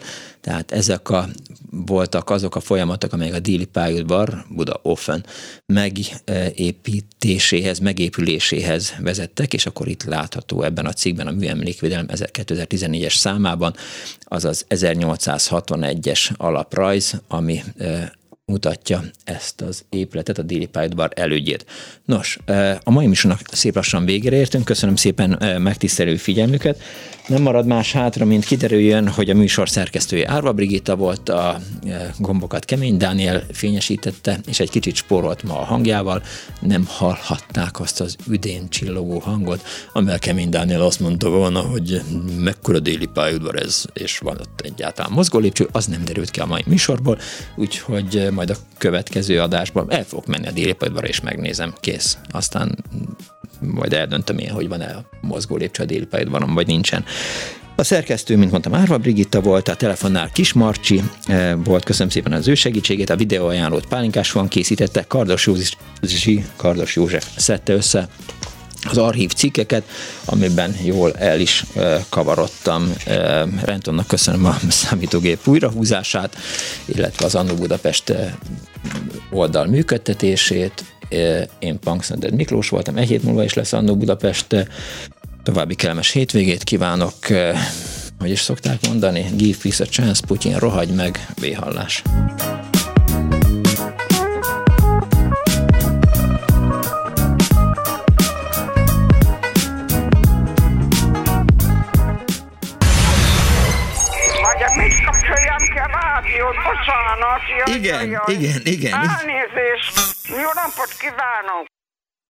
Tehát ezek voltak azok a folyamatok, amelyek a déli pályaudvar Budaöfen megépítéséhez, megépüléséhez vezettek, és akkor itt látható ebben a cikkben a Műemlékvédelem 2014-es számában, azaz 1861-es alaprajz, ami mutatja ezt az épületet, a déli pályaudvar elődjét. Nos, a mai műsornak szép lassan végére értünk, köszönöm szépen megtisztelő figyelmüket. Nem marad más hátra, mint kiderüljön, hogy a műsor szerkesztője Árva Brigitta volt, a gombokat Kemény Dániel fényesítette, és egy kicsit spórolt ma a hangjával, nem hallhatták azt az üdén csillogó hangot, amivel Kemény Dániel azt mondta volna, hogy mekkora déli pályaudvar ez, és van ott egyáltalán mozgólépcső, az nem derült ki a mai műsorból, úgyhogy majd a következő adásban el fogok menni a déli pályaudvarra, és megnézem, kész. Aztán majd eldöntöm én, hogy van-e a mozgólépcső a déli pályaudvaron, vagy nincsen. A szerkesztő, mint mondtam, Árva Brigitta volt, a telefonnál Kis Marcsi volt, köszönöm szépen az ő segítségét, a videóajánlót Pálinkás van készítette, Kardos József szedte össze az archív cikkeket, amiben jól el is kavarodtam. Rentonnak köszönöm a számítógép újrahúzását, illetve az Annó Budapest oldal működtetését. Én Punksnoded Miklós voltam, egy hét múlva is lesz Annó Budapest. További kellemes hétvégét kívánok, hogy is szokták mondani, give peace a chance, Putyin, rohagy meg, véhallás. Mit kapcsoljam ki a rádiót? Bocsánat. Igen. Elnézést. Jó napot kívánok.